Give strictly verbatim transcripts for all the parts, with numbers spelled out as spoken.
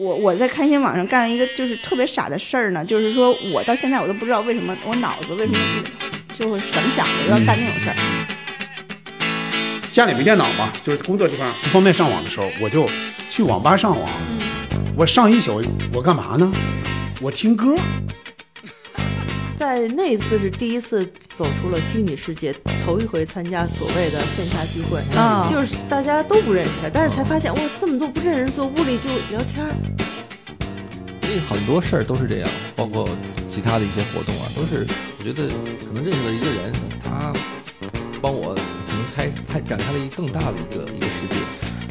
我我在开心网上干了一个就是特别傻的事儿呢，就是说我到现在我都不知道为什么我脑子为什么就是怎么想的要干那种事儿。 嗯、家里没电脑嘛，就是工作地方不方便上网的时候，我就去网吧上网。嗯、我上一宿，我干嘛呢？我听歌。 在那一次是第一次走出了虚拟世界，头一回参加所谓的线下聚会，啊、就是大家都不认识，但是才发现哇，这么多不认识人坐屋里就聊天。 所以很多事儿都是这样，包括其他的一些活动啊，都是我觉得可能认识了一个人，他帮我可能开开展开了一个更大的一个一个世界。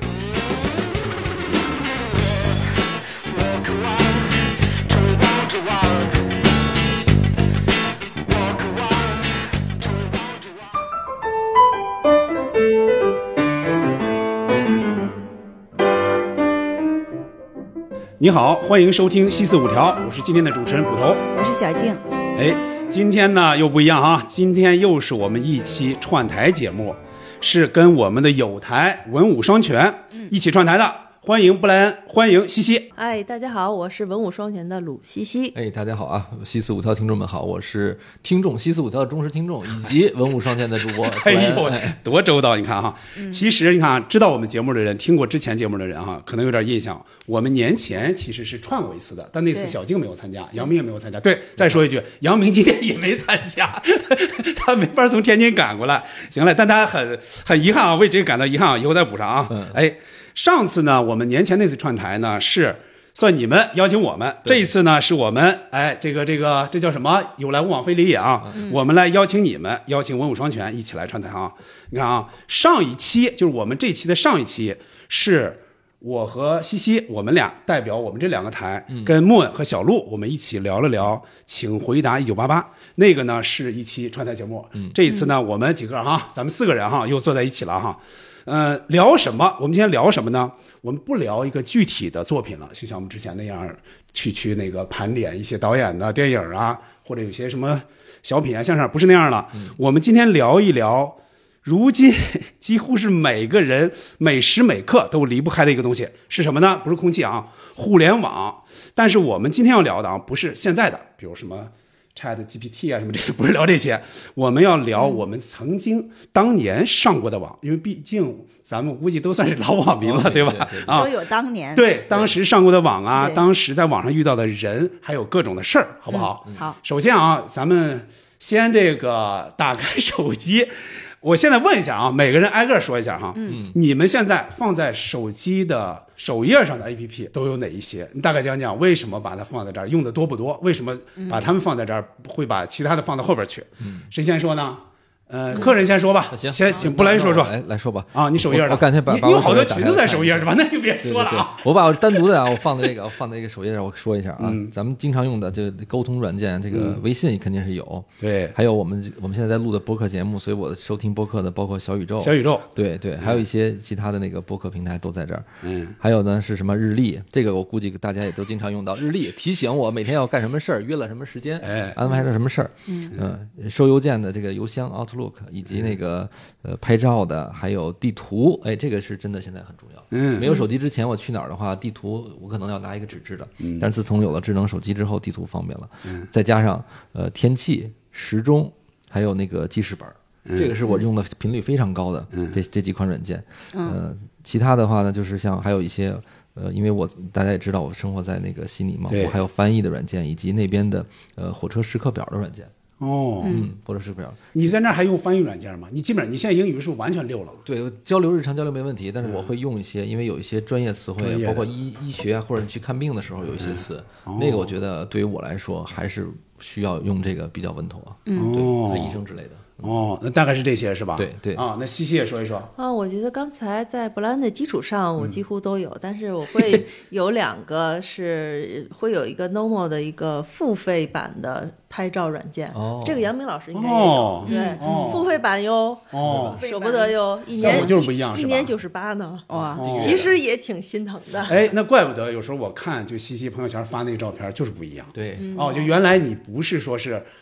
你好，欢迎收听西四五条，我是今天的主持人捕头， 我是小静。 哎，今天呢又不一样啊，今天又是我们一期串台节目，是跟我们的友台文武双全一起串台的。嗯，欢迎布莱恩，欢迎西西。 哎，大家好，我是文武双全的鲁西西。 哎，大家好啊，西四五条听众们好，我是听众西四五条的忠实听众以及文武双全的主播。 哎呦，多周到！你看哈，嗯、其实你看，知道我们节目的人，听过之前节目的人哈，可能有点印象。我们年前其实是串过一次的，但那次小静没有参加，杨明也没有参加。对，再说一句，杨明今天也没参加，他没法从天津赶过来。行了，但他很很遗憾啊，为这个感到遗憾啊，以后再补上啊。嗯、哎。上次呢，我们年前那次串台呢，是算你们邀请我们，这一次呢是我们哎，这个这个这叫什么？有来无往非礼也啊！嗯、我们来邀请你们，邀请文武双全一起来串台啊！你看啊，上一期就是我们这期的上一期，是我和西西我们俩代表我们这两个台，嗯、跟莫文和小鹿我们一起聊了聊，请回答一九八八。那个呢是一期串台节目，嗯、这一次呢我们几个哈，咱们四个人哈又坐在一起了哈。呃，聊什么？我们今天聊什么呢？我们不聊一个具体的作品了，就像我们之前那样去去那个盘点一些导演的电影啊，或者有些什么小品啊、相声，不是那样了。嗯、我们今天聊一聊，如今几乎是每个人每时每刻都离不开的一个东西是什么呢？不是空气啊，互联网。但是我们今天要聊的啊，不是现在的，比如什么Chat G P T 啊什么这个，不是聊这些，我们要聊我们曾经当年上过的网，因为毕竟咱们估计都算是老网民了， 哦、 对吧？ 对对对啊， 都有当年对当时上过的网啊，当时在网上遇到的人，还有各种的事儿，好不好？ 嗯、好。 首先啊，咱们先这个打开手机。我现在问一下啊，每个人挨个说一下哈，嗯，你们现在放在手机的首页上的 A P P 都有哪一些？你大概讲讲为什么把它放在这儿，用的多不多？为什么把它们放在这儿，会把其他的放到后边去？嗯，谁先说呢？呃，客人先说吧， 行， 先请布莱恩说说， 来来说吧。 啊，你首页的， 我干脆把你有好多裙子在首页是吧？那就别说了啊。 对对对，我把我单独的啊，我放在这个，我放在这个首页上，我说一下啊。嗯、咱们经常用的这个沟通软件，这个微信肯定是有， 对， 还有我们我们现在在录的播客节目，所以我收听播客的包括小宇宙， 小宇宙， 对对，还有一些其他的那个播客平台都在这儿。 嗯， 还有呢是什么日历，这个我估计大家也都经常用到，日历提醒我每天要干什么事儿，约了什么时间，哎，安排了什么事儿。嗯嗯，收邮件的这个邮箱 Outlook 以及那个。这个呃拍照的，还有地图，哎，这个是真的现在很重要。嗯，没有手机之前，我去哪儿的话，地图我可能要拿一个纸质的，嗯，但是自从有了智能手机之后，地图方便了。嗯，再加上呃天气、时钟，还有那个记事本，嗯、这个是我用的频率非常高的。嗯，这这几款软件。嗯、呃，其他的话呢，就是像还有一些。呃，因为我大家也知道，我生活在那个悉尼嘛，我还有翻译的软件，以及那边的呃火车时刻表的软件。 哦， 嗯，或者是不要。 你在那儿还用翻译软件吗？你基本上你现在英语是不是完全溜了？ 对，交流日常交流没问题，但是我会用一些，嗯、因为有一些专业词汇，包括医医学或者去看病的时候有一些词，嗯哦、那个我觉得对于我来说还是需要用这个比较稳妥啊。嗯，对，医生之类的。 哦，那大概是这些是吧？ 对对啊，那西西也说一说啊。我觉得刚才在布莱恩的基础上，我几乎都有，嗯、但是我会有两个是会有一个 normal 的一个付费版的拍照软件。哦，这个杨明老师应该也有，哦、对，哦、付费版哟，哦，舍不得哟，一年就是不一样， 一年九十八呢，哇，哦、其实也挺心疼的。 哎，那怪不得有时候我看就西西朋友圈发那个照片就是不一样。 对， 哦，就原来你不是说是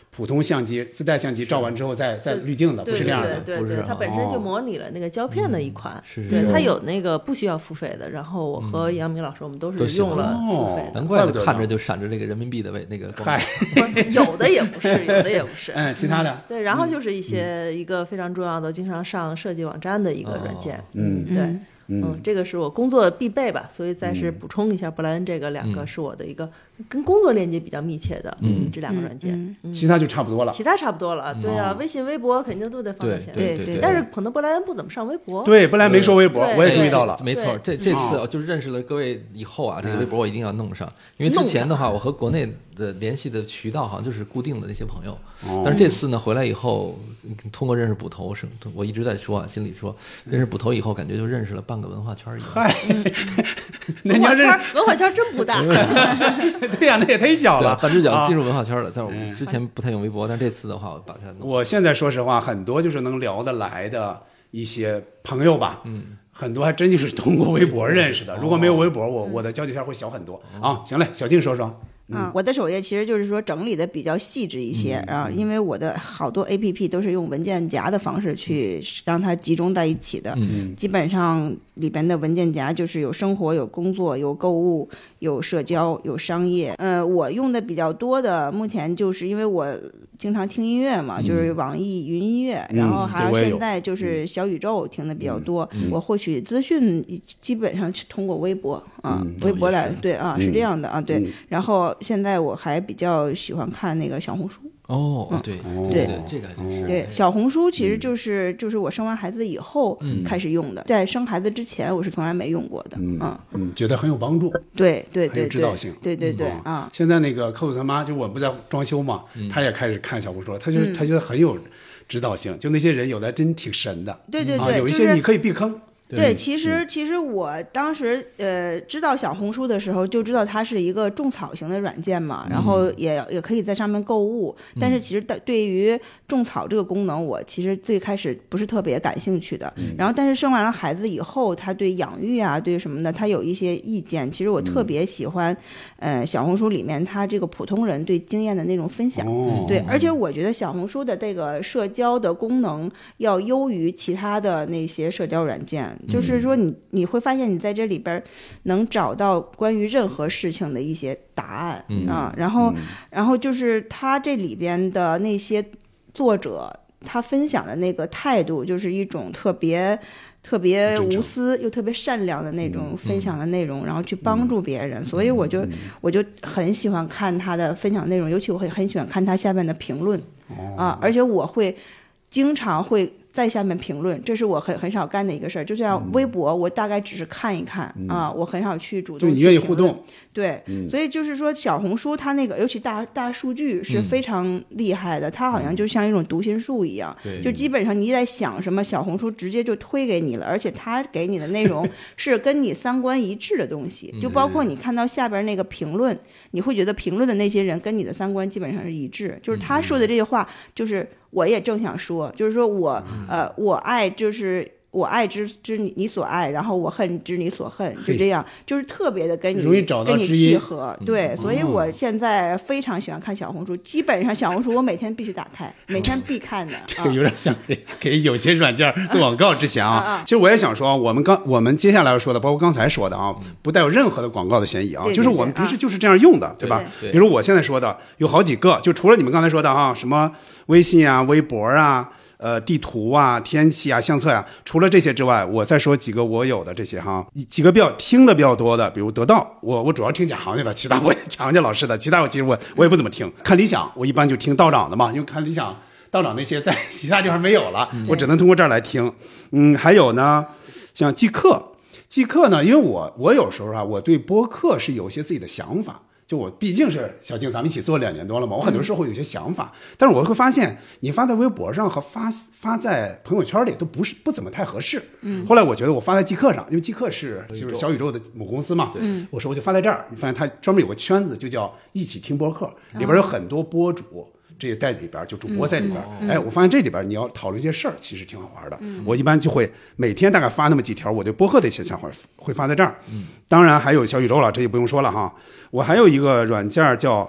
普通相机自带相机照完之后再再滤镜的，不是这样的。 对对对，它本身就模拟了那个胶片的一款，对，它有那个不需要付费的。然后我和杨明老师我们都是用了付费的， 难怪看着就闪着这个人民币的那个光。 有的也不是，有的也不是。 嗯，其他的对，然后就是一些一个非常重要的，经常上设计网站的一个软件。 嗯， 对。嗯，这个是我工作必备吧，所以再是补充一下，伯莱恩这个两个是我的一个跟工作链接比较密切的，嗯，这两个软件， 嗯嗯、 其他就差不多了， 其他差不多了，对啊，微信、微博肯定都得放在前面， 对对。 但是可能伯莱恩不怎么上微博， 对，伯莱恩没说微博，我也注意到了， 没错，这这次就认识了各位以后啊，这个微博我一定要弄上，因为之前的话，我和国内的联系的渠道好像就是固定的那些朋友，但是这次呢回来以后，通过认识捕头，是我一直在说啊，心里说，认识捕头以后，感觉就认识了半个文化圈一样。 嗨， 那文化圈文化圈真不大， 对呀，那也太小了， 半只脚进入文化圈了。但是我之前不太用微博，但这次的话，我把它弄。 我现在说实话，很多就是能聊得来的一些朋友吧，嗯，很多还真就是通过微博认识的。如果没有微博，我我的交际圈会小很多啊。行嘞，小静说说。 啊，我的首页其实就是说整理的比较细致一些啊，因为我的好多 A P P 都是用文件夹的方式去让它集中在一起的，基本上里边的文件夹就是有生活、有工作、有购物、有社交、有商业。呃，我用的比较多的，目前就是因为我经常听音乐嘛，就是网易云音乐，然后还有现在就是小宇宙听的比较多。我获取资讯基本上是通过微博啊，微博来，对啊，是这样的啊，对，然后。现在我还比较喜欢看那个小红书哦，对对对，这个还真是对。小红书其实就是就是我生完孩子以后开始用的，在生孩子之前我是从来没用过的， 嗯嗯，觉得很有帮助， 对对对， 很有指导性， 对对对啊。 现在那个扣子他妈就我们不在装修嘛，他也开始看小红书，他就是他觉得很有指导性，就那些人有的真挺神的， 对对对， 有一些你可以避坑。 对，其实其实我当时呃知道小红书的时候，就知道它是一个种草型的软件嘛，然后也也可以在上面购物。但是其实对于种草这个功能，我其实最开始不是特别感兴趣的。然后但是生完了孩子以后，他对养育啊，对什么的，他有一些意见。其实我特别喜欢，呃，小红书里面他这个普通人对经验的那种分享。对，而且我觉得小红书的这个社交的功能要优于其他的那些社交软件。就是说你你会发现你在这里边能找到关于任何事情的一些答案、嗯、啊，然后、嗯、然后就是他这里边的那些作者他分享的那个态度，就是一种特别特别无私又特别善良的那种分享的内容，然后去帮助别人，所以我就我就很喜欢看他的分享内容，尤其我很很喜欢看他下面的评论啊，而且我会经常会在下面评论，这是我很很少干的一个事儿。就像微博，我大概只是看一看、嗯、啊，我很少去主动去评论。 就你愿意互动， 对、嗯，所以就是说小红书它那个，尤其大大数据是非常厉害的，嗯、它好像就像一种读心术一样， 嗯、 就基本上你在想什么，小红书直接就推给你了，而且它给你的内容是跟你三观一致的东西，就包括你看到下边那个评论，你会觉得评论的那些人跟你的三观基本上是一致，就是他说的这些话，就是我也正想说，就是说我。呃，我爱就是我爱之之你你所爱，然后我恨之你所恨，就这样，就是特别的跟你容易找到跟你契合，对、嗯，所以我现在非常喜欢看小红书，基本上小红书我每天必须打开，每天必看的。 这个有点像给给有些软件做广告之前啊，啊其实我也想说，我们刚我们接下来要说的，包括刚才说的啊，不带有任何的广告的嫌疑啊， 对对对就是我们平时就是这样用的， 啊、 对吧？ 对比如我现在说的有好几个，就除了你们刚才说的啊，什么微信啊、微博啊。呃，地图啊、天气啊、相册啊，除了这些之外，我再说几个我有的这些哈，几个比较听的比较多的，比如得到，我我主要听讲行家的，其他我也讲行家老师的，其他我其实我我也不怎么听。看理想，我一般就听道长的嘛，因为看理想道长那些在其他地方没有了，我只能通过这儿来听。嗯，还有呢，像即刻，即刻呢，因为我我有时候啊，我对播客是有些自己的想法。就我毕竟是小静，咱们一起做两年多了嘛，我很多时候会有些想法，嗯、但是我会发现，你发在微博上和发发在朋友圈里都不是不怎么太合适。嗯，后来我觉得我发在即刻上，因为即刻是就是小宇宙的母公司嘛，嗯，我说我就发在这儿，你发现它专门有个圈子，就叫一起听播客，里边有很多播主。哦这也在里边，就主播在里边、嗯。哎，我发现这里边你要讨论一些事儿，其实挺好玩的、嗯。我一般就会每天大概发那么几条我对播客的一些想法，会发在这儿。嗯，当然还有小宇宙了，这也不用说了哈。我还有一个软件叫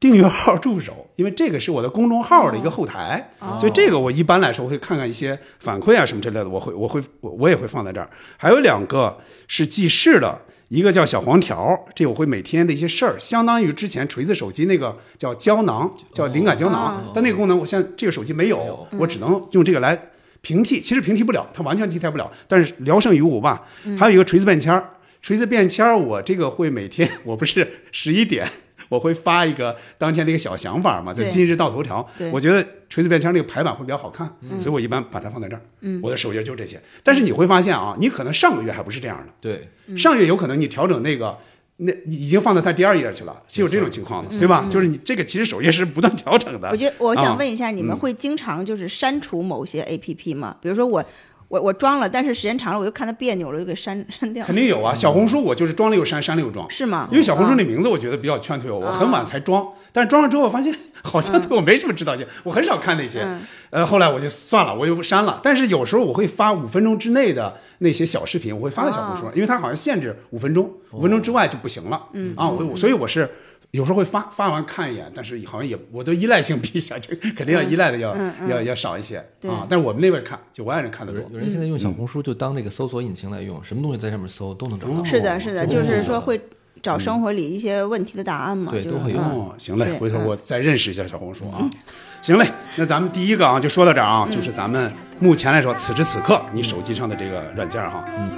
订阅号助手，因为这个是我的公众号的一个后台， 哦、 所以这个我一般来说会看看一些反馈啊什么之类的，我会我会我我也会放在这儿。还有两个是记事的，一个叫小黄条，这我会每天的一些事儿，相当于之前锤子手机那个叫胶囊，叫灵感胶囊，哦、但那个功能我现在这个手机没有，没有我只能用这个来平替，其实平替不了，它完全替代不了，但是聊胜于无吧。 嗯、 还有一个锤子便签，锤子便签我这个会每天，我不是十一点。我会发一个当天的一个小想法嘛，就今日到头条。我觉得锤子便签那个排版会比较好看， 嗯、 所以我一般把它放在这儿。 嗯、 我的首页就这些。但是你会发现啊，你可能上个月还不是这样的。 对， 上月有可能你调整那个，那已经放到它第二页去了，是有这种情况的，对吧？ 嗯、 就是你这个其实首页是不断调整的。 我觉得我想问一下，你们会经常就是删除某些 A P P 吗？比如说我。我我装了，但是时间长了我又看它别扭了，又给删删掉。 肯定有啊，小红书我就是装了又删，删了又装， 是吗？ 因为小红书那名字我觉得比较劝退我，我很晚才装，但是装上之后我发现好像对我没什么指导性，我很少看那些。呃，后来我就算了，我就删了。但是有时候我会发五分钟之内的那些小视频，我会发在小红书上，因为它好像限制五分钟，五分钟之外就不行了。 嗯啊，我所以我是。有时候会发发完看一眼，但是好像也我的依赖性比小青肯定要依赖的要、 嗯嗯、 要要少一些啊。但是我们那边看，就我爱人看得多。 有人现在用小红书就当这个搜索引擎来用，嗯、什么东西在上面搜都能找到。 是的，是的，就是说会找生活里一些问题的答案嘛。 对，都会有。 哦，行嘞，回头我再认识一下小红书啊。行嘞，那咱们第一个啊就说到这儿啊，就是咱们目前来说，此时此刻你手机上的这个软件哈。嗯。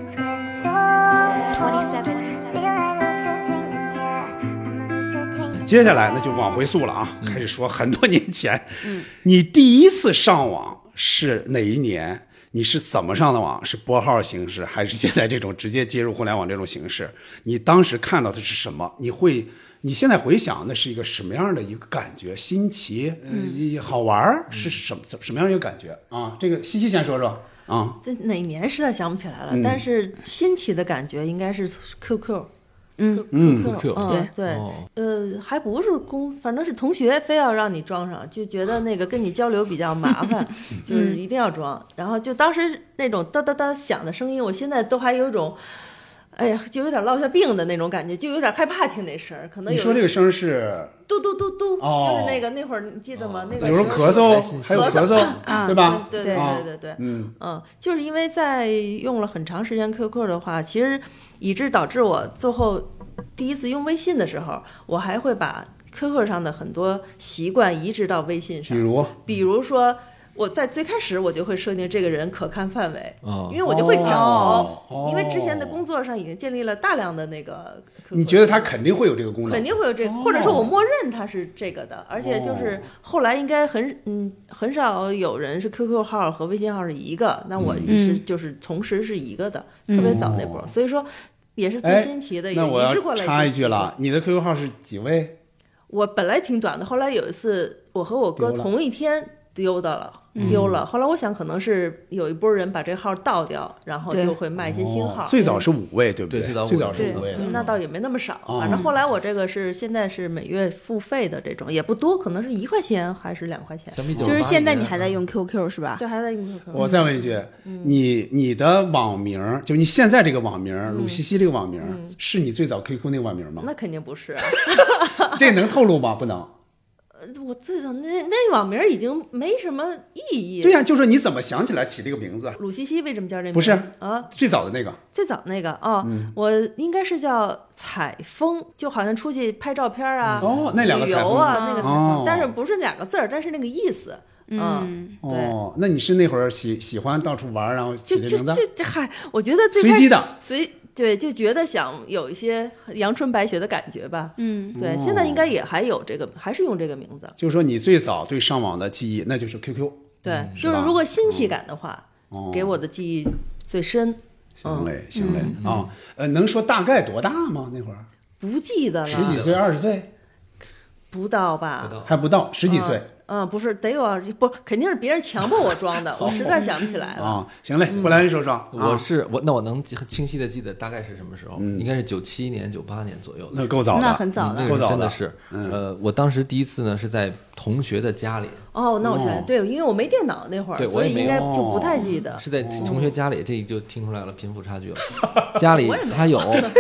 接下来那就往回溯了啊，嗯、开始说很多年前， 嗯， 你第一次上网是哪一年？你是怎么上的网？是拨号形式，还是现在这种直接接入互联网这种形式？你当时看到的是什么？你会，你现在回想，那是一个什么样的一个感觉？新奇，嗯、呃，好玩，是什么什么样的一个感觉啊？这个西西先说说啊。 这哪年实在想不起来了， 嗯、 但是新奇的感觉应该是 Q Q。 嗯嗯 ，Q Q， 对对，哦、呃，还不是公，反正是同学非要让你装上，就觉得那个跟你交流比较麻烦，就是一定要装。然后就当时那种哒哒哒响的声音，我现在都还有一种，哎呀，就有点落下病的那种感觉，就有点害怕听那声儿。可能有你说这个声是嘟嘟嘟嘟， 哦、 就是那个那会儿你记得吗？ 哦、 那个有时候咳嗽，还有咳嗽， 啊、 对吧？ 对对对对对， 嗯嗯，就是因为在用了很长时间 Q Q 的话，其实以致导致我最后。第一次用微信的时候，我还会把 Q Q 上的很多习惯移植到微信上。 比如， 比如说，我在最开始我就会设定这个人可看范围， 哦、 因为我就会找， 哦、 因为之前的工作上已经建立了大量的那个 Q Q。 你觉得它肯定会有这个功能？ 肯定会有这个，或者说我默认它是这个的，而且就是后来应该很嗯很少有人是 Q Q 号和微信号是一个，那我是就是同时是一个的， 嗯、 特别早那波，所以说。也是最新奇的， 那我要插一句了，你的 Q Q 号是几位？ 我本来挺短的，后来有一次我和我哥同一天丢的了，丢了。后来我想可能是有一波人把这号盗掉，然后就会卖一些新号。 哦、最早是五位，对不对？ 最早最早是五位的， 那倒也没那么少。 哦、 反正后来我这个是现在是每月付费的这种，也不多，可能是一块钱还是两块钱。 就是现在你还在用 Q Q 是吧？ 对，还在用 Q Q。 我再问一句， 嗯、 你你的网名，就你现在这个网名，鲁西西这个网名， 嗯、 是你最早 Q Q 那个网名吗？ 那肯定不是、啊。 这能透露吗？不能。 我最早那那网名已经没什么意义。 对呀、啊，就说你怎么想起来起这个名字？ 鲁西西为什么叫这名字？ 不是啊， 最早的那个。 最早那个哦、嗯，我应该是叫采风，就好像出去拍照片啊， 哦，那两个旅游啊，那个采风， 哦、 但是不是两个字儿，但是那个意思。 嗯， 对。 哦，那你是那会儿喜喜欢到处玩，然后起这名字？ 就就就嗨，我觉得最随机的， 随。对，就觉得想有一些阳春白雪的感觉吧。 嗯， 对，现在应该也还有这个，还是用这个名字。 就是说，你最早对上网的记忆，那就是 Q Q。 对， 嗯、 就是如果新奇感的话， 哦、 给我的记忆最深。 行嘞，行嘞啊、哦，呃，能说大概多大吗？那会儿不记得了， 十几岁、二十岁， 不到吧？ 不到还不到十几岁。 嗯嗯，不是，得有啊，不，肯定是别人强迫我装的，我实在想不起来了。 啊、哦，行嘞，布莱恩说说， 我是我，那我能很清晰的记得大概是什么时候，嗯、应该是九七年、九八年左右的， 那够早的， 那很早的， 嗯、那个真的是，嗯、呃，我当时第一次呢是在同学的家里。 哦，那我想想，对，因为我没电脑那会儿，所以应该就不太记得。 是在同学家里，这就听出来了贫富差距了。家里他有。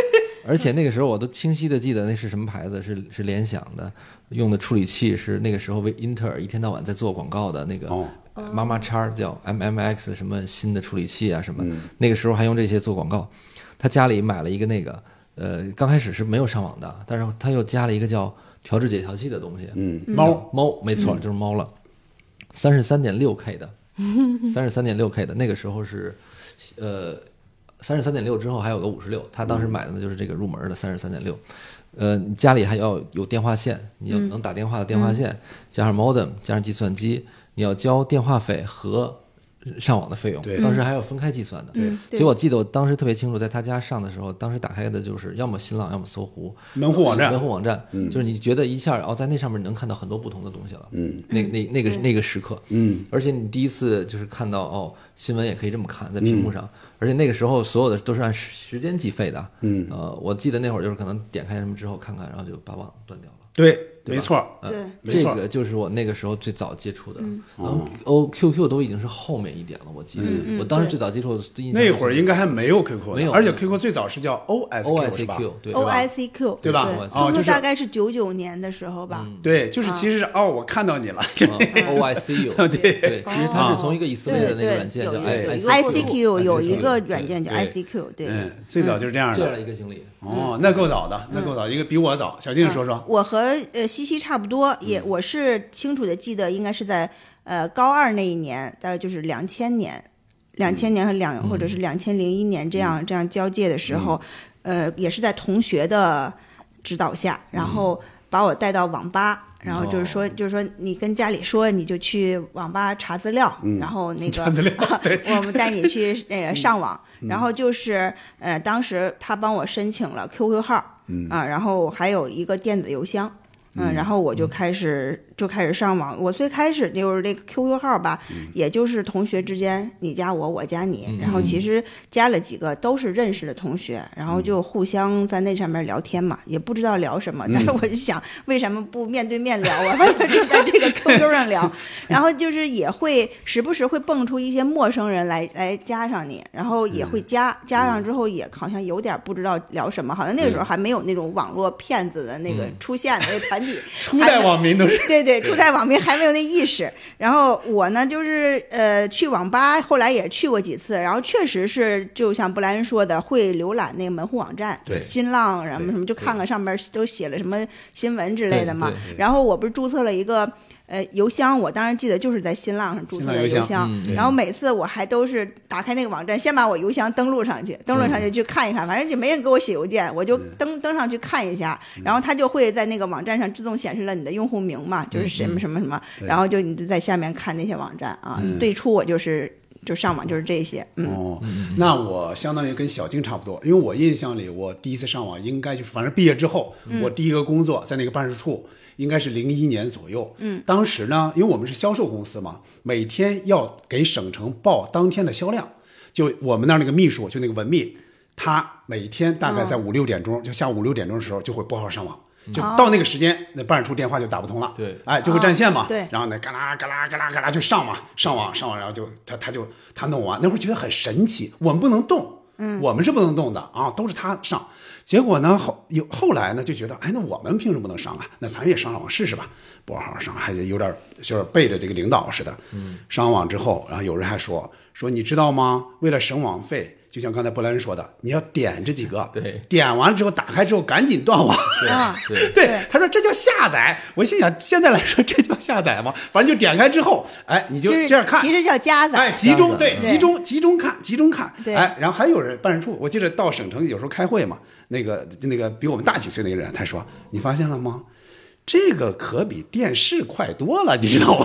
而且那个时候我都清晰的记得那是什么牌子，是是联想的，用的处理器是那个时候为英特尔一天到晚在做广告的那个妈妈叉，叫 M M X 什么新的处理器啊什么， 嗯、 那个时候还用这些做广告。他家里买了一个那个，呃，刚开始是没有上网的，但是他又加了一个叫调制解调器的东西， 嗯，猫猫没错，就是猫了，三十三点六 K 的，三十三点六 K 的，那个时候是，呃。三十三点六之后还有个五十六，他当时买的呢就是这个入门的三十三点六，呃，家里还要有电话线，你要能打电话的电话线，嗯、加上 modem， 加上计算机，你要交电话费和上网的费用，当时还要分开计算的。 对， 所以我记得我当时特别清楚，在他家上的时候，当时打开的就是要么新浪，要么搜狐门户网站， 门户网站， 嗯、 就是你觉得一下哦，在那上面能看到很多不同的东西了。 嗯， 那那那个那个时刻， 嗯， 而且你第一次就是看到哦，新闻也可以这么看，在屏幕上。嗯，而且那个时候所有的都是按时间计费的， 嗯， 呃，我记得那会儿就是可能点开什么之后看看，然后就把网断掉了。 对，没错， 对， 这个就是我那个时候最早接触的。嗯，然后 O Q Q 都已经是后面一点了，我记得， 嗯、 我当时最早接触的印象那会儿应该还没有 Q Q， 没有， 而且 Q Q 最早是叫 O S Q 是吧 ？O I C Q 对吧？ 哦，就是大概是九九年的时候吧。 对，就是其实是哦，我看到你了 ，O I C U， 对对，其实它是从一个以色列的那个软件叫 I C Q， 有一个软件叫 I C Q， 对， 嗯，最早就是这样的， 这样的一个经历。 哦，那够早的，那够早，一个比我早。小静说说， 我和呃西西差不多，也我是清楚的记得，应该是在呃高二那一年，大概就是两千年，两千年和两或者是两千零一年这样这样交界的时候，呃，也是在同学的指导下，然后把我带到网吧。然后就是说，就是说，你跟家里说，你就去网吧查资料， 嗯、 然后那个查资料，对， 我们带你去那个上网。嗯、然后就是呃，当时他帮我申请了 Q Q 号， 嗯啊，然后还有一个电子邮箱，嗯，然后我就开始、嗯、就开始上网。我最开始就是这个 Q Q 号吧， 嗯、 也就是同学之间，你加我，我加你， 嗯、 然后其实加了几个都是认识的同学，然后就互相在那上面聊天嘛，也不知道聊什么，但是我就想，为什么不面对面聊啊？反正就在这个 Q Q 上聊，然后就是也会时不时会蹦出一些陌生人来来加上你，然后也会加，加上之后也好像有点不知道聊什么，好像那个时候还没有那种网络骗子的那个出现的那个团体， 初代网民都是对对，初代网民还没有那意识。然后我呢，就是呃去网吧，后来也去过几次，然后确实是就像布莱恩说的，会浏览那个门户网站， 对， 新浪什么什么，就看看上面都写了什么新闻之类的嘛。然后我不是注册了一个。呃，邮箱我当然记得就是在新浪上注册的邮箱， 嗯、 然后每次我还都是打开那个网站，先把我邮箱登录上去，登录上去去看一看，反正就没人给我写邮件，我就登登上去看一下，然后它就会在那个网站上自动显示了你的用户名嘛，就是什么什么什么，然后就你在下面看那些网站啊。 嗯、 最初我就是就上网就是这些，嗯。 哦，那我相当于跟小静差不多，因为我印象里我第一次上网应该就是反正毕业之后， 嗯、 我第一个工作在那个办事处。应该是零一年左右， 嗯， 当时呢，因为我们是销售公司嘛，每天要给省城报当天的销量，就我们那儿那个秘书，就那个文秘，他每天大概在五六点钟， 哦、 就下午五六点钟的时候就会拨号上网，嗯、就到那个时间，那办事处电话就打不通了， 对， 哎，就会占线嘛， 哦、对， 然后呢，嘎啦嘎啦嘎啦嘎啦就上嘛，上网上网，然后就他他就他弄完，那会儿觉得很神奇，我们不能动。 嗯， 我们是不能动的啊，都是他上。结果呢，后有后来呢，就觉得，哎，那我们凭什么不能上啊？那咱也上上网试试吧。拨号上还有点就是背着这个领导似的。嗯，上网之后，然后有人还说说，你知道吗？为了省网费，就像刚才布莱恩说的，你要点这几个， 对， 点完了之后打开之后赶紧断网。 对对对，他说这叫下载。我心想，现在来说这叫下载吗？反正就点开之后，哎，你就这样看， 其实叫加载， 哎，集中对，集中集中看，集中看， 对， 哎，然后还有人办事处，我记得到省城有时候开会嘛，那个那个比我们大几岁那个人，他说，你发现了吗？这个可比电视快多了，你知道吗？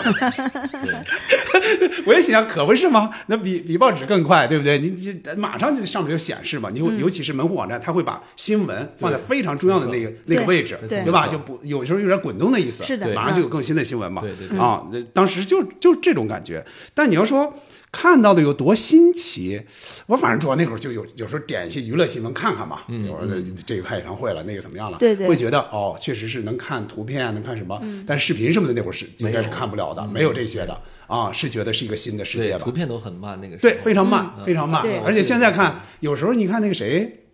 我也想，可不是吗？那比比报纸更快，对不对？你你马上就上面就显示嘛，你就、嗯、尤其是门户网站，它会把新闻放在非常重要的那个那个位置， 对, 对, 对吧？就不有时候有点滚动的意思， 是的， 马上就有更新的新闻嘛。 对对对啊，当时就就这种感觉。但你要说看到的有多新奇，我反正主要那会儿就有有时候点一些娱乐新闻看看嘛，比如说这个开演唱会了，那个怎么样了， 对对， 会觉得哦，确实是能看图片啊，能看什么，嗯、但视频什么的那会儿是应该是看不了的，没有这些的啊，是觉得是一个新的世界的， 图片都很慢，那个时候对非常慢、 嗯、 非常慢，而且现在看有时候你看那个谁。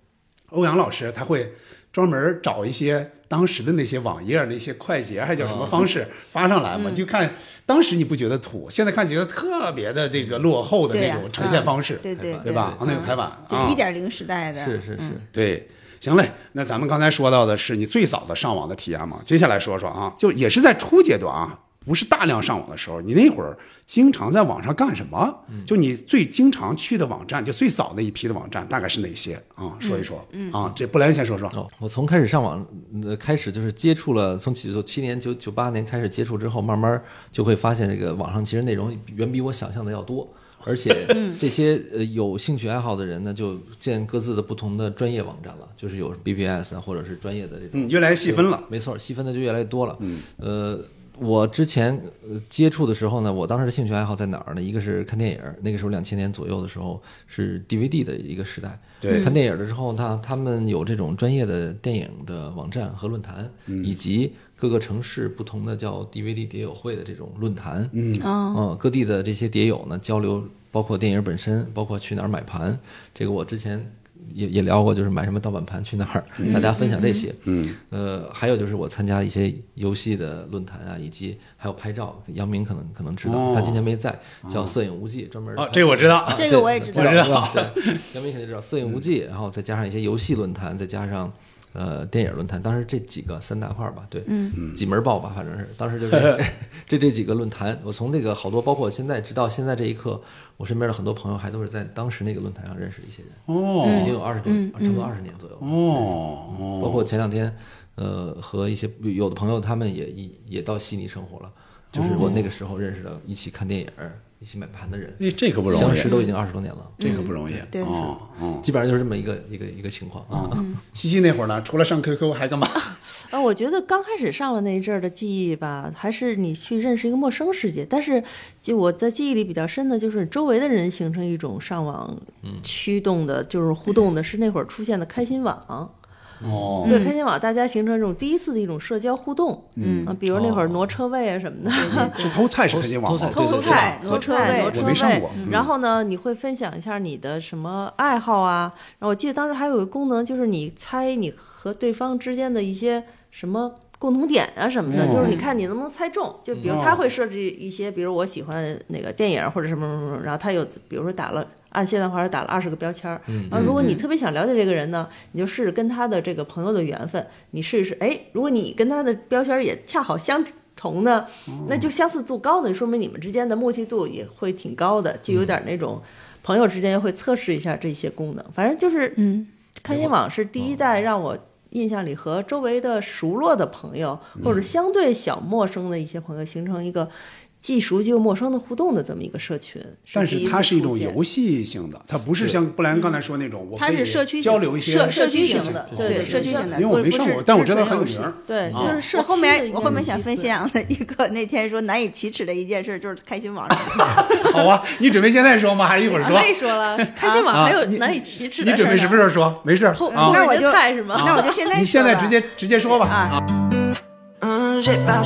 欧阳老师他会专门找一些当时的那些网页那些快捷还叫什么方式发上来嘛， 嗯、 就看当时你不觉得土，现在看觉得特别的这个落后的那种呈现方式， 对、啊嗯、对对, 对吧？啊、嗯，那个排版就一点零时代的， 是是是， 嗯、 对。行嘞，那咱们刚才说到的是你最早的上网的体验嘛，接下来说说啊，就也是在初阶段啊，不是大量上网的时候，你那会儿经常在网上干什么？就你最经常去的网站，就最早的一批的网站大概是哪些啊？说一说、 嗯、 啊，这布莱恩先说说。 哦，我从开始上网，呃，开始就是接触了，从九七年九九八年开始接触之后，慢慢就会发现这个网上其实内容远比我想象的要多。而且这些呃有兴趣爱好的人呢，就建各自的不同的专业网站了，就是有 B B S 啊，或者是专业的这种， 嗯，越来越细分了。 没错，细分的就越来越多了。 嗯， 呃，我之前呃接触的时候呢，我当时的兴趣爱好在哪儿呢？一个是看电影，那个时候两千年左右的时候是 D V D 的一个时代。 对， 看电影的时候，他他们有这种专业的电影的网站和论坛， 嗯、 以及各个城市不同的叫 D V D 碟友会的这种论坛。 嗯嗯、 呃，各地的这些碟友呢交流。包括电影本身，包括去哪儿买盘，这个我之前也也聊过，就是买什么盗版盘去哪儿， 嗯、 大家分享这些。 嗯， 呃，还有就是我参加一些游戏的论坛啊，以及还有拍照，杨明可能可能知道， 哦、 他今天没在，叫摄影无忌，专门哦，这个我知道， 啊、 这个我也知道， 我知道， 对，杨明肯定知道摄影无忌，然后再加上一些游戏论坛，再加上。呃，电影论坛，当时这几个三大块吧，对， 嗯， 几门报吧，反正是当时就是这这几个论坛，我从这个好多，包括现在直到现在这一刻，我身边的很多朋友还都是在当时那个论坛上认识的一些人， 哦， 已经有二十多， 嗯、 差不多二十年左右， 哦， 包括前两天，呃，和一些有的朋友他们也也也到悉尼生活了，就是我那个时候认识的，一起看电影。一起买盘的人， 哎，这可不容易， 相识都已经二十多年了， 这可不容易， 嗯、对， 哦，哦， 基本上就是这么一个一个一个情况啊。 嗯、西西那会儿呢，除了上 Q Q 还干嘛？ 啊，我觉得刚开始上的那一阵儿的记忆吧，还是你去认识一个陌生世界。但是，就我在记忆里比较深的，就是周围的人形成一种上网驱动的，就是互动的，是那会儿出现的开心网。 哦， 对，开心网大家形成这种第一次的一种社交互动， 嗯啊，比如那会儿挪车位啊什么的， 是偷菜是开心网吗？ 偷菜、挪车位， 我没上过。 然后呢，你会分享一下你的什么爱好啊？然后我记得当时还有一个功能，就是你猜你和对方之间的一些什么共同点啊什么的，就是你看你能不能猜中。就比如他会设置一些，比如我喜欢那个电影或者什么什么，然后他有比如说打了。按现在话是打了二十个标签儿，然后如果你特别想了解这个人呢，你就试着跟他的这个朋友的缘分，你试一试，哎，如果你跟他的标签也恰好相同呢，那就相似度高的，说明你们之间的默契度也会挺高的，就有点那种朋友之间会测试一下这些功能。反正就是，嗯，开心网是第一代让我印象里和周围的熟络的朋友或者相对小陌生的一些朋友形成一个。既熟悉又陌生的互动的这么一个社群， 但是它是一种游戏性的，它不是像布莱恩刚才说那种，我它是社区交流一些社社区型的， 对对，社区型的。 因为我没上过，但我知道很有名。 对，就是社区。 我后面我后面想分享的一个那天说难以启齿的一件事，就是开心网。 好啊，你准备现在说吗？还是一会儿说？ 可以说了，开心网还有难以启齿的。 你准备什么时候说？没事啊。 那我就菜是吗？ 那我就现在。 你现在直接直接说吧啊。 嗯，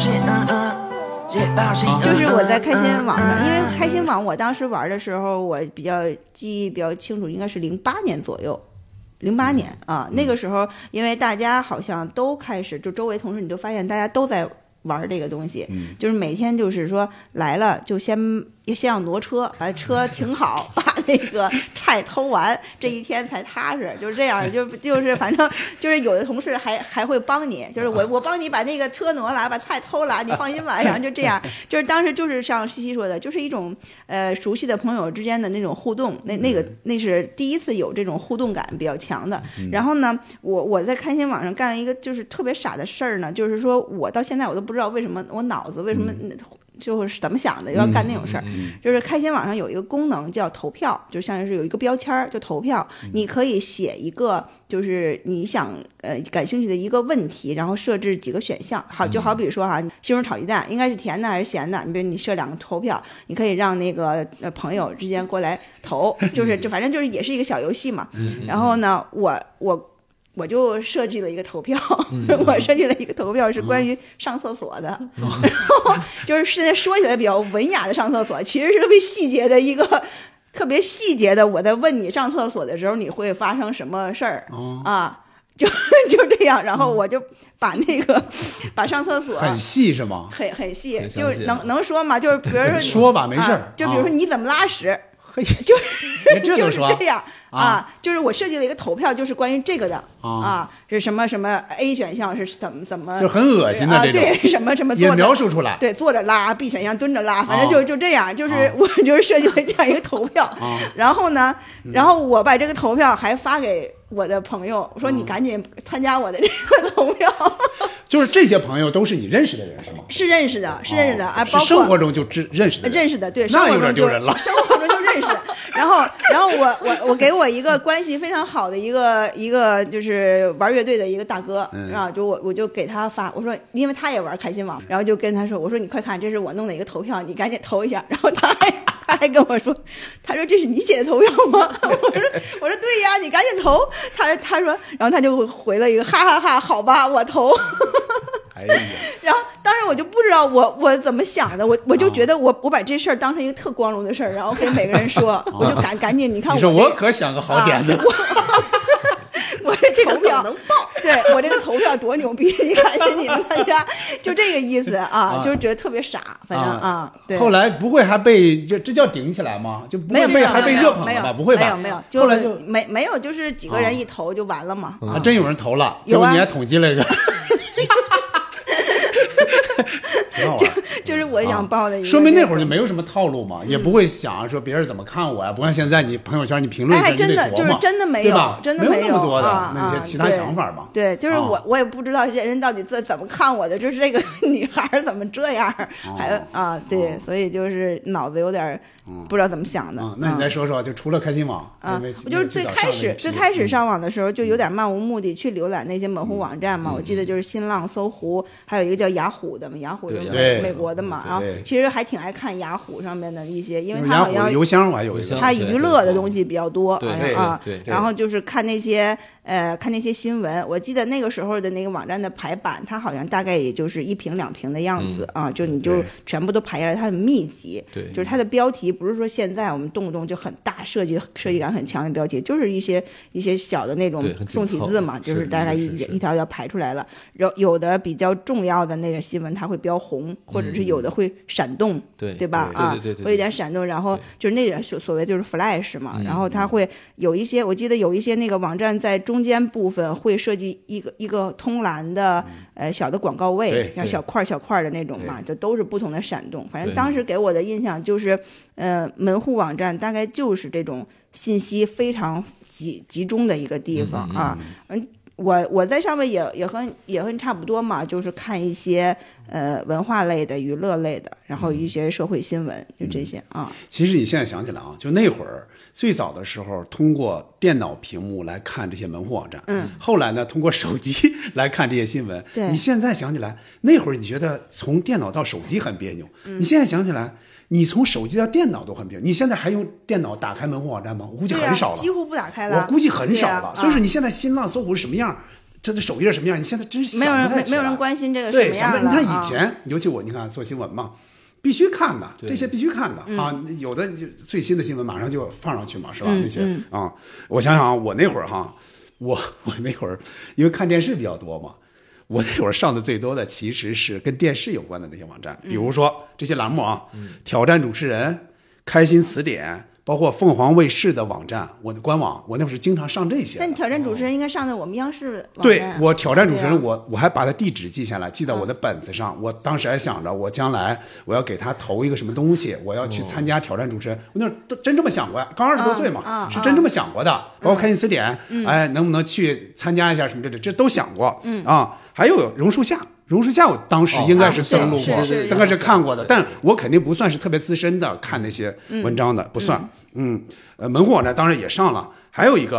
就是我在开心网上，因为开心网我当时玩的时候，我比较记忆比较清楚，应该是零八年左右，零八年啊，那个时候因为大家好像都开始，就周围同事你就发现大家都在玩这个东西，就是每天就是说来了就先先要挪车，把车停好，把那个菜偷完，这一天才踏实，就是这样，就就是反正就是有的同事还还会帮你，就是我我帮你把那个车挪了，把菜偷了，你放心吧，然后就这样，就是当时就是像西西说的，就是一种呃熟悉的朋友之间的那种互动，那那个那是第一次有这种互动感比较强的。然后呢，我我在开心网上干了一个就是特别傻的事儿呢，就是说我到现在我都不知道为什么我脑子为什么。就是怎么想的要干那种事儿、嗯嗯嗯，就是开心网上有一个功能叫投票，就像是有一个标签儿，就投票、嗯，你可以写一个就是你想呃感兴趣的一个问题，然后设置几个选项。好，就好比说哈，西红柿炒鸡蛋应该是甜的还是咸的？你比如你设两个投票，你可以让那个呃朋友之间过来投，就是就反正就是也是一个小游戏嘛。然后呢，我我。我就设计了一个投票，嗯、我设计了一个投票是关于上厕所的，嗯、然后就是现在说起来比较文雅的上厕所，其实是特别细节的一个特别细节的，我在问你上厕所的时候你会发生什么事儿、 哦、 啊，就就这样，然后我就把那个、嗯、把上厕所很细是吗？ 很很细，就能能说吗？就是比如说说吧，没事儿、 啊，就比如说你怎么拉屎。 嘿， 就是就是这样啊, 啊，就是我设计了一个投票，就是关于这个的 啊, 啊，是什么什么 A 选项是怎么怎么， 就很恶心的这种， 啊、对，什么什么也描述出来， 对，坐着拉 ，B 选项蹲着拉，反正就、啊、就这样，就是、啊、我就是设计了这样一个投票， 啊、 然后呢，然后我把这个投票还发给我的朋友，我说你赶紧参加我的这个投票。 就是这些朋友都是你认识的人是吗？ 是认识的，是认识的啊， 哦、 包括生活中就知认识的人， 认识的，对， 那有点丢人了。 生活中就认识的，然后，然后我我我给我一个关系非常好的一个一个就是玩乐队的一个大哥、嗯、啊，就我我就给他发，我说因为他也玩开心网，然后就跟他说，我说你快看，这是我弄的一个投票，你赶紧投一下。然后他还他还跟我说，他说这是你写的投票吗？我说我说对呀，你赶紧投。他他说，然后他就回了一个哈哈哈，好吧，我投。 哎呀， 然后当时我就不知道我我怎么想的，我我就觉得我、啊、我把这事儿当成一个特光荣的事儿，然后给每个人说，啊、我就赶赶紧，你看我、这个， 你说我可想个好点子， 啊、我, 我这个投票能报，对我这个投票多牛逼，你感谢你们大家，就这个意思啊，啊就是觉得特别傻，反正啊，啊对。 后来不会还被这这叫顶起来吗？就不会被还被热捧了吧？不会吧？ 没有没有，就后来就没没有，就是几个人一投就完了嘛。 还、啊啊、真有人投了，结果你还统计了一个。 就就是我想报的一个、 啊，说明那会儿就没有什么套路嘛，嗯、也不会想说别人怎么看我呀，不像现在你朋友圈你评论一下， 哎，真的就是真的没有，真的没有那么多的、 啊、 那些其他想法嘛。 对，对就是我、啊、我也不知道人到底怎怎么看我的，就是这个女孩怎么这样， 哦、 还啊对、哦，所以就是脑子有点不知道怎么想的。 嗯嗯、那你再说说，就除了开心网啊，我就是最开始最开始上网的时候就有点漫无目的去浏览那些门户网站嘛， 嗯、 我记得就是新浪、搜狐，还有一个叫雅虎的嘛，雅虎是美国的嘛。然后其实还挺爱看雅虎上面的一些，因为它好像邮箱我还有一个，它娱乐的东西比较多， 好像啊，然后就是看那些呃看那些新闻。我记得那个时候的那个网站的排版，它好像大概也就是一屏两屏的样子、嗯、啊，就你就全部都排下来，它很密集。 对， 就是它的标题不是说现在我们动不动就很大设计设计感很强的标题，就是一些一些小的那种宋体字嘛，就是大概一一条条排出来了。有有的比较重要的那个新闻，它会标红，或者是有的会闪动， 对对吧？啊，会有点闪动，然后就是那点所谓就是 flash 嘛，然后它会有一些，我记得有一些那个网站在中间部分会设计一个一个通栏的呃小的广告位，像小块小块的那种嘛，就都是不同的闪动。反正当时给我的印象就是，呃，门户网站大概就是这种信息非常集集中的一个地方啊，嗯。我我在上面也也和也和差不多嘛，就是看一些呃文化类的、娱乐类的，然后一些社会新闻，就这些啊。 其实你现在想起来啊，就那会儿最早的时候，通过电脑屏幕来看这些门户网站， 嗯， 后来呢，通过手机来看这些新闻。 对， 你现在想起来，那会儿你觉得从电脑到手机很别扭， 嗯、 你现在想起来。你从手机到电脑都很别扭，你现在还用电脑打开门户网站吗？我估计很少了， 啊、几乎不打开了。 我估计很少了。 啊、 所以说你现在新浪、搜狐是什么样，这的首页什么样，你现在真是没有人没没有人关心这个什么样了。 对，你看以前，啊、尤其我，你看做新闻嘛，必须看的，这些必须看的、 嗯、 啊。有的就最新的新闻马上就放上去嘛，是吧？ 嗯、 那些、 嗯、 啊，我想想啊，我那会儿哈，我我那会儿因为看电视比较多嘛。我那会儿上的最多的其实是跟电视有关的那些网站，比如说这些栏目啊， 嗯、 挑战主持人、开心词典，包括凤凰卫视的网站，我的官网，我那会儿是经常上这些。 那你挑战主持人应该上的我们央视网站。 对，我挑战主持人， 啊、 我我还把他地址记下来，记到我的本子上。嗯、我当时还想着，我将来我要给他投一个什么东西，我要去参加挑战主持人。我那会儿真这么想过呀，刚二十多岁嘛， 啊、 是真这么想过的。 啊、 包括开心词典， 嗯、 哎，能不能去参加一下什么这这这都想过。 嗯啊。还有榕树下，榕树下我当时应该是登录过， 哦、是是大概是看过的，但我肯定不算是特别资深的看那些文章的， 嗯、 不算。嗯，呃，门户网站当然也上了，还有一个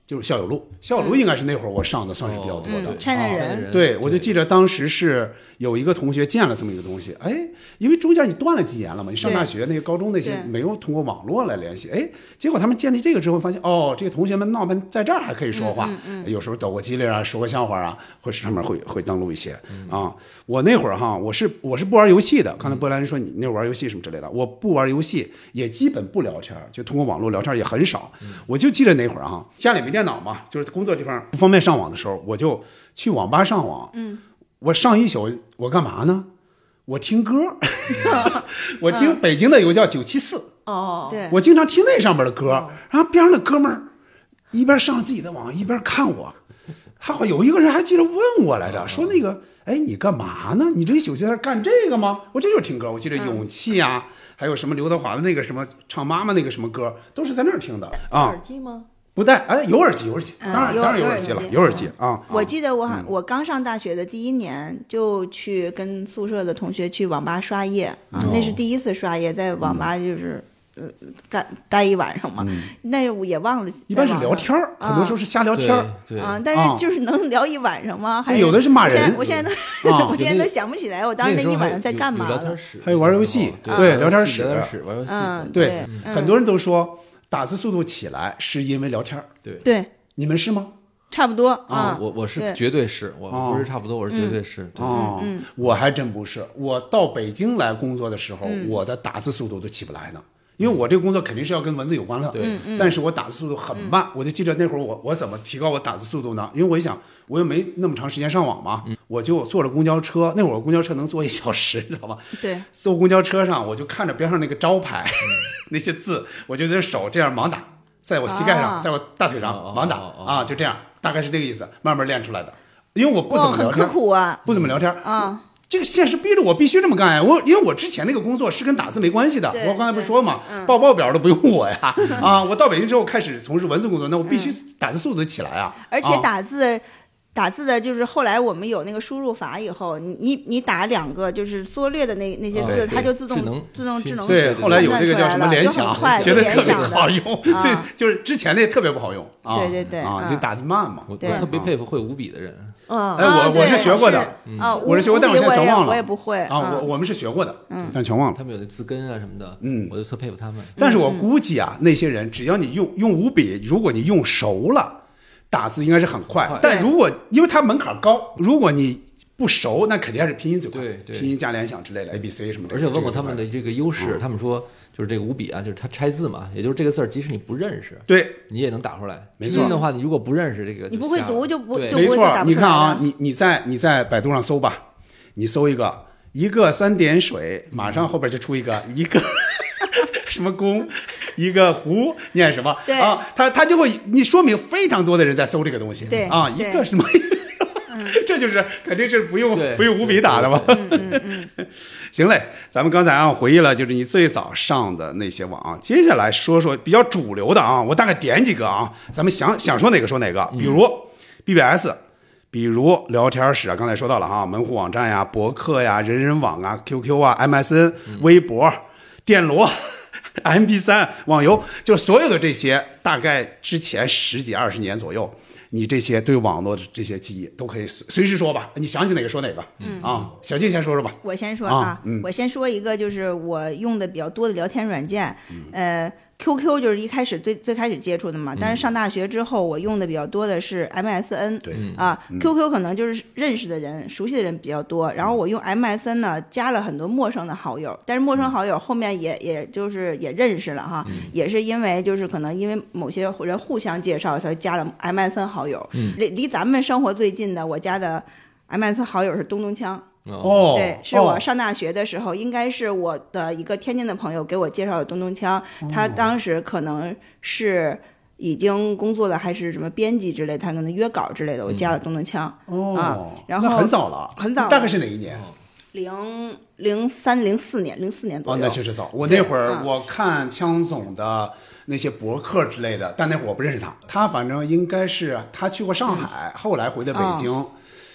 就是校友录，校友录应该是那会儿我上的算是比较多的。 嗯、China 人， 对，我就记得当时是有一个同学建了这么一个东西，哎，因为中间你断了几年了嘛，你上大学那个高中那些没有通过网络来联系，哎，结果他们建立这个之后发现，哦，这个同学们闹们在这儿还可以说话， 嗯嗯嗯、 有时候抖个机灵啊，说个笑话啊，或者上面会会登录一些、嗯、啊。我那会儿哈，我是我是不玩游戏的，刚才波兰人说你那会儿玩游戏什么之类的，我不玩游戏，也基本不聊天，就通过网络聊天也很少。嗯、我就记得那会儿哈，家里没电脑嘛，就是工作地方不方便上网的时候，我就去网吧上网。 嗯， 我上一宿，我干嘛呢？我听歌，我听北京的有个叫九七四。 哦， 对， 我经常听那上面的歌，然后边上的哥们儿一边上自己的网，一边看我。还好有一个人还记得问我来着，说那个，哎，你干嘛呢？你这一宿在这干这个吗？我这就是听歌，我记得勇气啊，还有什么刘德华的那个什么唱妈妈那个什么歌，都是在那儿听的啊。 耳机吗？ 不带，哎，有耳机，有耳机，当然、 嗯、 当然有耳机了，有耳机啊。 我记得我我刚上大学的第一年，就去跟宿舍的同学去网吧刷夜啊， 哦、 那是第一次刷夜，在网吧就是。呃，干待一晚上嘛，嗯、那我也忘了。 一般是聊天儿， 啊、 很多时候是瞎聊天儿啊。但是就是能聊一晚上吗？还有的是骂人。 我现在都，啊、我现在都想不起来，我当时那一晚上在干嘛了。 还有玩游戏，对，聊天室， 玩游戏。 嗯， 对，很多人都说打字速度起来是因为聊天儿。 对对， 你们是吗？ 差不多啊，我我是绝对是，我不是差不多，我是绝对是。 哦，我还真不是。我到北京来工作的时候，我的打字速度都起不来呢。因为我这个工作肯定是要跟文字有关的， 对， 但是我打字速度很慢，嗯、我就记得那会儿我我怎么提高我打字速度呢？因为我一想，我又没那么长时间上网嘛，嗯、我就坐着公交车，那会儿公交车能坐一小时，知道吧？ 对， 坐公交车上，我就看着边上那个招牌，嗯、那些字，我就在手这样盲打，在我膝盖上，哦、在我大腿上盲打、 哦哦、 啊，就这样，大概是这个意思，慢慢练出来的。因为我不怎么聊天， 很刻苦啊， 不怎么聊天啊。 这个现实逼着我必须这么干呀！我因为我之前那个工作是跟打字没关系的，我刚才不是说嘛， 嗯、 报报表都不用我呀啊！我到北京之后开始从事文字工作，那我必须打字速度得起来啊！ 而且打字。啊打字的就是后来我们有那个输入法以后，你你你打两个就是缩略的那那些字，它就自动自动智能对。后来有这个叫什么联想，觉得特别好用， 就就是之前那特别不好用啊。 对对对啊，就打字慢嘛。 我我特别佩服会五笔的人。 嗯， 哎，我我是学过的啊， 我是学过，但我现在全忘了。 我也不会啊，我我们是学过的，嗯，但全忘了。 他们有那字根啊什么的， 嗯， 我就特佩服他们。 但是我估计啊，那些人只要你用用五笔，如果你用熟了。打字应该是很快，但如果因为它门槛高，如果你不熟，那肯定还是拼音最快， 对对， 拼音加联想之类的 A B C 什么的。 而且我问过他们的这个优势，他们说就是这个五笔啊，就是它拆字嘛，也就是这个字儿，即使你不认识， 对， 你也能打出来。 没错。 拼音的话，你如果不认识这个， 你不会读就不就没错。你看啊，你你在你在百度上搜吧，你搜一个一个三点水，马上后边就出一个一个什么宫。一个湖念什么啊？他他就会，你说明非常多的人在搜这个东西， 对啊，一个什么，这就是肯定是不用不用五笔打的吧？ 嗯嗯嗯、 行嘞，咱们刚才啊回忆了，就是你最早上的那些网啊，接下来说说比较主流的啊，我大概点几个啊，咱们想想说哪个说哪个，比如 B B S， 比如聊天室啊，刚才说到了哈，门户网站呀、博客呀、人人网啊、Q Q 啊、M S N、微博、电罗。M P 三 网游，就所有的这些，大概之前十几二十年左右，你这些对网络的这些记忆都可以随时说吧，你想起哪个说哪个。嗯啊，小静先说说吧。 我先说啊，啊嗯、我先说一个，就是我用的比较多的聊天软件，嗯、呃。Q Q 就是一开始最最开始接触的嘛，但是上大学之后，我用的比较多的是 M S N， 对啊、嗯、，Q Q 可能就是认识的人、熟悉的人比较多，然后我用 M S N 呢加了很多陌生的好友，但是陌生好友后面也也就是也认识了哈， 嗯、 也是因为就是可能因为某些人互相介绍，才加了 M S N 好友。 嗯、 离离咱们生活最近的，我加的 M S N 好友是东东锵。 哦， 对，是我上大学的时候，哦、应该是我的一个天津的朋友给我介绍的东东锵，哦、他当时可能是已经工作的，还是什么编辑之类，他可能约稿之类的，我加了东东锵。 哦、 啊，然后很早了， 很早， 大概是哪一年？ 零零三零四年，零四年左右。 哦，那确实早。我那会儿我看枪总的那些博客之类的，但那会儿我不认识他，他反正应该是他去过上海，嗯、后来回的北京。哦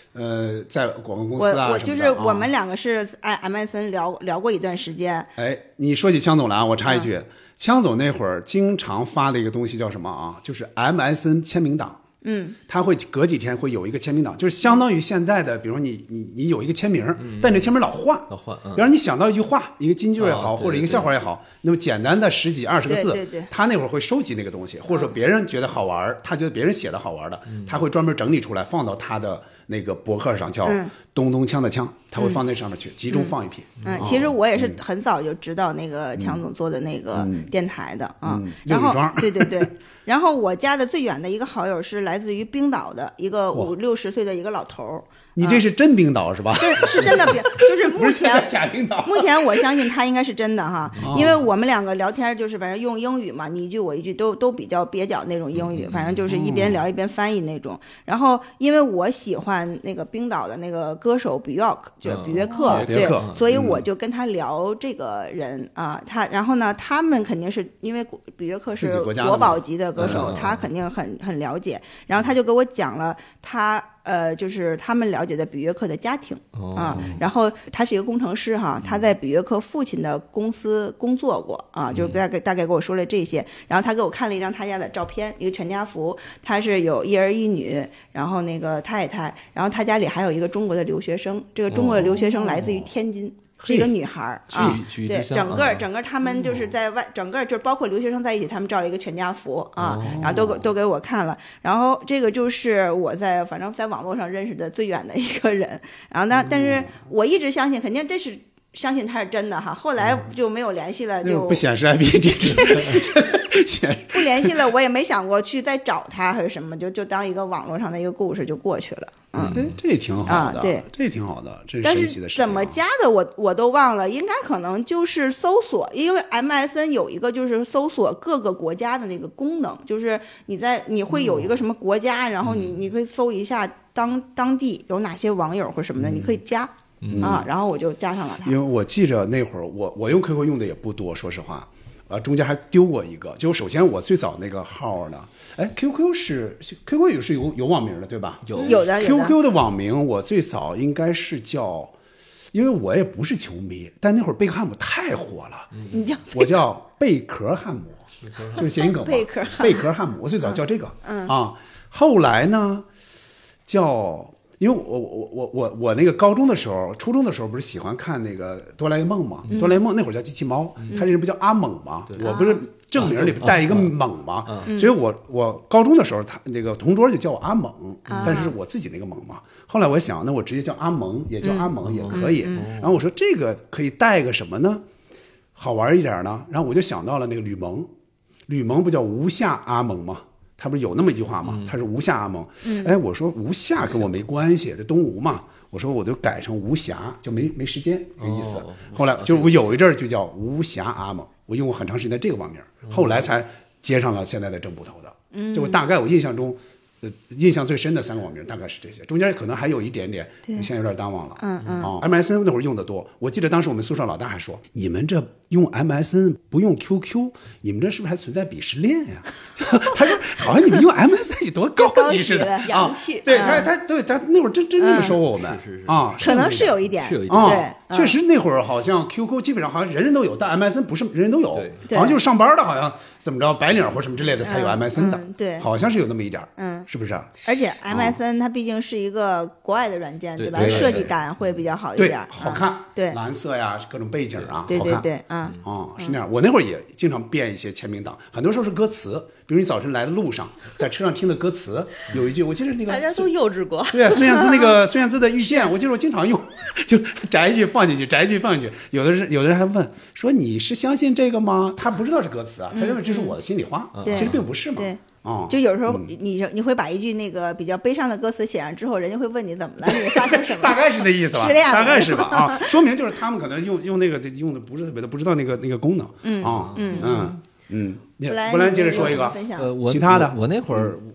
呃，在广告公司啊我我就是我们啊两个是在 M S N 聊聊过一段时间。 哎，你说起枪总来啊，我插一句，嗯、枪总那会儿经常发的一个东西叫什么啊？就是 M S N 签名档。 嗯， 他会隔几天会有一个签名档，就是相当于现在的，比如说你你你有一个签名，嗯、但这签名老换， 老换。嗯、 比如你想到一句话，一个金句也好， 哦、 或者一个笑话也好，那么简单的十几二十个字， 对对对， 他那会儿会收集那个东西，或者说别人觉得好玩，他觉得别人写的好玩的， 嗯、 他会专门整理出来放到他的那个博客上，叫东东枪的枪，他会放那上面去，集中放一批。 嗯，嗯其实我也是很早就知道那个强总做的那个电台的啊， 嗯、 然后对对对。然后我加的最远的一个好友是来自于冰岛的一个五六十岁的一个老头儿。 你这是真冰岛是吧？ 这是真的冰，就是目前假冰岛。 目前我相信他应该是真的哈，因为我们两个聊天就是反正用英语嘛，你一句我一句都都比较蹩脚那种英语，反正就是一边聊一边翻译那种。然后因为我喜欢那个冰岛的那个歌手 Björk， 就是比约克，对，所以我就跟他聊这个人啊，他然后呢，他们肯定是因为比约克是国宝级的歌手，他肯定很很了解。然后他就给我讲了他。呃，就是他们了解的比约克的家庭、哦、啊，然后他是一个工程师哈，他在比约克父亲的公司工作过啊，就大概大概给我说了这些，然后他给我看了一张他家的照片，一个全家福，他是有一儿一女，然后那个太太，然后他家里还有一个中国的留学生，这个中国的留学生来自于天津。哦是一个女孩啊，对，整个整个他们就是在外，整个就包括留学生在一起，他们照了一个全家福啊，然后都给都给我看了，然后这个就是我在反正在网络上认识的最远的一个人，然后呢，但是我一直相信，肯定这是相信他是真的哈，后来就没有联系了，就不显示 I P 地址， 不联系了，我也没想过去再找他还是什么，就就当一个网络上的一个故事就过去了。嗯， 这这挺好的， 啊、对， 这挺好的，这是神奇的事情。 但是怎么加的我我都忘了，应该可能就是搜索，因为 M S N 有一个就是搜索各个国家的那个功能，就是你在你会有一个什么国家，嗯、然后你你可以搜一下当当地有哪些网友或什么的，嗯、你可以加、嗯、啊，然后我就加上了他。 因为我记着那会儿我我用 Q Q 用的也不多，说实话。呃，中间还丢过一个，就首先我最早那个号呢，哎 ，Q Q 是 Q Q 也是有有网名的，对吧？ 有有的。 Q Q 的网名我最早应该是叫，因为我也不是球迷，但那会儿贝克汉姆太火了， 你叫我叫贝壳汉姆，就是谐音梗嘛。 贝壳贝壳汉姆，我最早叫这个， 嗯啊，后来呢叫。因为我我我我我那个高中的时候，初中的时候不是喜欢看那个哆啦 A 梦嘛？嗯、哆啦 A 梦那会儿叫机器猫，嗯、他这人不叫阿猛吗？ 嗯、 我不是正名里边带一个猛吗？啊啊、所以我我高中的时候，他那个同桌就叫我阿猛， 啊、 但是是我自己那个猛嘛。后来我想，那我直接叫阿蒙，也叫阿蒙也可以。 嗯、 然后我说这个可以带个什么呢？好玩一点呢？然后我就想到了那个吕蒙，吕蒙不叫无下阿蒙吗？他不是有那么一句话吗？他是无下阿蒙。 嗯、 哎，我说无下跟我没关系，这东吴嘛。我说我就改成无暇，就没没时间这个意思。 哦、 后来就是我有一阵儿就叫无暇阿蒙，我用过很长时间这个网名，后来才接上了现在的郑捕头的。 嗯， 就我大概我印象中。呃，印象最深的三个网名大概是这些，中间可能还有一点点，现在有点淡忘了。 嗯嗯。 啊 ，M S N 那会儿用的多，我记得当时我们宿舍老大还说：“你们这用 M S N 不用 Q Q， 你们这是不是还存在鄙视链呀？”他说：“好像你们用 M S N 多高级似的啊！” 对他，他对他那会儿真真正的说过我们啊， 可能是有一点， 是有一点啊。确实那会儿好像 Q Q 基本上好像人人都有，但 M S N 不是人人都有，好像就是上班的，好像怎么着白领或什么之类的才有 M S N 的， 对， 好像是有那么一点， 嗯， 是不是？ 而且 M S N 它毕竟是一个国外的软件，对吧？设计感会比较好一点， 好看， 对， 蓝色呀，各种背景啊， 对对对，啊， 啊，是那样。我那会儿也经常变一些签名档，很多时候是歌词，比如你早晨来的路上，在车上听的歌词，有一句我记得那个大家都幼稚过， 对啊，孙燕姿那个孙燕姿的《遇见》，我记得我经常用，就摘一句放进去，摘一句放进去。有的人有的人还问说你是相信这个吗？他不知道是歌词啊，他认为这是我的心里话，其实并不是嘛。 对。 哦， 就有时候你你会把一句那个比较悲伤的歌词写上之后，人家会问你怎么了，你发生什么？ 大概是这意思吧， 失恋了， 大概是吧啊，说明就是他们可能用用那个用的不是特别的，不知道那个那个功能。 嗯啊， 嗯嗯嗯， 布兰接着说一个， 呃，我其他的， 我那会儿我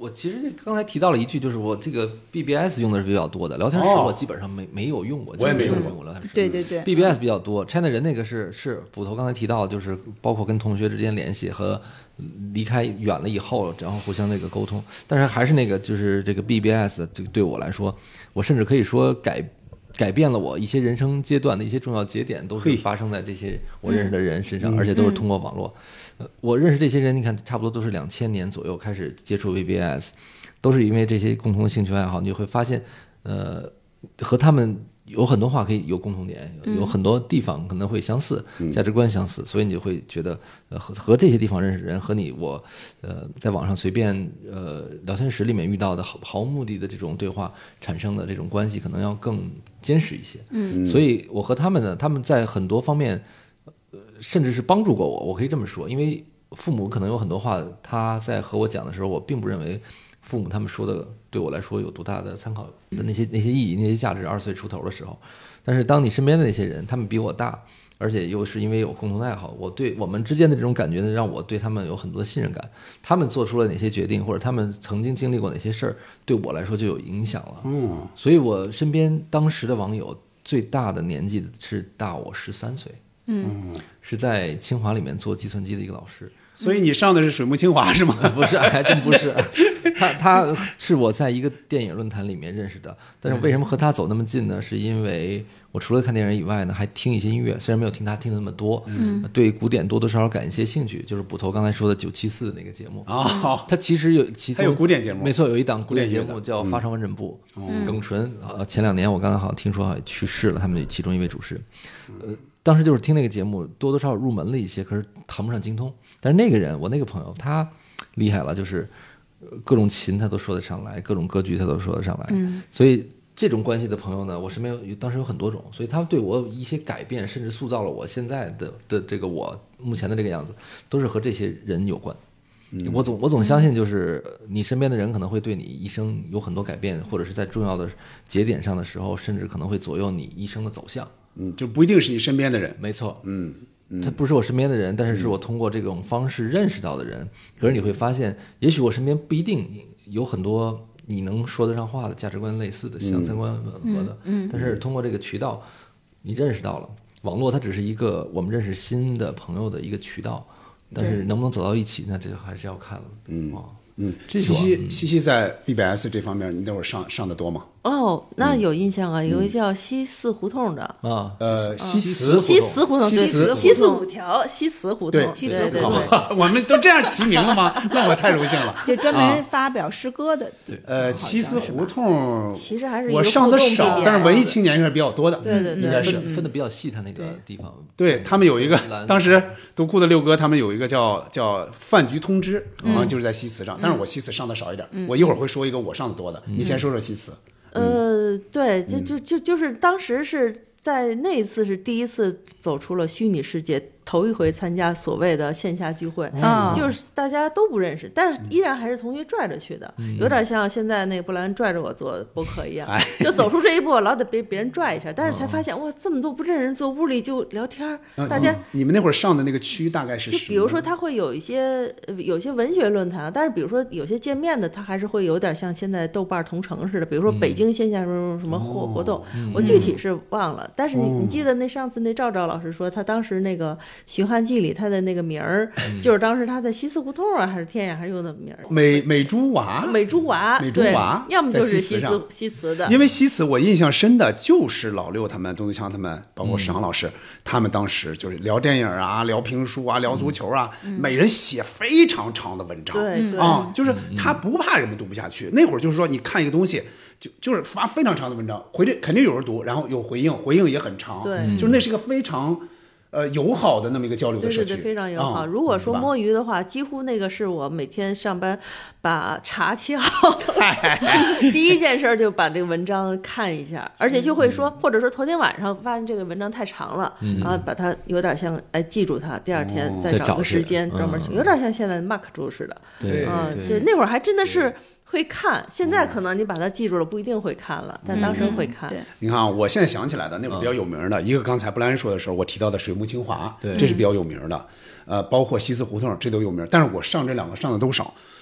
我其实刚才提到了一句，就是我这个 B B S 用的是比较多的，聊天室我基本上没、哦、没有用过， 我也没用过聊天室。 对对对 ，B B S 比较多。China 人那个是是捕头刚才提到的，就是包括跟同学之间联系和离开远了以后，然后互相这个沟通。但是还是那个就是这个 B B S， 这个对我来说，我甚至可以说改改变了我一些人生阶段的一些重要节点，都是发生在这些我认识的人身上，而且都是通过网络。呃，我认识这些人，你看差不多都是两千年左右开始接触 B B S。都是因为这些共同的兴趣爱好，你会发现，呃，和他们有很多话可以有共同点，有很多地方可能会相似，价值观相似，所以你就会觉得，呃，和和这些地方认识人和你我，呃，在网上随便呃聊天室里面遇到的毫毫无目的的这种对话产生的这种关系，可能要更坚实一些。嗯，所以我和他们呢，他们在很多方面，呃，甚至是帮助过我，我可以这么说，因为父母可能有很多话，他在和我讲的时候，我并不认为。父母他们说的对我来说有多大的参考的那些那些意义那些价值，二十岁出头的时候，但是当你身边的那些人，他们比我大，而且又是因为有共同的爱好，我对我们之间的这种感觉呢，让我对他们有很多的信任感。他们做出了哪些决定，或者他们曾经经历过哪些事儿，对我来说就有影响了。嗯，所以我身边当时的网友最大的年纪是大我十三岁，嗯，是在清华里面做计算机的一个老师。 所以你上的是水木清华是吗？ 不是，还真不是。他他是我在一个电影论坛里面认识的，但是为什么和他走那么近呢？是因为我除了看电影以外呢，还听一些音乐，虽然没有听他听的那么多，嗯，对古典多多少少感一些兴趣。就是捕头刚才说的九七四那个节目啊，哦，他其实有其中还有古典节目， 没错，有一档古典节目叫《发长完整部》，嗯，耿纯呃前两年我刚才好像听说好像去世了，他们其中一位主持，呃，当时就是听那个节目，多多少少入门了一些，可是谈不上精通。但是那个人，我那个朋友，他厉害了，就是各种琴他都说得上来，各种歌剧他都说得上来。嗯，所以这种关系的朋友呢，我身边有当时有很多种，所以他们对我有一些改变，甚至塑造了我现在的的这个我目前的这个样子，都是和这些人有关。嗯，我总我总相信，就是你身边的人可能会对你一生有很多改变，或者是在重要的节点上的时候，甚至可能会左右你一生的走向。 嗯，就不一定是你身边的人。 没错。嗯。他不是我身边的人，但是是我通过这种方式认识到的人。可是你会发现，也许我身边不一定有很多你能说得上话的价值观类似的、相三观吻合的。嗯，但是通过这个渠道，你认识到了网络，它只是一个我们认识新的朋友的一个渠道。但是能不能走到一起，那这还是要看了。嗯嗯，西西西西在 B B S 这方面，你那会儿上上的多吗？ 哦，那有印象啊，有一个叫西四胡同的啊，呃，西祠西祠胡同， 西祠西四五条西祠胡同， 对， 西祠胡同，我们都这样齐名了吗？那我太荣幸了。 就专门发表诗歌的， 呃，西祠胡同， 其实还是我上的少，但是文艺青年是比较多的， 对对对， 应该是分的比较细，他那个地方， 对他们有一个，当时读库的六哥他们有一个叫叫饭局通知啊，就是在西祠上，但是我西祠上的少一点，我一会儿会说一个我上的多的，你先说说西祠。 呃，对，就就就就是当时是在那一次是第一次走出了虚拟世界，头一回参加所谓的线下聚会，嗯，就是大家都不认识，但是依然还是同学拽着去的，嗯，有点像现在那个布兰拽着我做播客一样，哎，就走出这一步，老得被别人拽一下，但是才发现，哇，这么多不认识人坐屋里就聊天，嗯，大家， 你们那会儿上的那个区大概是就比如说他会有一些有些文学论坛，但是比如说有些见面的，他还是会有点像现在豆瓣同城似的，比如说北京线下什么什么活活动，嗯，我具体是忘了，但是你你记得那上次那赵赵老师说，他当时那个寻汉记里他的那个名儿，嗯，就是当时他在西四胡同啊，还是天涯还是用的名儿， 美美珠娃， 美珠娃， 美珠娃， 要么就是西祠西祠的。 因为西祠我印象深的就是老六他们、东东强他们，包括史航老师，嗯，他们当时就是聊电影啊、聊评书啊、聊足球啊，嗯，每人写非常长的文章， 对啊，就是他不怕人们读不下去。那会儿就是说，你看一个东西，就就是发非常长的文章，回这肯定有人读，然后有回应，回应也很长， 对， 就是那是一个非常。呃，友好的那么一个交流的社区， 对对对，非常友好。嗯，如果说摸鱼的话，几乎那个是我每天上班把茶沏好，第一件事就把这个文章看一下，而且就会说，嗯，或者说头天晚上发现这个文章太长了，嗯，然后把它有点像哎记住它，第二天再找个时间专门去，嗯，有点像现在的 mark 住似的， 对， 嗯，对，那会儿还真的是。会看，现在可能你把它记住了，不一定会看了，但当时会看。 嗯， 你看啊，我现在想起来的那会儿比较有名的，嗯，一个刚才布兰说的时候，我提到的水木清华，这是比较有名的。呃，包括西四胡同，这都有名。但是我上这两个上的都少。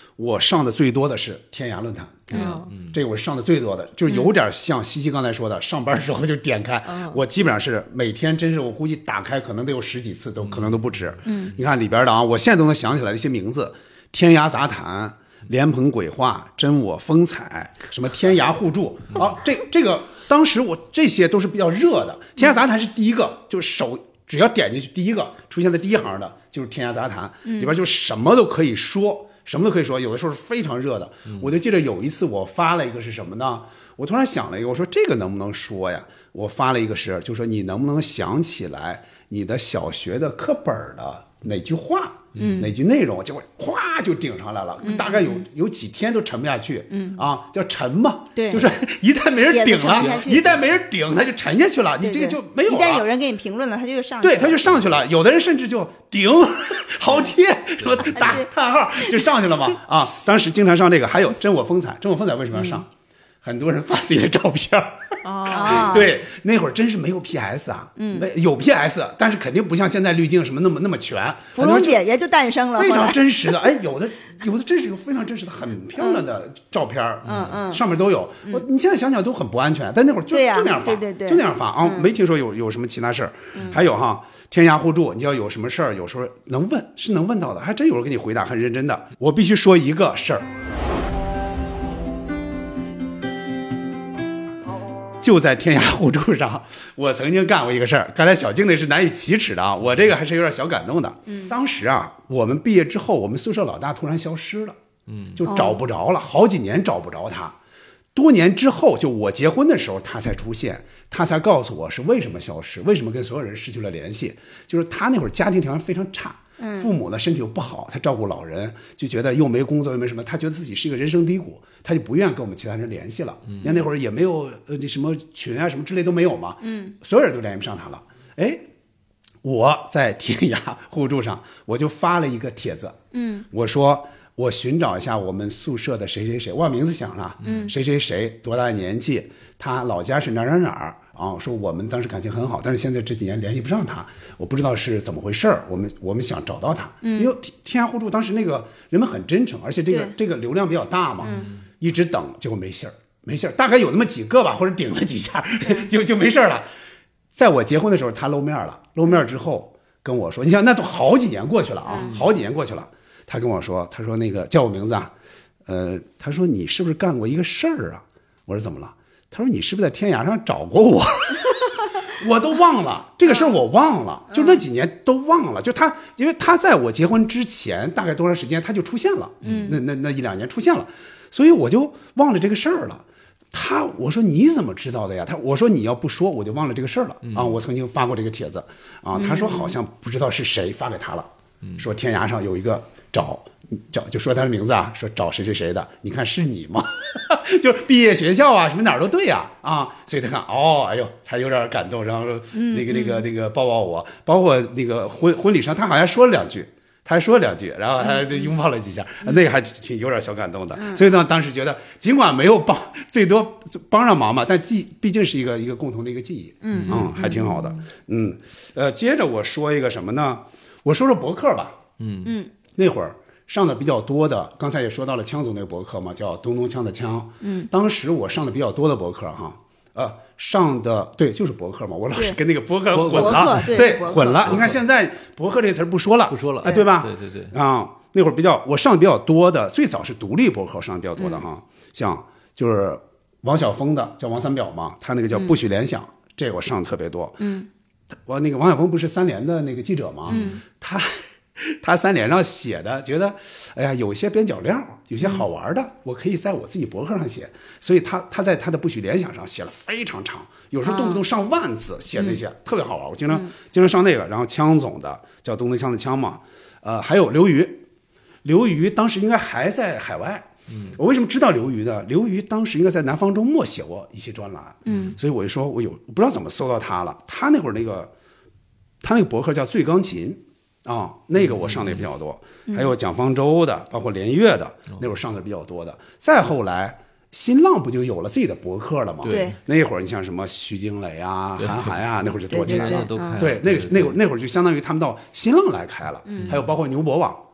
我上的最多的是天涯论坛， 嗯， 这个我是上的最多的，就是有点像西西刚才说的，上班的时候就点开， 嗯、 我基本上是每天真是我估计打开可能得有十几次，都可能都不止。嗯，你看里边的啊，我现在都能想起来的一些名字：天涯杂谈、莲蓬鬼话、真我风采，什么天涯互助啊，这这个当时我这些都是比较热的。天涯杂谈是第一个，就是手只要点进去，第一个出现在第一行的就是天涯杂谈，里边就什么都可以说。什么都可以说，有的时候是非常热的。我就记得有一次我发了一个是什么呢？我突然想了一个，我说这个能不能说呀？我发了一个是，就说你能不能想起来你的小学的课本的哪句话，嗯，哪句内容，结果哗就顶上来了，嗯、大概有有几天都沉不下去，嗯啊，叫沉嘛， 对， 就是一旦没人顶了，一旦没人顶，它就沉下去了， 对对你这个就没有了。 一旦有人给你评论了，它就上去了， 对，它就上去了。有的人甚至就顶，好贴，什么打叹号就上去了嘛，啊，当时经常上这个，还有真我风采，真我风采为什么要上？嗯、很多人发自己的照片。 哦， 对，那会儿真是没有 P S 啊，嗯，没有 P S， 但是肯定不像现在滤镜什么那么那么全。 芙蓉姐姐就诞生了， 非常真实的，哎，有的有的真是有非常真实的、很漂亮的照片， 嗯嗯， 上面都有。我你现在想想都很不安全，但那会儿就就那样发， 对对对， 就那样发啊，没听说有有什么其他事儿。还有哈，天涯互助，你要有什么事儿，有时候能问是能问到的，还真有人给你回答，很认真的。我必须说一个事儿。就在天涯互助上，我曾经干过一个事儿。刚才小静那是难以启齿的啊，我这个还是有点小感动的。嗯，当时啊，我们毕业之后，我们宿舍老大突然消失了，嗯，就找不着了，好几年找不着他。多年之后，就我结婚的时候，他才出现，他才告诉我是为什么消失，为什么跟所有人失去了联系。就是他那会儿家庭条件非常差。父母呢身体又不好，他照顾老人，就觉得又没工作又没什么，他觉得自己是一个人生低谷，他就不愿跟我们其他人联系了。因为那会儿也没有呃那什么群啊什么之类都没有嘛，嗯，所有人都联系不上他了。哎，我在天涯互助上我就发了一个帖子，嗯，我说我寻找一下我们宿舍的谁谁谁，我把名字想了，嗯，谁谁谁多大的年纪，他老家是哪儿哪儿哪儿。啊，说我们当时感情很好，但是现在这几年联系不上他，我不知道是怎么回事儿。我们我们想找到他，嗯、因为天涯互助当时那个人们很真诚，而且这个这个流量比较大嘛，嗯、一直等，结果没信儿，没信儿，大概有那么几个吧，或者顶了几下，就就没事了。在我结婚的时候，他露面了，露面之后跟我说，你想那都好几年过去了啊，嗯、好几年过去了，他跟我说，他说那个叫我名字啊，呃，他说你是不是干过一个事儿啊？我说怎么了？他说你是不是在天涯上找过我？我都忘了这个事儿，我忘了，就那几年都忘了。就他，因为他在我结婚之前大概多长时间他就出现了，嗯，那那那一两年出现了，所以我就忘了这个事儿了。他我说你怎么知道的呀？他我说你要不说我就忘了这个事儿了啊。我曾经发过这个帖子啊，他说好像不知道是谁发给他了，说天涯上有一个找。找就说他的名字啊，说找谁谁谁的，你看是你吗？就是毕业学校啊，什么哪儿都对呀 啊, 啊，所以他看哦，哎呦，他有点感动，然后说那个那个那个抱抱我，包括那个婚婚礼上，他好像说了两句，他还说了两句，然后还就拥抱了几下，嗯、那个还挺有点小感动的。嗯、所以呢，当时觉得尽管没有帮，最多帮上忙嘛，但记毕竟是一个一个共同的一个记忆，嗯嗯，还挺好的。嗯，呃，接着我说一个什么呢？我说说博客吧。嗯嗯，那会儿。上的比较多的，刚才也说到了枪总那个博客嘛，叫东东枪的枪。嗯，当时我上的比较多的博客哈，呃，上的对就是博客嘛，我老是跟那个博客混了，对混了。你看现在博客这个词儿不说了， 不说了， 哎，对吧？ 对对对。 啊，那会儿比较我上的比较多的，最早是独立博客上的比较多的哈，像就是王晓峰的叫王三表嘛，他那个叫不许联想，这个我上的特别多。嗯，我那个王晓峰不是三联的那个记者嘛，嗯，他。他三联上写的，觉得，哎呀，有些边角料，有些好玩的，嗯、我可以在我自己博客上写。所以他他在他的不许联想上写了非常长，有时候动不动上万字写那些，啊、特别好玩。我经常、嗯、经常上那个。然后枪总的叫东东枪的枪嘛，呃，还有刘瑜，刘瑜当时应该还在海外。嗯，我为什么知道刘瑜的？刘瑜当时应该在南方周末写过一些专栏。嗯，所以我就说我有我不知道怎么搜到他了。他那会儿那个他那个博客叫醉钢琴。啊、哦，那个我上的也比较多，嗯、还有蒋方舟的，包括连岳的，嗯、那会儿上的比较多的。再后来，新浪不就有了自己的博客了吗？ 对， 那会儿你像什么徐静蕾啊、韩寒啊，那会儿就多起来了。 都开了。 对，那个那个那会儿就相当于他们到新浪来开了，嗯、还有包括牛博网，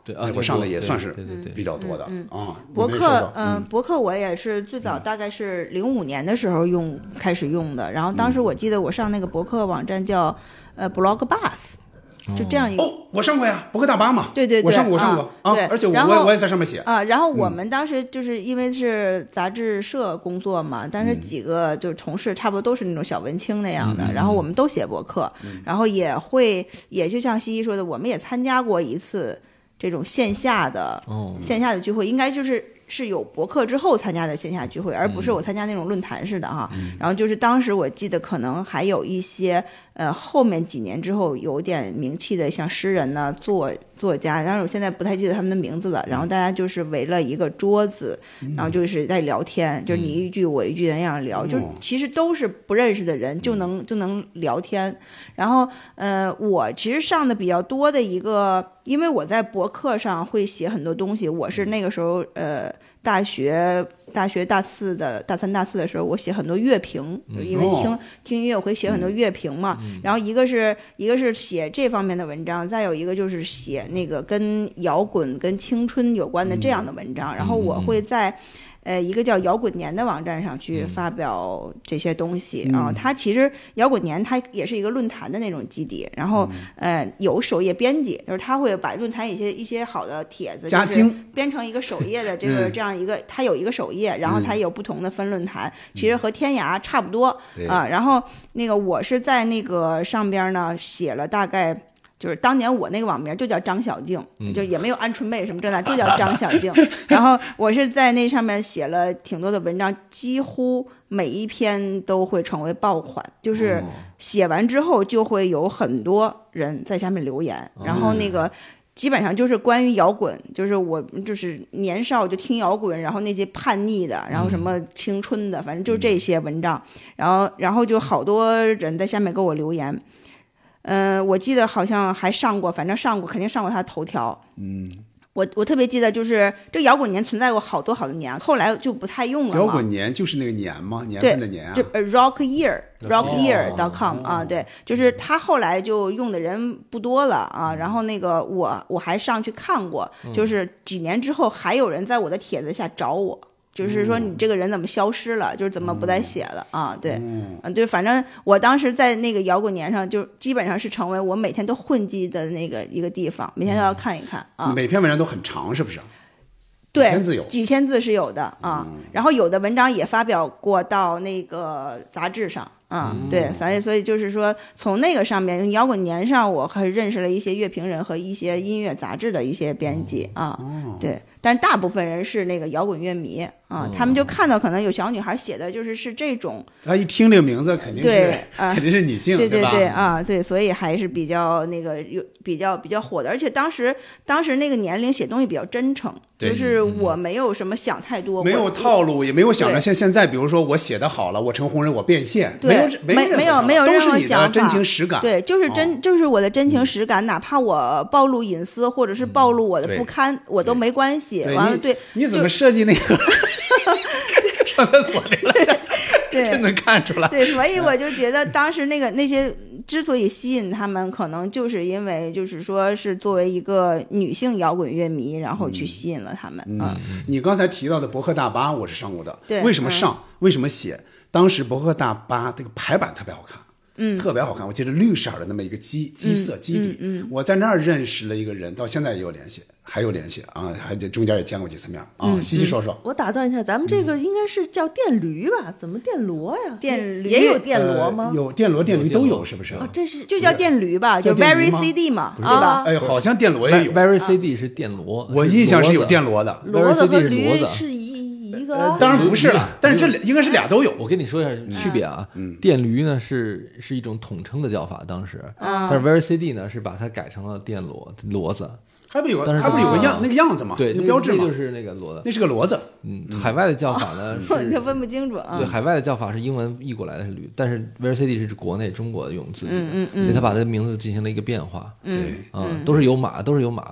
对那会儿上的也算是对对对比较多的啊。 博客，嗯，博客我也是最早大概是零五年的时候用开始用的，然后当时我记得我上那个博客网站叫呃 Blogbus。就这样一个哦，我上过呀，博客大巴嘛， 对对对， 我上过，我上过啊，对， 而且我我我也在上面写啊。然后我们当时就是因为是杂志社工作嘛，但是几个就是同事差不多都是那种小文青那样的， 嗯、 然后我们都写博客， 嗯、 然后也会也就像西西说的，我们也参加过一次这种线下的、 哦、 线下的聚会，应该就是。是有博客之后参加的线下聚会，而不是我参加那种论坛似的哈。 嗯、 然后就是当时我记得可能还有一些呃后面几年之后有点名气的，像诗人呢、作作家，然后我现在不太记得他们的名字了。然后大家就是围了一个桌子，然后就是在聊天，就是你一句我一句那样聊， 嗯、 就其实都是不认识的人就能就能聊天。然后呃，我其实上的比较多的一个。因为我在博客上会写很多东西，我是那个时候呃大学大学大四的大三大四的时候，我写很多乐评， 嗯、 因为听、哦、听音乐我会写很多乐评嘛。 嗯、 然后一个是一个是写这方面的文章，再有一个就是写那个跟摇滚跟青春有关的这样的文章。 嗯、 然后我会在。呃，一个叫摇滚年的网站上去发表这些东西啊、 嗯， 它其实摇滚年它也是一个论坛的那种基底，然后、 嗯、 呃有首页编辑，就是他会把论坛一些一些好的帖子加精编成一个首页的这个、 嗯、 这样一个，它有一个首页，然后它有不同的分论坛，嗯、其实和天涯差不多啊、呃。然后那个我是在那个上边呢写了大概。就是当年我那个网名就叫张小静， 嗯、 就也没有鹌鹑妹什么这那，就叫张小静。然后我是在那上面写了挺多的文章，几乎每一篇都会成为爆款。就是写完之后就会有很多人在下面留言， 哦、 然后那个基本上就是关于摇滚，就是我就是年少就听摇滚，然后那些叛逆的，然后什么青春的，反正就这些文章。然后然后就好多人在下面给我留言。嗯、呃，我记得好像还上过，反正上过，肯定上过他的头条。 嗯， 我我特别记得，就是这个摇滚年存在过好多好多年，后来就不太用了嘛。 摇滚年就是那个年吗？年份的年啊。 对，就 rock year rock year dot com、 哦、 啊，对，就是他后来就用的人不多了啊。然后那个我我还上去看过，就是几年之后还有人在我的帖子下找我。就是说你这个人怎么消失了？就是怎么不再写了啊？对，嗯，对，反正我当时在那个摇滚年上，就基本上是成为我每天都混迹的那个一个地方，每天都要看一看啊。 每篇文章都很长，是不是？ 对， 几千字有， 几千字是有的啊。 嗯、 然后有的文章也发表过到那个杂志上。啊、嗯，对，所以所以就是说，从那个上面摇滚年上，我还认识了一些乐评人和一些音乐杂志的一些编辑啊， 哦、 对，但大部分人是那个摇滚乐迷啊， 哦、 他们就看到可能有小女孩写的就是是这种， 他一听这个名字肯定是对、啊、 肯定是女性， 对对对对啊，对，所以还是比较那个有比较比较火的，而且当时当时那个年龄写东西比较真诚，就是我没有什么想太多， 没有套路，也没有想着像现在，比如说我写的好了，我成红人，我变现， 对， 没有没有。没有任何想法， 真情实感， 对，就是真， 哦、 就是我的真情实感，嗯、哪怕我暴露隐私或者是暴露我的不堪， 嗯、 我都没关系。完了，对， 你怎么设计那个上厕所那个？ 对， 真能看出来。 对，所以我就觉得当时那个那些之所以吸引他们，可能就是因为就是说是作为一个女性摇滚乐迷，然后去吸引了他们。 嗯，嗯你刚才提到的博客大巴，我是上过的。 对， 为什么上？嗯、为什么写？当时博客大巴这个排版特别好看， 嗯， 特别好看。我记得绿色的那么一个基基色基底， 嗯，嗯我在那儿认识了一个人，到现在也有联系，还有联系啊，还中间也见过几次面啊。 嗯、 西西说说， 我打断一下，咱们这个应该是叫电驴吧？怎么电骡呀？ 电驴也有电骡吗？ 呃、有电骡、电驴都有，是不是？ 啊，这是就叫电驴吧，就 Very C D 嘛，对吧？ 哎，好像电骡也有 ，Very C D 是电骡， 我印象是有电骡的， 骡子和驴是一。一个、 呃、当然不是了，但是这应该是俩都有。 我跟你说一下区别啊， 嗯、 电驴呢是是一种统称的叫法，当时， 嗯、 但是 Very C D 呢是把它改成了电骡骡子。 还不有个，还不有个样、哦、那个样子嘛？ 对， 那个标志嘛， 那就是那个骡子， 那是个骡子。 嗯，海外的叫法呢， 哦、是分不清楚啊。 对，海外的叫法是英文译过来的是驴，但是 Very C D 是国内中国用自己的， 嗯嗯嗯， 所以他把它的名字进行了一个变化。 嗯， 啊、嗯，都是有马，都是有马。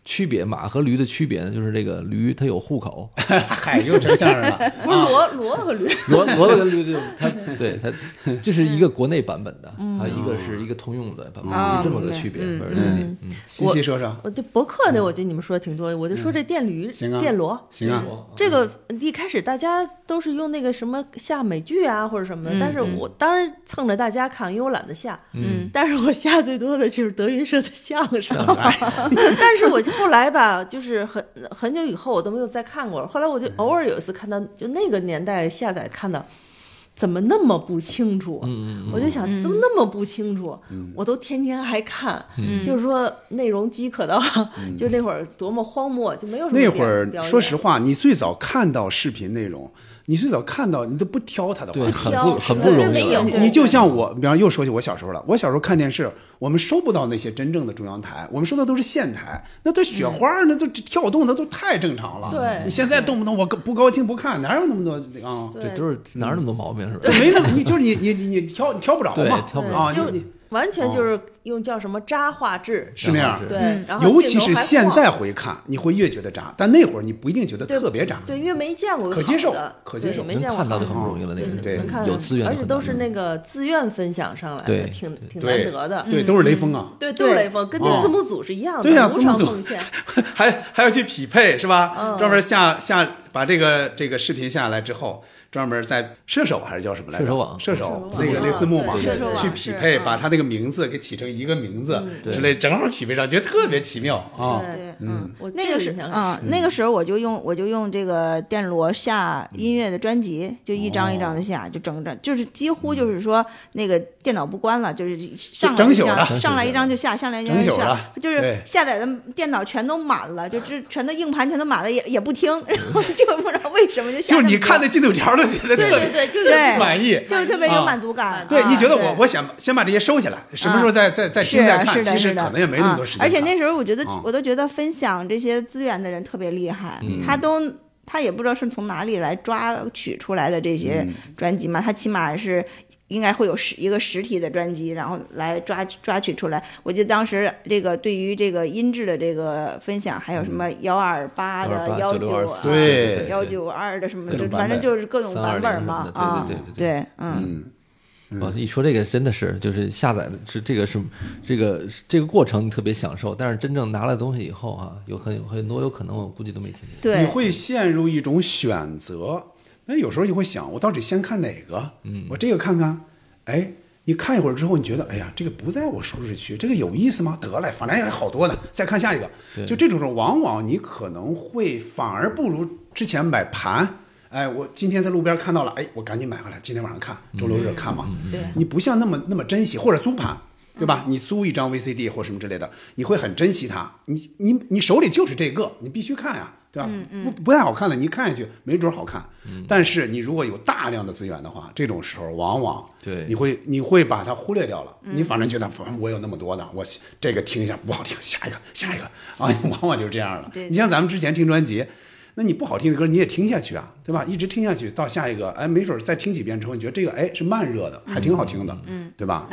区别，马和驴的区别呢，就是这个驴它有户口， 嗨，又成相声了。 不是骡骡和驴， 骡骡子跟驴就它对它，这是一个国内版本的，还有一个是一个通用的版本，是这么个区别。 嗯， 细细说说。 我这博客呢，我觉得你们说的挺多，我就说这电驴、电骡， 行啊。 这个一开始大家都是用那个什么下美剧啊或者什么的，但是我当然蹭着大家看，因为我懒得下。嗯，但是我下最多的就是德云社的相声，但是我后来吧，就是很很久以后我都没有再看过了。后来我就偶尔有一次看到，就那个年代下载看到，怎么那么不清楚？嗯嗯，我就想怎么那么不清楚？嗯，我都天天还看，嗯，就是说内容饥渴到，嗯、就那会儿多么荒漠，就没有什么。 那会儿说实话，你最早看到视频内容。你最早看到你都不挑它的话， 对，很不很不容易。 你你就像我，比方又说起我小时候了。我小时候看电视，我们收不到那些真正的中央台，我们收的都是县台。那这雪花，嗯、那都跳动，那都太正常了。 对， 你现在动不动我不高兴不看，哪有那么多啊？ 这都是哪有那么多毛病是吧？ 没那么，你就是你你你你挑你挑不着嘛， 挑不着啊， 就完全就是用叫什么渣画质， 是那样。 对，然后尤其是现在回看，你会越觉得渣，但那会儿你不一定觉得特别渣。 对，因为没见过可接受，可接受， 没见过看到就很不容易了。那个对， 有资源， 而且都是那个自愿分享上来的，挺挺难得的。 对，都是雷锋啊， 对，都是雷锋，跟那字幕组是一样的， 对呀， 无偿奉献， 还还要去匹配是吧？专门下下把这个这个视频下来之后。专门在射手还是叫什么来着？ 射手网， 射手那个那字幕嘛，去匹配，把他那个名字给起成一个名字之类，正好匹配上，觉得特别奇妙啊。 对， 嗯， 我那个是啊，那个时候我就用我就用这个电罗下音乐的专辑，就一张一张的下，就整整就是几乎就是说那个电脑不关了，就是上来一张上来一张就下，上来一张就下，就是下载的电脑全都满了，就这全都硬盘全都满了，也也不听，然后就不知道为什么就下。 就是你看那进度条的。 对对对，就对满意， 就是特别有满足感。 对，你觉得我我想先把这些收起来，什么时候再再再听再看？其实可能也没那么多时间。 而且那时候我觉得，我都觉得分享这些资源的人特别厉害，他都他也不知道是从哪里来抓取出来的这些专辑嘛，他起码是。应该会有实一个实体的专辑，然后来抓抓取出来。我记得当时这个对于这个音质的这个分享，还有什么幺二八的、幺九对幺九二的什么的，反正就是各种版本嘛啊， 对对对，嗯。 我一说这个真的是，就是下载的是这个是这个这个过程特别享受，但是真正拿了东西以后啊，有很很多有可能我估计都没听见。 对， 你会陷入一种选择。那有时候你会想，我到底先看哪个？嗯，我这个看看，哎，你看一会儿之后，你觉得，哎呀，这个不在我舒适区，这个有意思吗？得嘞，反正还好多呢，再看下一个。就这种时候，往往你可能会反而不如之前买盘。哎，我今天在路边看到了，哎，我赶紧买回来，今天晚上看，周六日看嘛。 对、嗯， 你不像那么那么珍惜，或者租盘。对吧？你租一张 V C D 或什么之类的，你会很珍惜它。你你你手里就是这个，你必须看呀，对吧？ 嗯嗯、 不不太好看的，你一看下去没准好看。嗯、但是你如果有大量的资源的话，这种时候往往对你会你会把它忽略掉了。嗯、你反正觉得反正我有那么多的，我这个听一下不好听，下一个下一个啊，往往就是这样的。你像咱们之前听专辑。那你不好听的歌你也听下去啊，对吧？一直听下去到下一个，哎，没准再听几遍之后，你觉得这个哎是慢热的，还挺好听的， 嗯， 对吧？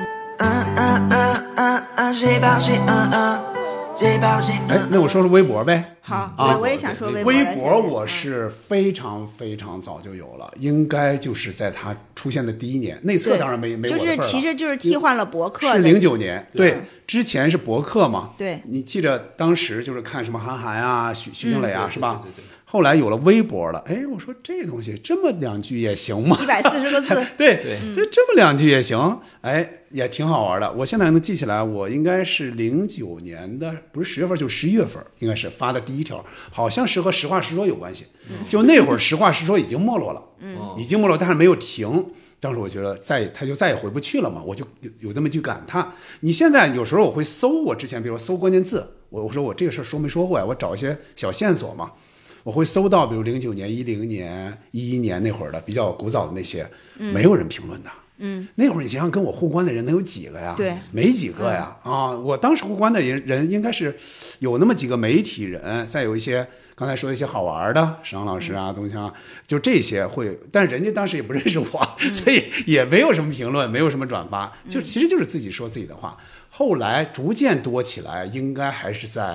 哎，那我说说微博呗。 好， 啊， 我也想说微博。 微博我是非常非常早就有了，应该就是在它出现的第一年。内测当然没没我的份了， 就是其实就是替换了博客。 是零九年，对，之前是博客嘛。 对， 你记着当时就是看什么韩寒啊、徐徐静蕾啊， 嗯、 是吧？ 对对对对后来有了微博了，哎，我说这东西这么两句也行吗？ 一百四十个字， 对，对这这么两句也行，哎，也挺好玩的。我现在能记起来，我应该是零九年的，不是十月份，就十一月份，应该是发的第一条，好像是和实话实说有关系。就那会儿，实话实说已经没落了，嗯，已经没落，但是没有停。当时我觉得再他就再也回不去了嘛，我就有有这么一句感叹。你现在有时候我会搜，我之前比如搜关键字，我我说我这个事儿说没说过呀？我找一些小线索嘛。我会搜到，比如零九年、一零年、一一年那会儿的比较古早的那些，嗯、没有人评论的。 嗯， 那会儿你想想，跟我互关的人能有几个呀？ 对， 没几个呀。嗯、啊，我当时互关的人人应该是有那么几个媒体人，再有一些刚才说一些好玩的，史航老师啊、东强啊，就这些会，但人家当时也不认识我，嗯、所以也没有什么评论，没有什么转发，就其实就是自己说自己的话。后来逐渐多起来，应该还是在。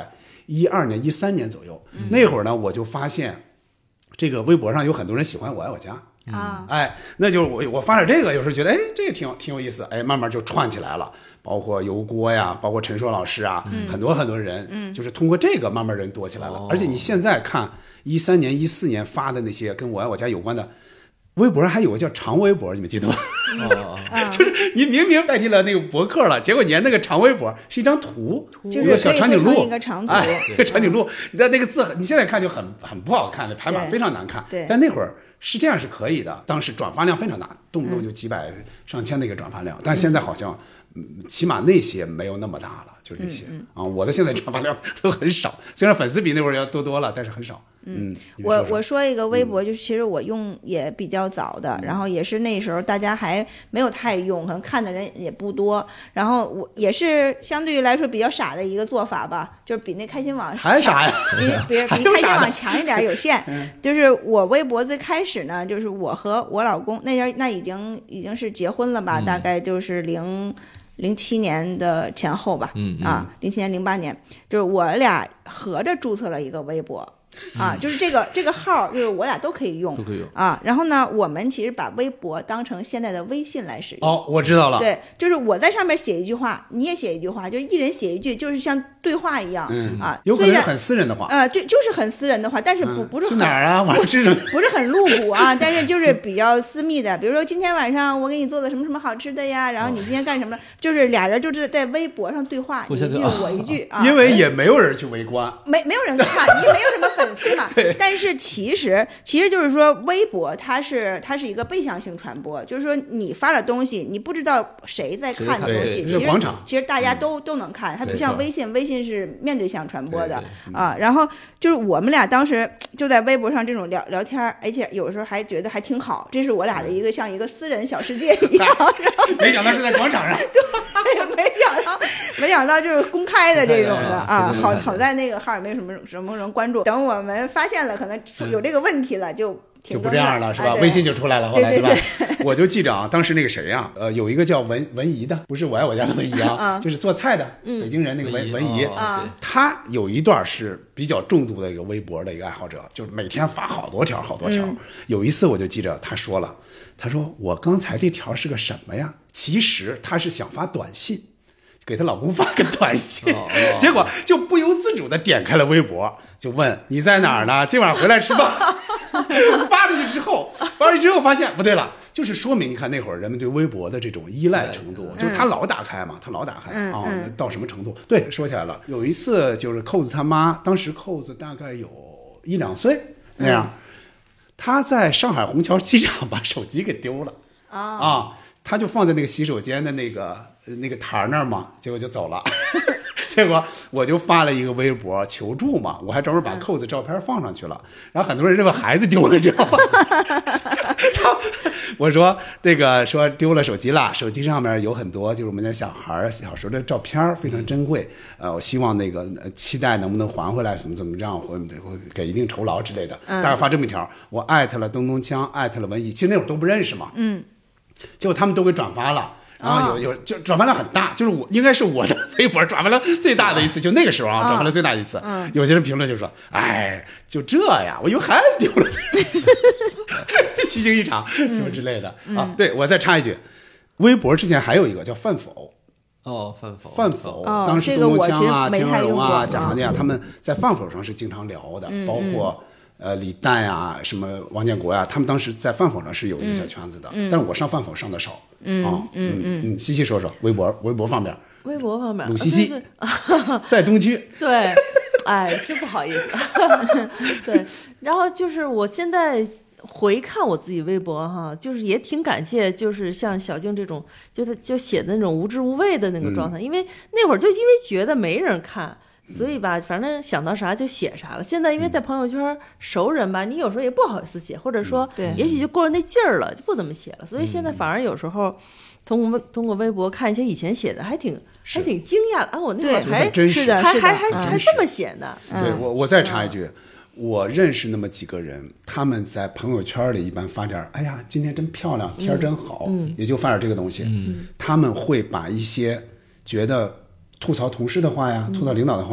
一二年、一三年左右，嗯、那会儿呢，我就发现这个微博上有很多人喜欢我爱我家。 啊， 哎，那就是我我发点这个，有时候觉得哎，这个挺挺有意思，哎，慢慢就串起来了。包括油锅呀，包括陈硕老师啊，嗯、很多很多人，嗯，就是通过这个慢慢人多起来了。哦、而且你现在看一三年、一四年发的那些跟我爱我家有关的微博，还有个叫长微博，你们记得吗？ 哦， 就是你明明代替了那个博客了，结果你那个长微博是一张图， 就是一个小长颈鹿， 一个长图， 哎，一个长颈鹿，你的那个字，你现在看就很很不好看，的排版非常难看。 对， 但那会儿。是这样是可以的，当时转发量非常大，动不动就几百、嗯、上千的一个转发量，但是现在好像，嗯，起码那些没有那么大了，就是这些、 嗯嗯、 啊。我的现在转发量都很少，虽然粉丝比那会儿要多多了，但是很少。嗯， 我我说一个微博，就是其实我用也比较早的，嗯、然后也是那时候大家还没有太用，可能看的人也不多，然后我也是相对于来说比较傻的一个做法吧，就是比那开心网还傻呀， 比比比开心网强一点，有限。就是我微博最开始呢，就是我和我老公那阵那已经已经是结婚了吧，嗯、大概就是零。零七年的前后吧， 嗯嗯啊，零七年零八年，就是我俩合着注册了一个微博。啊，就是这个这个号，就是我俩都可以用， 都可以用啊。然后呢，我们其实把微博当成现在的微信来使用。 哦，我知道了。 对，就是我在上面写一句话，你也写一句话，就是一人写一句，就是像对话一样。 嗯啊， 有可能是很私人的话。 呃，对，就是很私人的话，但是不、嗯、不是很去哪儿啊？我是不是很露骨啊，但是就是比较私密的。比如说今天晚上我给你做的什么什么好吃的呀，然后你今天干什么？哦、就是俩人就是在微博上对话，你一句我一句啊。 因为也没有人去围观， 没没有人看，你没有什么粉丝嘛。 对。 但是其实，其实就是说，微博它是它是一个背向性传播，就是说你发的东西，你不知道谁在看的东西，其实其实大家都、嗯、都能看，它不像微信，微信是面对向传播的啊。然后就是我们俩当时就在微博上这种聊聊天，而且有时候还觉得还挺好，这是我俩的一个像一个私人小世界一样。然后没想到是在广场上， 对，没想到没想到就是公开的这种的啊。好好在那个号也没什么什么人关注，等我们发现了。可能有这个问题了，就就不这样了，是吧？ 哎、 微信就出来了，后来对对对是吧？我就记着啊，当时那个谁呀、啊，呃，有一个叫文文怡的，不是我爱我家的文怡啊，就是做菜的， 嗯、 北京人那个文文怡啊， 他有一段是比较重度的一个微博的一个爱好者，就是每天发好多条好多条。 嗯、 有一次我就记着他说了，他说我刚才这条是个什么呀？其实他是想发短信。给她老公发个短信， 哦、 结果就不由自主地点开了微博，就问你在哪儿呢？今晚回来吃饭。发出去之后，发出去之后发现不对了，就是说明你看那会儿人们对微博的这种依赖程度， 嗯、 就是他老打开嘛，他老打开嗯、 啊、 嗯， 到什么程度？对，说起来了，有一次就是扣子他妈，当时扣子大概有一两岁那样，嗯、他在上海虹桥机场把手机给丢了、 哦、 啊，他就放在那个洗手间的那个。那个台那儿嘛，结果就走了。结果我就发了一个微博求助嘛，我还专门把扣子照片放上去了。然后很多人认为孩子丢了，知道吗？我说这个说丢了手机了，手机上面有很多就是我们家小孩小时候的照片，非常珍贵。呃，我希望那个期待能不能还回来，怎么怎么样，会会给一定酬劳之类的。大概发这么一条，我艾特了东东锵，艾特了文艺，其实那会儿都不认识嘛。 嗯， 结果他们都给转发了。然后有有就转发量很大，就是我应该是我的微博转发量最大的一次，就那个时候啊，转发量最大的一次。 嗯， 有些人评论就说：“哎，就这呀，我以为孩子丢了，虚惊一场什么之类的啊。”对，我再插一句，微博之前还有一个叫饭否。 哦，饭否， 饭否， 哦、 当时东东锵啊、田荣啊、 蒋文呀，他们在饭否上是经常聊的， 嗯、 包括。呃，李诞呀，什么王建国呀，他们当时在饭否上是有一个小圈子的， 嗯、 但是我上饭否上的少。 嗯啊， 嗯嗯嗯，西西说说微博，微博方面。 微博方面， 鲁西西、 啊、 在东区。 对，哎，真不好意思。对，然后就是我现在回看我自己微博哈，就是也挺感谢，就是像小静这种，就是就写的那种无知无畏的那个状态，嗯、因为那会儿就因为觉得没人看。所以吧，反正想到啥就写啥了。现在因为在朋友圈熟人吧，你有时候也不好意思写，或者说，也许就过了那劲儿了，就不怎么写了。所以现在反而有时候通过通过微博看一些以前写的，还挺还挺惊讶的啊！我那会儿还是的， 还还还还这么写呢。 对我我再插一句，我认识那么几个人，他们在朋友圈里一般发点，哎呀，今天真漂亮，天真好，也就发点这个东西。他们会把一些觉得。吐槽同事的话呀，吐槽领导的话，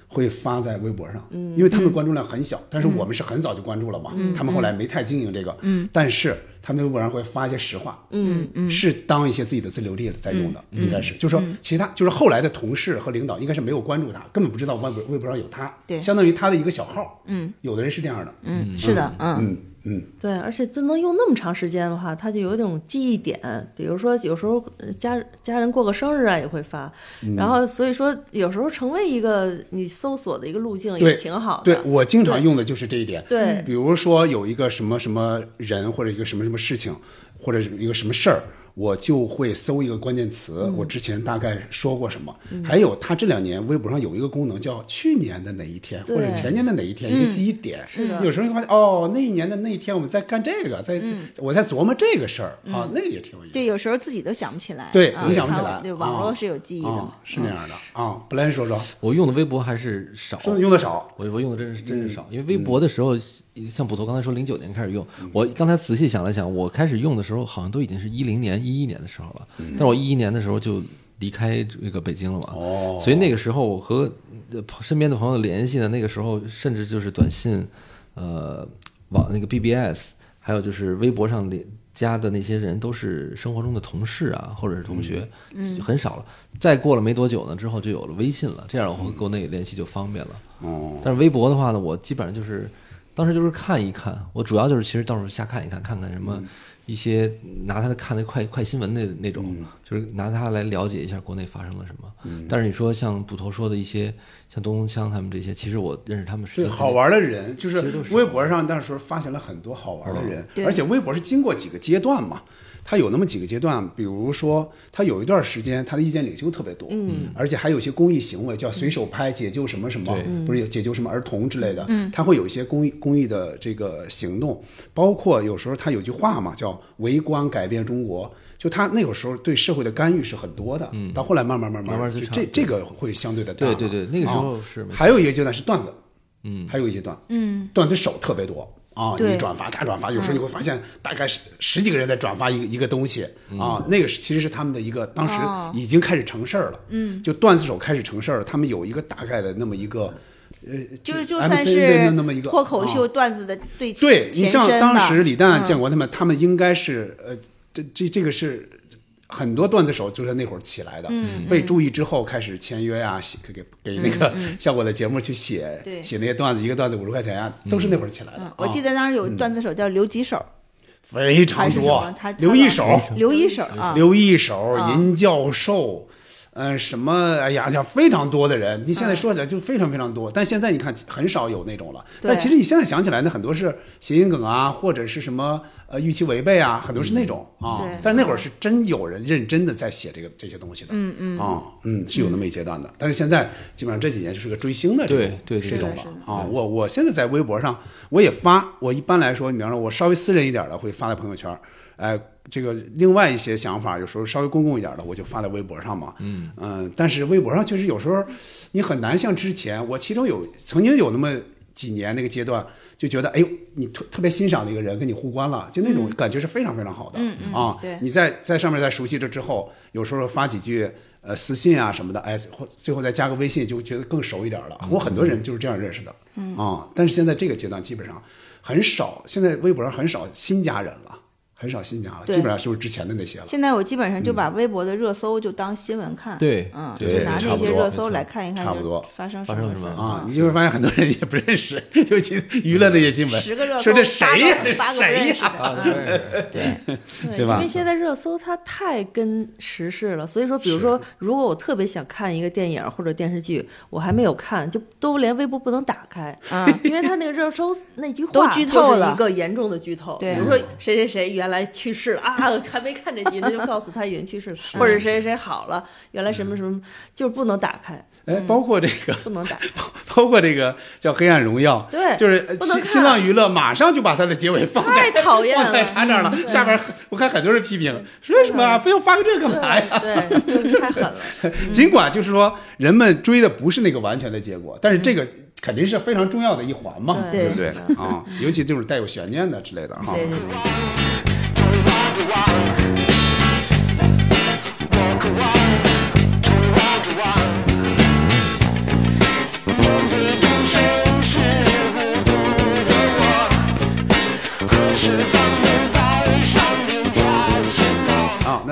会发在微博上，嗯，因为他们关注量很小，但是我们是很早就关注了嘛，嗯，他们后来没太经营这个，嗯，但是他们微博上会发一些实话， 嗯嗯， 是当一些自己的自留地在用的，嗯、应该是，就是说其他就是后来的同事和领导应该是没有关注他，根本不知道微博微博上有他， 对， 相当于他的一个小号， 嗯， 有的人是这样的， 嗯，是的， 嗯嗯嗯， 对，而且都能用那么长时间的话，他就有一种记忆点，比如说有时候家家人过个生日啊也会发， 嗯、 然后所以说有时候成为一个你搜索的一个路径也挺好的。 对，对我经常用的就是这一点。 对， 比如说有一个什么什么人或者一个什么什么事情，或者一个什么事儿。我就会搜一个关键词，嗯、我之前大概说过什么。嗯、还有，他这两年微博上有一个功能叫去年的哪一天，或者前年的哪一天，一个记忆点。 嗯、 有时候你发现，哦，那一年的那一天我们在干这个，在、嗯、我在琢磨这个事儿、嗯、啊，那也挺有意思。 对，有时候自己都想不起来。 对， 啊、 都想不起来。 对，网络是有记忆的， 啊、是那样的啊。布莱说说， 我用的微博还是少， 用的少。 我我用的真是真是少，嗯、因为微博的时候，像捕头刚才说，零九年开始用，嗯、我刚才仔细想了想，我开始用的时候，好像都已经是一零年、一一年的时候了。但是我一一年的时候就离开这个北京了嘛， 哦， 所以那个时候我和身边的朋友联系呢，那个时候甚至就是短信，呃，网那个 B B S， 还有就是微博上加的那些人都是生活中的同事啊，或者是同学，嗯，很少了。再过了没多久呢，之后就有了微信了，这样我和国内联系就方便了。哦，但是微博的话呢，我基本上就是当时就是看一看，我主要就是其实到时候瞎看一看，看看什么。嗯一些拿它看那快快新闻的那种、嗯，就是拿它来了解一下国内发生了什么。嗯、但是你说像捕头说的一些，像东东锵他们这些，其实我认识他们是好玩的人，就是微博上那时候发现了很多好玩的人，嗯、而且微博是经过几个阶段嘛。他有那么几个阶段，比如说他有一段时间他的意见领袖特别多，嗯，而且还有些公益行为，叫随手拍解救什么什么，不是有解救什么儿童之类的，嗯，他会有一些公益公益的这个行动，包括有时候他有句话嘛，叫围观改变中国，就他那个时候对社会的干预是很多的，嗯，到后来慢慢慢慢慢慢就这这个会相对的大， 对对对，那个时候是、 啊，还有一个阶段是段子， 嗯， 还有一阶段， 嗯， 段子手特别多。啊，你转发加转发，有时候你会发现大概十十几个人在转发一个一个东西啊，那个是其实是他们的一个当时已经开始成事儿了，嗯，就段子手开始成事儿了，他们有一个大概的那么一个，呃， 就就算是脱口秀段子的最对，你像当时李诞、建国他们，他们应该是呃，这这这个是。很多段子手就是那会儿起来的，嗯、被注意之后开始签约呀、啊，写给给那个效果的节目去写， 嗯、 写那些段子，一个段子五十块钱呀、啊，都是那会儿起来的。 嗯、我记得当时有段子手叫刘几手， 嗯、非常多，刘一手， 刘一手啊， 刘一手，尹教授。嗯、呃，什么？哎呀，呀，非常多的人，你现在说起来就非常非常多。嗯、但现在你看，很少有那种了。但其实你现在想起来，那很多是谐音梗啊，或者是什么呃预期违背啊，很多是那种、嗯、啊。但那会儿是真有人认真的在写这个这些东西的。 嗯嗯啊嗯，是有那么一阶段的。嗯、但是现在基本上这几年就是个追星的这种对对这种了啊。我我现在在微博上我也发，我一般来说，你比方说我稍微私人一点的会发在朋友圈，哎、呃。这个另外一些想法，有时候稍微公共一点的，我就发在微博上嘛。嗯嗯、呃，但是微博上确实有时候你很难像之前，我其中有曾经有那么几年那个阶段，就觉得哎呦，你特特别欣赏的一个人跟你互关了，就那种感觉是非常非常好的。 嗯嗯啊， 对， 你在在上面在熟悉了之后，有时候发几句呃私信啊什么的，哎，最后再加个微信，就觉得更熟一点了。我很多人就是这样认识的。嗯啊，但是现在这个阶段基本上很少，现在微博上很少新加人了。很少新加了，基本上就是之前的那些了。 现在我基本上就把微博的热搜就当新闻看， 对， 嗯， 就拿那些热搜来看一看， 差不多发生发生什么啊？你就会发现很多人也不认识，尤其娱乐那些新闻， 十个热搜说这谁呀？ 谁呀？ 对对吧？ 因为现在热搜它太跟时事了，所以说，比如说，如果我特别想看一个电影或者电视剧，我还没有看，就都连微博不能打开， 嗯， 因为他那个热搜那句话都剧透了， 就是一个严重的剧透。 对， 比如说谁谁谁原来去世了。啊，还没看这集，那就告诉他已经去世了，或者谁谁谁好了，原来什么什么，就是不能打开。 哎，包括这个不能打开， 包括这个叫《黑暗荣耀》， 对， 就是新新浪娱乐马上就把它的结尾放在太讨厌了， 放在他这儿了。下边我看很多人批评，说什么啊，非要发个这干嘛呀？ 对，就是太狠了。 尽管就是说人们追的不是那个完全的结果，但是这个肯定是非常重要的一环嘛，对不对啊？尤其就是带有悬念的之类的哈。 对对 Walk around, walk around.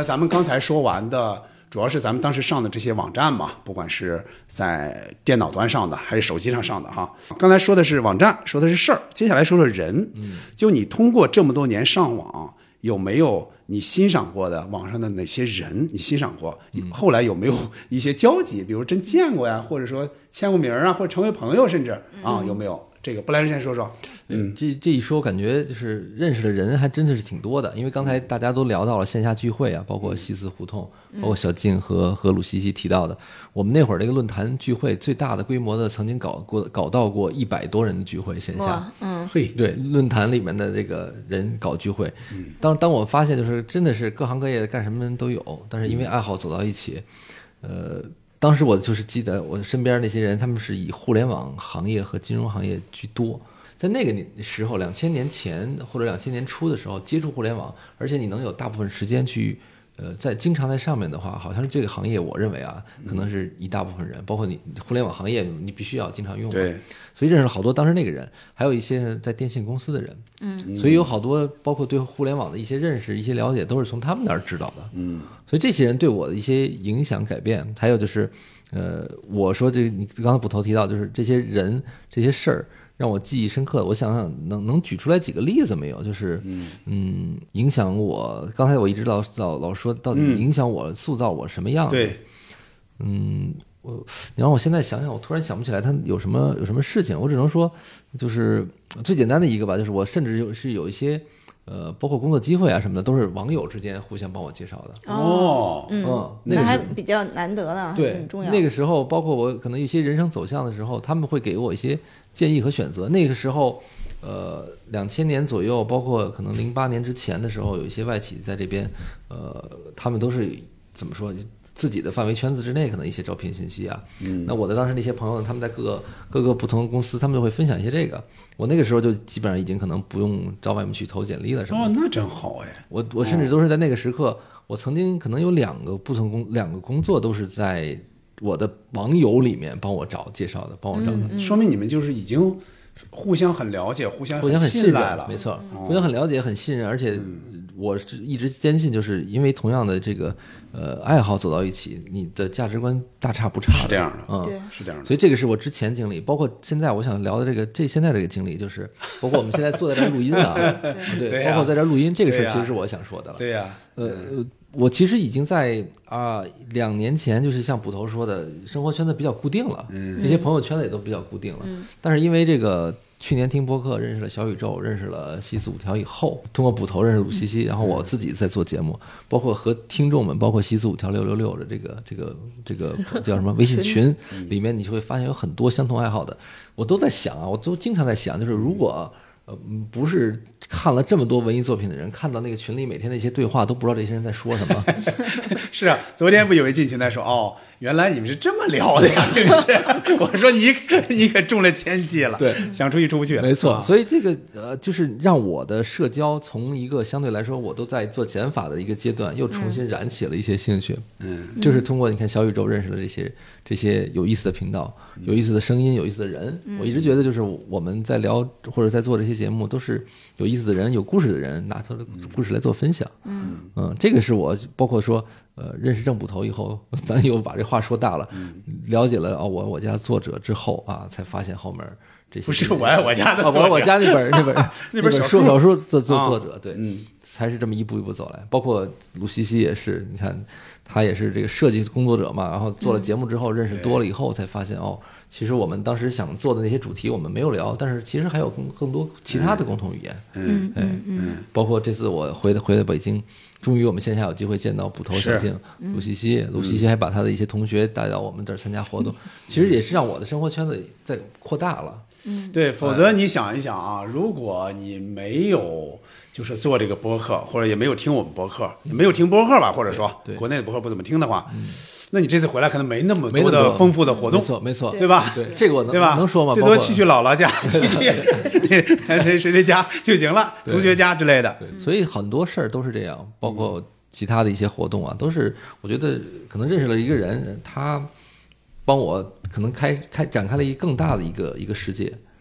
咱们刚才说完的主要是咱们当时上的这些网站嘛，不管是在电脑端上的还是手机上上的哈。刚才说的是网站，说的是事儿，接下来说说人。就你通过这么多年上网，有没有你欣赏过的网上的哪些人？你欣赏过，后来有没有一些交集？比如真见过呀，或者说签过名啊，或者成为朋友，甚至啊，有没有？这个布莱恩先说说。 嗯，这这一说，感觉就是认识的人还真的是挺多的。因为刚才大家都聊到了线下聚会啊，包括西四胡同，包括小静和和鲁西西提到的，我们那会儿那个论坛聚会最大的规模的，曾经搞过搞到过一百多人的聚会线下。 嗯， 嘿， 对，论坛里面的这个人搞聚会，当当我发现就是真的是各行各业的干什么人都有，但是因为爱好走到一起，呃。当时我就是记得我身边那些人，他们是以互联网行业和金融行业居多。在那个时候，两千年前或者两千年初的时候，接触互联网，而且你能有大部分时间去，呃，在经常在上面的话，好像是这个行业，我认为啊，可能是一大部分人，包括你互联网行业，你必须要经常用。 对。 所以认识了好多当时那个人，还有一些是在电信公司的人。嗯。所以有好多包括对互联网的一些认识、一些了解，都是从他们那儿知道的。嗯。所以这些人对我的一些影响、改变，还有就是，呃，我说这个，你刚才捕头提到，就是这些人、这些事儿让我记忆深刻。我想想，能能举出来几个例子没有？就是，嗯，影响我。刚才我一直老老老说，到底影响我、塑造我什么样子？ 对。 嗯。我，你让我现在想想，我突然想不起来他有什么有什么事情。我只能说，就是最简单的一个吧，就是我甚至是有一些，呃，包括工作机会啊什么的，都是网友之间互相帮我介绍的。 哦，嗯， 嗯那还比较难得的， 对， 很重要。 那个时候，包括我可能一些人生走向的时候，他们会给我一些建议和选择。那个时候，呃，两千年左右，包括可能零八年之前的时候，有一些外企在这边，呃，他们都是怎么说？自己的范围圈子之内，可能一些招聘信息啊。嗯，那我的当时那些朋友呢，他们在各个各个不同的公司，他们就会分享一些这个。我那个时候就基本上已经可能不用找外面去投简历了什么的。 哦，那真好哎！ 我我甚至都是在那个时刻，我曾经可能有两个不同工两个工作都是在我的网友里面帮我找介绍的，帮我找的。 嗯嗯、说明你们就是已经互相很了解，互相互相很信赖了。 没错，互相很了解，很信任，而且我是一直坚信，就是因为同样的这个。呃，爱好走到一起，你的价值观大差不差的， 是这样的， 嗯， 对， 是这样的。 所以这个是我之前经历，包括现在我想聊的这个，这现在这个经历，就是包括我们现在坐在这儿录音啊，对， 对包括在这儿录音，这个事其实是我想说的了。 对呀， 呃，我其实已经在啊两年前，就是像捕头说的，生活圈子比较固定了，嗯，这些朋友圈子也都比较固定了，嗯，但是因为这个。去年听播客认识了小宇宙，认识了西四五条以后，通过捕头认识鲁西西，然后我自己在做节目，包括和听众们，包括西四五条六六六的这个这个这个叫什么微信群里面，你就会发现有很多相同爱好的。我都在想啊，我都经常在想，就是如果呃不是看了这么多文艺作品的人，看到那个群里每天那些对话，都不知道这些人在说什么。 是啊，昨天不有一进群在说，哦，原来你们是这么聊的呀！我说你你可中了千计了， 对， 想出去出不去了。 没错， 啊、 所以这个呃，就是让我的社交从一个相对来说我都在做减法的一个阶段，又重新燃起了一些兴趣。嗯，就是通过你看小宇宙认识了这些这些有意思的频道、有意思的声音、有意思的人。嗯、我一直觉得就是我们在聊或者在做这些节目，都是有意思的人、有故事的人拿他的故事来做分享。嗯嗯，这个是我包括说。呃，认识郑捕头以后，咱又把这话说大了，嗯、了解了哦，我我家作者之后啊，才发现后面这些不是我我家的作者， 我我家那本那本那本小说小说做做作者， 啊、 对， 嗯， 才是这么一步一步走来。包括鲁西西也是，你看他也是这个设计工作者嘛，然后做了节目之后，认识多了以后，才发现哦，其实我们当时想做的那些主题我们没有聊，但是其实还有更更多其他的共同语言。 嗯嗯嗯， 包括这次我回回到北京。终于我们线下有机会见到捕头小静、鲁西西，鲁西西还把他的一些同学带到我们这儿参加活动，其实也是让我的生活圈子在扩大了。 嗯， 对，否则你想一想啊，如果你没有就是做这个播客，或者也没有听我们播客，也没有听播客吧，或者说国内的播客不怎么听的话。嗯，那你这次回来可能没那么多的丰富的活动， 没错没错， 对吧？ 对，这个我能对吧？ 能说吗？ 最多去去姥姥家，去去谁谁谁家就行了，同学家之类的。 对，所以很多事儿都是这样，包括其他的一些活动啊，都是我觉得可能认识了一个人，他帮我可能开开展开了一个更大的一个一个世界。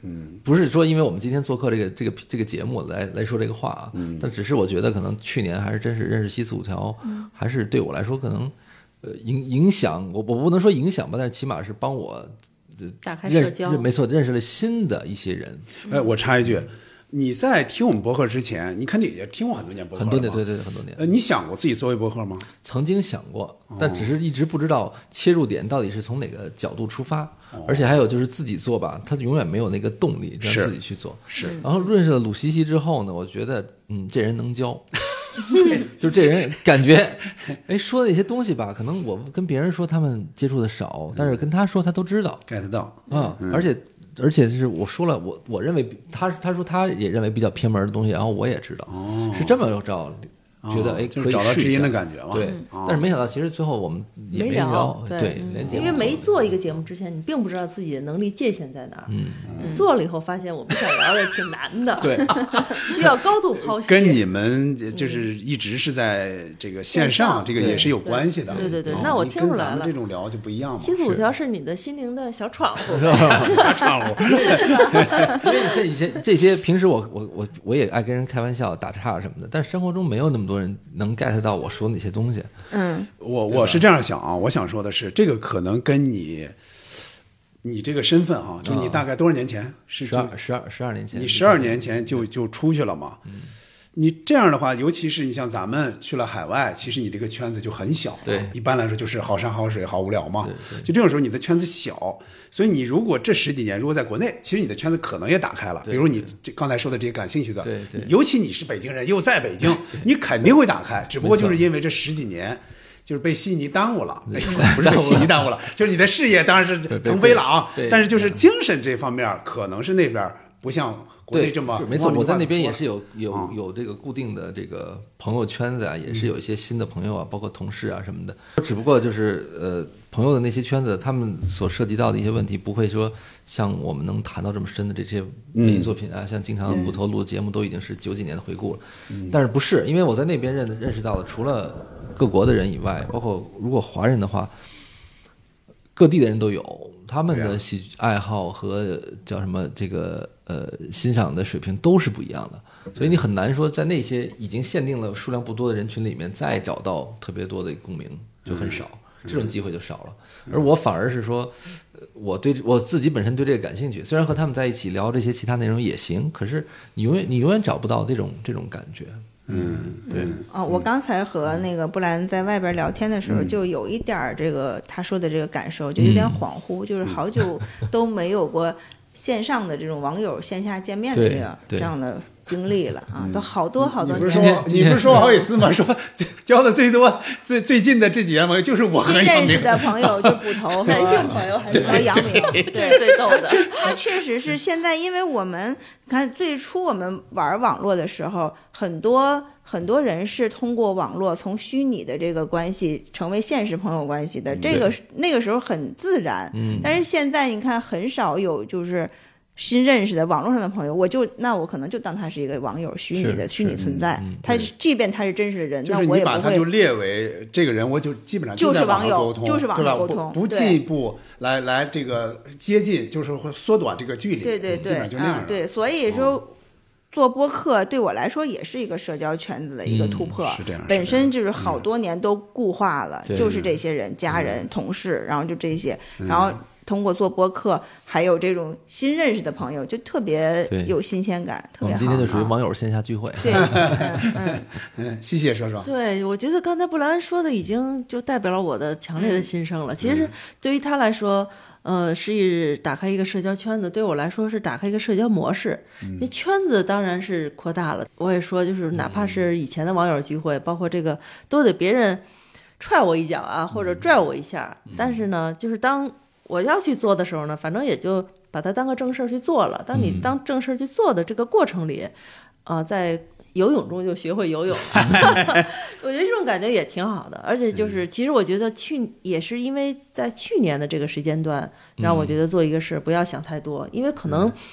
嗯，不是说因为我们今天做客这个这个这个节目来来说这个话啊，嗯，但只是我觉得可能去年还是真是认识西四五条，嗯，还是对我来说可能呃影影响我我不能说影响吧，但是起码是帮我打开社交， 没错，认识了新的一些人。 哎，我插一句。你在听我们博客之前，你肯定也听过很多年博客了， 很多年，对对对，很多年。 呃，你想过自己作为博客吗？ 曾经想过，但只是一直不知道切入点到底是从哪个角度出发，哦、而且还有就是自己做吧，他永远没有那个动力让自己去做。 是。 然后认识了鲁西西之后呢，我觉得，嗯，这人能教，就这人感觉，哎，说的那些东西吧，可能我跟别人说他们接触的少，但是跟他说他都知道 get 到啊、嗯，而且。而且就是我说了，我我认为他他说他也认为比较偏门的东西，然后我也知道，哦、是这么有道理。觉得哎， 可以找到知音的感觉嘛？ 对，但是没想到，其实最后我们也没聊，对， 因为没做一个节目之前，你并不知道自己的能力界限在哪儿。嗯，做了以后发现我们想聊的挺难的， 对， 需要高度剖析。 跟你们就是一直是在这个线上，这个也是有关系的。 对对对，那我听出来了， 咱们这种聊就不一样嘛。 七四五条是你的心灵的小闯祸， 小闯祸。 因为像以前这些，平时我我我我也爱跟人开玩笑、打岔什么的，但生活中没有那么多人能 get 到我说哪些东西。 嗯， 我我是这样想啊，我想说的是，这个可能跟你你这个身份啊，就你大概多少年前？是十二十二十二年前， 你十二年前就就出去了嘛？嗯。你这样的话，尤其是你像咱们去了海外，其实你这个圈子就很小。 对， 一般来说就是好山好水好无聊嘛。 对对， 就这种时候你的圈子小，所以你如果这十几年如果在国内，其实你的圈子可能也打开了。比如你这刚才说的这些感兴趣的， 对对， 尤其你是北京人又在北京，你肯定会打开。只不过就是因为这十几年就是被悉尼耽误了，哎，不是被悉尼耽误了，就是你的事业当然是腾飞了啊，但是就是精神这方面可能是那边不像国内这么没错，我在那边也是有有有这个固定的这个朋友圈子啊，也是有一些新的朋友啊，包括同事啊什么的。只不过就是呃，朋友的那些圈子，他们所涉及到的一些问题，不会说像我们能谈到这么深的这些文艺作品啊，像经常骨头录的节目都已经是九几年的回顾了。但是不是，因为我在那边认认识到了，除了各国的人以外，包括如果华人的话，各地的人都有，他们的喜剧爱好和叫什么这个呃欣赏的水平都是不一样的，所以你很难说在那些已经限定了数量不多的人群里面再找到特别多的共鸣，就很少，这种机会就少了。而我反而是说，我对我自己本身对这个感兴趣，虽然和他们在一起聊这些其他内容也行，可是你永远你永远找不到这种这种感觉。 嗯，对。 哦，我刚才和那个布兰在外边聊天的时候，就有一点这个他说的这个感受，就有点恍惚，就是好久都没有过线上的这种网友线下见面的这样这样的经历了啊，都好多好多年。 你不是说你不是说好几次吗？说交的最多、最最近的这几年朋友就是我和新认识的朋友，就捕头男性朋友还是和杨明， 对，最逗的。 他确实是现在，因为我们看最初我们玩网络的时候，很多很多人是通过网络从虚拟的这个关系成为现实朋友关系的，这个那个时候很自然。 嗯， 但是现在你看很少有就是新认识的网络上的朋友，我就那我可能就当他是一个网友，虚拟的虚拟存在。 嗯、 他即便他是真实的人， 就是那我也不会。 把他就列为这个人，我就基本上就是网友， 沟通， 就是网友沟通， 不进一步来来这个接近，就是会缩短这个距离。 对对对， 基本上就那样、 嗯。对，所以说。嗯做播客对我来说也是一个社交圈子的一个突破， 嗯、是这样， 本身就是好多年都固化了， 嗯、 就是这些人、家人、同事，然后就这些， 嗯、 然后通过做播客，还有这种新认识的朋友，就特别有新鲜感，特别好。 我们今天就属于网友线下聚会。 对，嗯嗯嗯，谢谢说说。 对，我觉得刚才布兰说的已经就代表了我的强烈的心声了。 嗯、 其实对于他来说。呃，是打开一个社交圈子，对我来说是打开一个社交模式。因为圈子当然是扩大了。我也说，就是哪怕是以前的网友聚会，包括这个，都得别人踹我一脚啊，或者拽我一下。但是呢，就是当我要去做的时候呢，反正也就把它当个正事儿去做了。当你当正事儿去做的这个过程里，啊、呃，在游泳中就学会游泳了，我觉得这种感觉也挺好的。而且就是，其实我觉得去也是因为在去年的这个时间段，让我觉得做一个事不要想太多，因为可能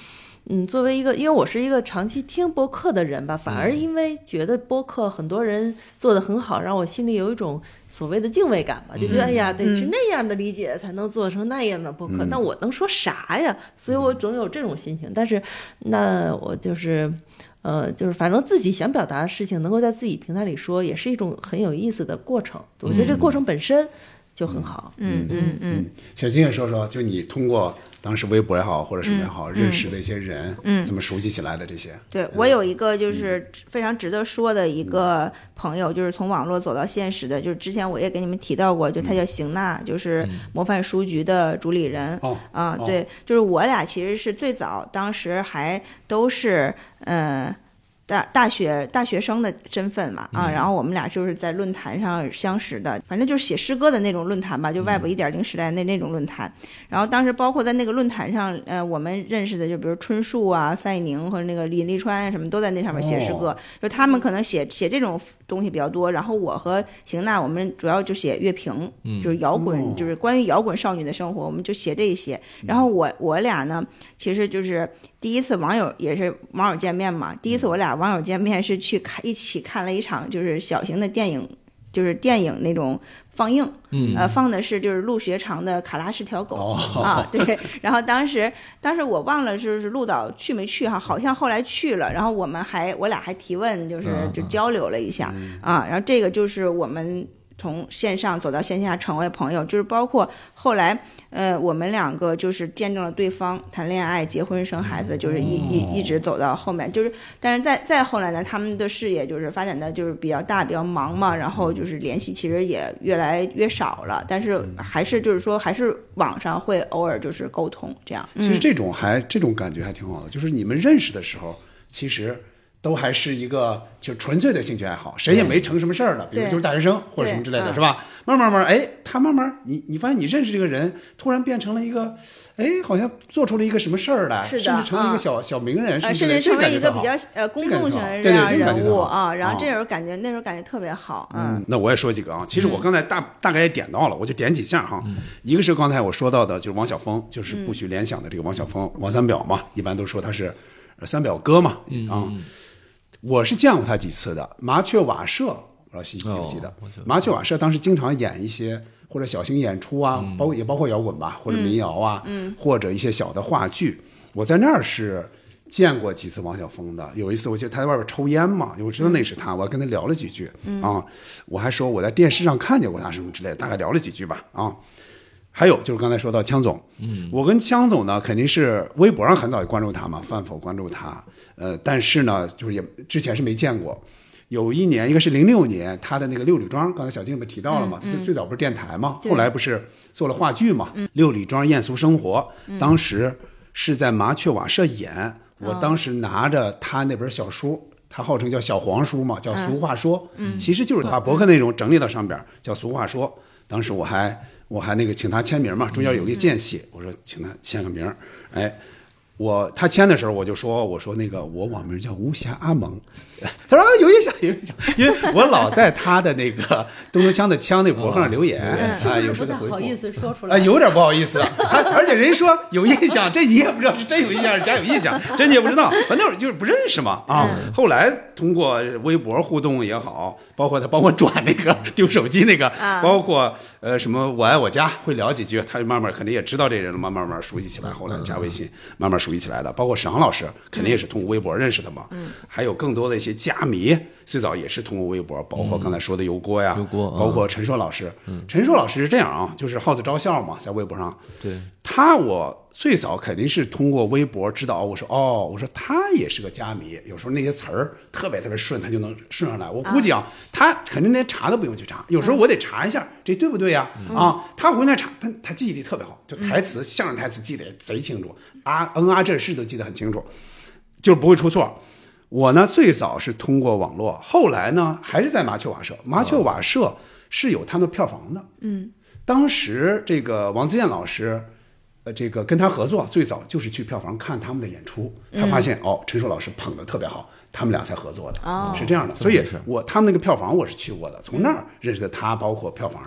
嗯，作为一个，因为我是一个长期听播客的人吧，反而因为觉得播客很多人做得很好，让我心里有一种所谓的敬畏感吧，就觉得、嗯、哎呀，得是那样的理解才能做成那样的播客，那、嗯、我能说啥呀？所以我总有这种心情。但是，那我就是。呃，就是反正自己想表达的事情，能够在自己平台里说，也是一种很有意思的过程。我觉得这个过程本身就很好。 嗯嗯嗯。 小金也说说，就你通过当时微博也好，或者什么也好，嗯、认识的一些人，嗯，怎么熟悉起来的这些？ 对我有一个就是非常值得说的一个朋友，嗯、就是从网络走到现实的，就是之前我也给你们提到过，就他叫邢娜，嗯、就是模范书局的主理人。哦啊，对，哦、就是我俩其实是最早，当时还都是嗯。呃大大学大学生的身份嘛啊，然后我们俩就是在论坛上相识的，反正就是写诗歌的那种论坛吧，就 Web 一点零时代那那种论坛。然后当时包括在那个论坛上，呃，我们认识的就比如春树啊、赛宁或者那个尹立川什么都在那上面写诗歌，哦、就他们可能写写这种东西比较多。然后我和邢娜我们主要就写乐评，就是摇滚，嗯、就是关于摇滚少女的生活，我们就写这些。然后我我俩呢，其实就是第一次网友也是网友见面嘛，第一次我俩网友见面是去看一起看了一场就是小型的电影，就是电影那种放映，嗯，呃，放的是就是陆学长的《卡拉是条狗》哦、啊，对。然后当时当时我忘了就是陆导去没去哈，好像后来去了。然后我们还我俩还提问，就是就交流了一下、嗯、啊。然后这个就是我们从线上走到线下成为朋友，就是包括后来呃我们两个就是见证了对方谈恋爱结婚生孩子，就是一一一直走到后面，就是但是再再后来呢，他们的事业就是发展的就是比较大比较忙嘛，然后就是联系其实也越来越少了，但是还是就是说还是网上会偶尔就是沟通这样。 其实这种还、嗯、这种感觉还挺好的，就是你们认识的时候其实都还是一个就纯粹的兴趣爱好，谁也没成什么事儿的，比如就是大学生或者什么之类的，是吧？慢慢慢，哎，他慢慢，你你发现你认识这个人，突然变成了一个，哎，好像做出了一个什么事儿来，甚至成了一个小、啊、小名人， 甚至成为一个比较呃公众型的这样人物啊。然后这时候感觉那时候感觉特别好，嗯。 嗯那我也说几个啊，其实我刚才大、嗯、大概也点到了，我就点几项哈。嗯、一个是刚才我说到的，就是王晓峰，就是不许联想的这个王晓峰，嗯、王三表嘛，一般都说他是三表哥嘛，嗯啊。嗯我是见过他几次的，麻雀瓦舍，不知道记不记得？哦、麻雀瓦舍当时经常演一些或者小型演出啊，嗯、包括也包括摇滚吧，或者民谣啊，嗯、或者一些小的话剧。我在那儿是见过几次王晓峰的。有一次我记得他在外边抽烟嘛，我知道那是他，我还跟他聊了几句、嗯、啊。我还说我在电视上看见过他什么之类的，大概聊了几句吧啊。还有就是刚才说到枪总，嗯，我跟枪总呢肯定是微博上很早就关注他嘛，饭否关注他，呃，但是呢就是也之前是没见过。有一年，一个是零六年，他的那个六里庄，刚才小静不提到了嘛，嗯嗯、最最早不是电台嘛，后来不是做了话剧嘛，嗯、六里庄艳俗生活，嗯、当时是在麻雀瓦舍演，嗯、我当时拿着他那本小书。他号称叫小黄书嘛，叫俗话说，嗯、其实就是把博客内容整理到上边，嗯、叫俗话说。当时我还我还那个请他签名嘛，中间有一个间隙，嗯、我说请他签个名，哎，我他签的时候我就说我说那个我网名叫无暇阿蒙，他说啊有印象有印象，因为我老在他的那个东头枪的枪那博客上留言啊、哦，有时候回复， 不好意思说出来， 啊，有点不好意思，他而且人说有印象，这你也不知道是真有印象还是假有印象，这你也不知道，反正就是不认识嘛啊。嗯、后来通过微博互动也好，包括他帮我转那个丢手机那个，啊、包括呃什么我爱我家会聊几句，他就慢慢肯定也知道这人了，慢慢慢熟悉起来，后来加微信，慢慢熟悉起来的。包括沈航老师肯定也是通过微博认识的嘛，嗯、还有更多的一些家迷，最早也是通过微博，包括刚才说的油锅呀，油锅，包括陈硕老师，嗯、陈硕老师是这样啊，就是好自招笑嘛，在微博上，对他我最早肯定是通过微博知道，我说哦，我说他也是个家迷，有时候那些词儿特别特别顺，他就能顺上来。我估计啊，他肯定连查都不用去查，有时候我得查一下这对不对呀？嗯、啊，他不用再查，他他记忆力特别好，就台词、嗯、相声台词记得贼清楚，啊嗯啊这事都记得很清楚，就是不会出错。我呢最早是通过网络，后来呢还是在麻雀瓦舍，麻雀瓦舍是有他们票房的，嗯，当时这个王自健老师。呃，这个跟他合作最早就是去票房看他们的演出，他发现、嗯、哦，陈硕老师捧得特别好，他们俩才合作的，哦、是这样的。所以我他们那个票房我是去过的，从那儿认识的他，包括票房的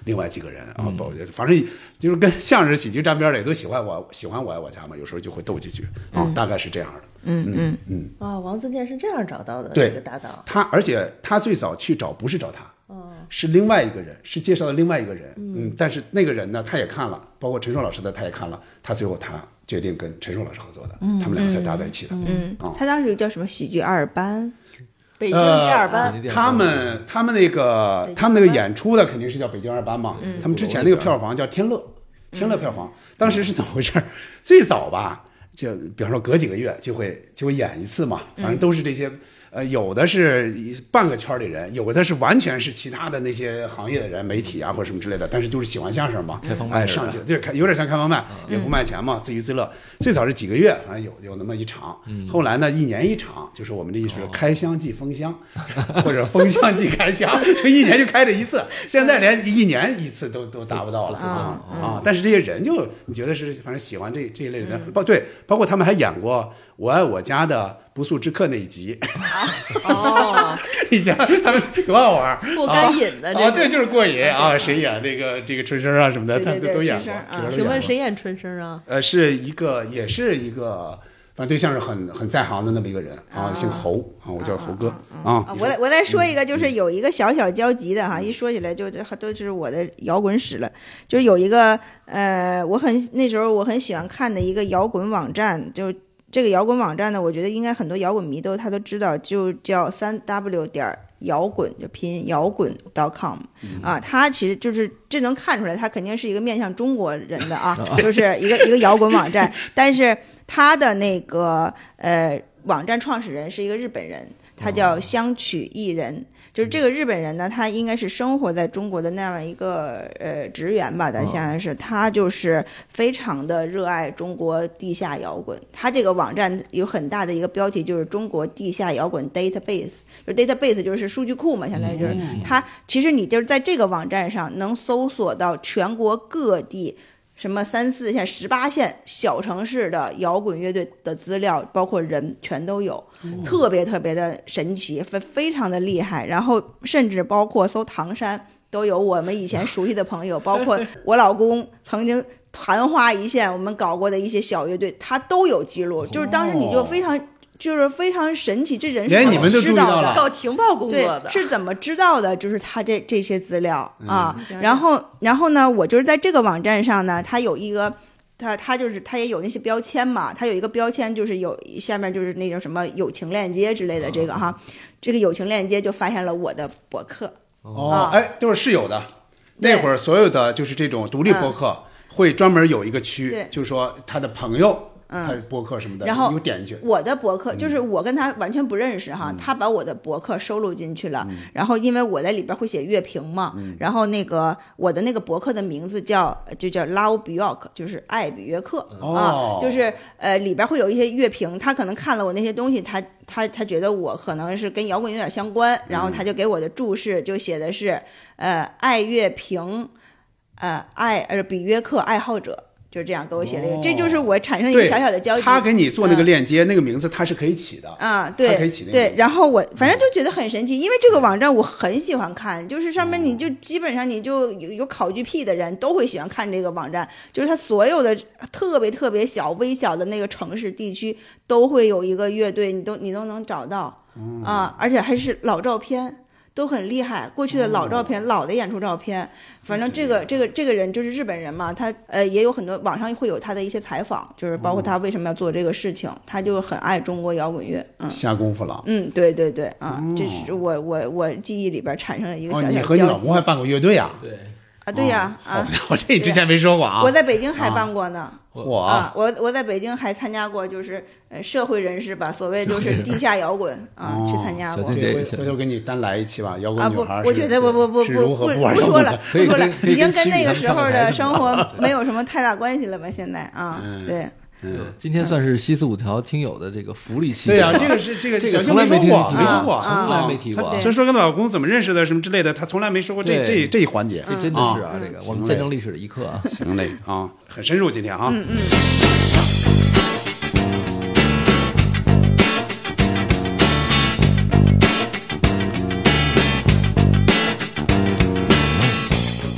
另外几个人啊，不，反正就是跟相声喜剧沾边的也都喜欢我，喜欢我爱我家嘛，有时候就会斗几句啊，大概是这样的。 嗯嗯嗯。 啊，王自健是这样找到的对这个搭档。 他而且他最早去找不是找他， 哦， 是另外一个人，是介绍的另外一个人。嗯，但是那个人呢，他也看了，包括陈硕老师的他也看了，他最后他决定跟陈硕老师合作的，他们两个才搭在一起的。 嗯， 啊， 他当时叫什么喜剧二班？ 北京第二班， 呃、他们他们那个他们那个演出的肯定是叫北京二班嘛，嗯、他们之前那个票房叫天乐，天乐票房，当时是怎么回事？最早吧，就比方说隔几个月就会就会演一次嘛，反正都是这些。呃，有的是半个圈里人，有的是完全是其他的那些行业的人，媒体啊或者什么之类的，但是就是喜欢相声嘛， 开放麦， 哎，上去对，有点像开放麦，也不卖钱嘛，自娱自乐。最早是几个月，反正有有那么一场，后来呢，一年一场，就是我们这意思是开箱即封箱，或者封箱即开箱，就一年就开这一次。现在连一年一次都都达不到了啊啊！但是这些人就你觉得是，反正喜欢这这一类人，包对，包括他们还演过《我爱我家的不速之客》那一集。 哦， 你想他们多好玩， 过干瘾的这个， 啊，对，就是过瘾啊！谁演这个这个春生啊什么的，他们都演过。 请问谁演春生啊？ 呃，是一个，也是一个，反正对相声很很在行的那么一个人啊，姓侯啊，我叫侯哥啊。 我再我再说一个，就是有一个小小交集的哈，一说起来就这都是我的摇滚史了。就是有一个呃，我很那时候我很喜欢看的一个摇滚网站，就。这个摇滚网站呢，我觉得应该很多摇滚迷都他都知道，就叫三 w 点摇滚，就拼音摇滚 .com 啊，它其实就是这能看出来，它肯定是一个面向中国人的啊，就是一个一个摇滚网站，但是它的那个呃网站创始人是一个日本人，他叫香取艺人。就是这个日本人呢，他应该是生活在中国的那样一个呃职员吧，咱现在是他就是非常的热爱中国地下摇滚。他这个网站有很大的一个标题，就是中国地下摇滚 database， 就 database 就是数据库嘛，相当于就是他其实你就是在这个网站上能搜索到全国各地。什么三四线、十八线小城市的摇滚乐队的资料，包括人全都有，特别特别的神奇，非非常的厉害。然后甚至包括搜唐山都有我们以前熟悉的朋友，包括我老公曾经昙花一现我们搞过的一些小乐队，他都有记录。就是当时你就非常。就是非常神奇，这人是怎么知道的？ 搞情报工作的， 是怎么知道的？就是他这这些资料啊，嗯、然后然后呢，我就是在这个网站上呢，它有一个，它它就是它也有那些标签嘛，它有一个标签就是有下面就是那种什么友情链接之类的，这个哈，这个友情链接就发现了我的博客。 哦，啊、哎，都是是有的。那会儿所有的就是这种独立博客、嗯、会专门有一个区，就是说他的朋友。他博客什么的， 然后有点进去。 我的博客就是我跟他完全不认识哈，嗯、他把我的博客收录进去了。嗯、然后因为我在里边会写乐评嘛，嗯、然后那个我的那个博客的名字叫就叫 Love Bjork， 就是爱比约克、 哦、 啊，就是呃里边会有一些乐评，他可能看了我那些东西，他他他觉得我可能是跟摇滚有点相关，然后他就给我的注释就写的是呃爱乐评，呃爱呃比约克爱好者。就是这样给我写了一个、哦，这就是我产生一个小小的交集。 他给你做那个链接，嗯、那个名字他是可以起的啊，对， 他可以起那个对。然后我反正就觉得很神奇，因为这个网站我很喜欢看，就是上面你就基本上你就有有考据癖的人都会喜欢看这个网站，就是它所有的特别特别小微小的那个城市地区都会有一个乐队，你都你都能找到、嗯、啊，而且还是老照片。都很厉害，过去的老照片、哦、老的演出照片，反正这个这个这个人就是日本人嘛，他呃也有很多网上会有他的一些采访，就是包括他为什么要做这个事情，哦、他就很爱中国摇滚乐，嗯， 下功夫了， 嗯，对对对啊，哦、这是我我我记忆里边产生了一个小小交集。 哦，你和你老公还办过乐队啊？ 对。 啊，对呀， 哦、啊，我这你之前没说过啊。 我在北京还办过呢。 我啊，我我在北京还参加过，就是呃社会人士吧，所谓就是地下摇滚啊， 哦、 去参加过。 回头给你单来一期吧，摇滚女孩。 啊不，我觉得不不不不不不说了，不说了，已经跟那个时候的生活没有什么太大关系了吧？现在啊， 嗯、 对。 嗯，今天算是西四五条听友的这个福利期。 对呀、啊，这个是这个这个从来没听过， 没说过， 从来没提过。 所以说跟老公怎么认识的什么之类的，他从来没说过这这这一环节。 这真的是啊，这个我们见证历史的一刻啊。 行嘞啊，很深入今天啊。 嗯嗯。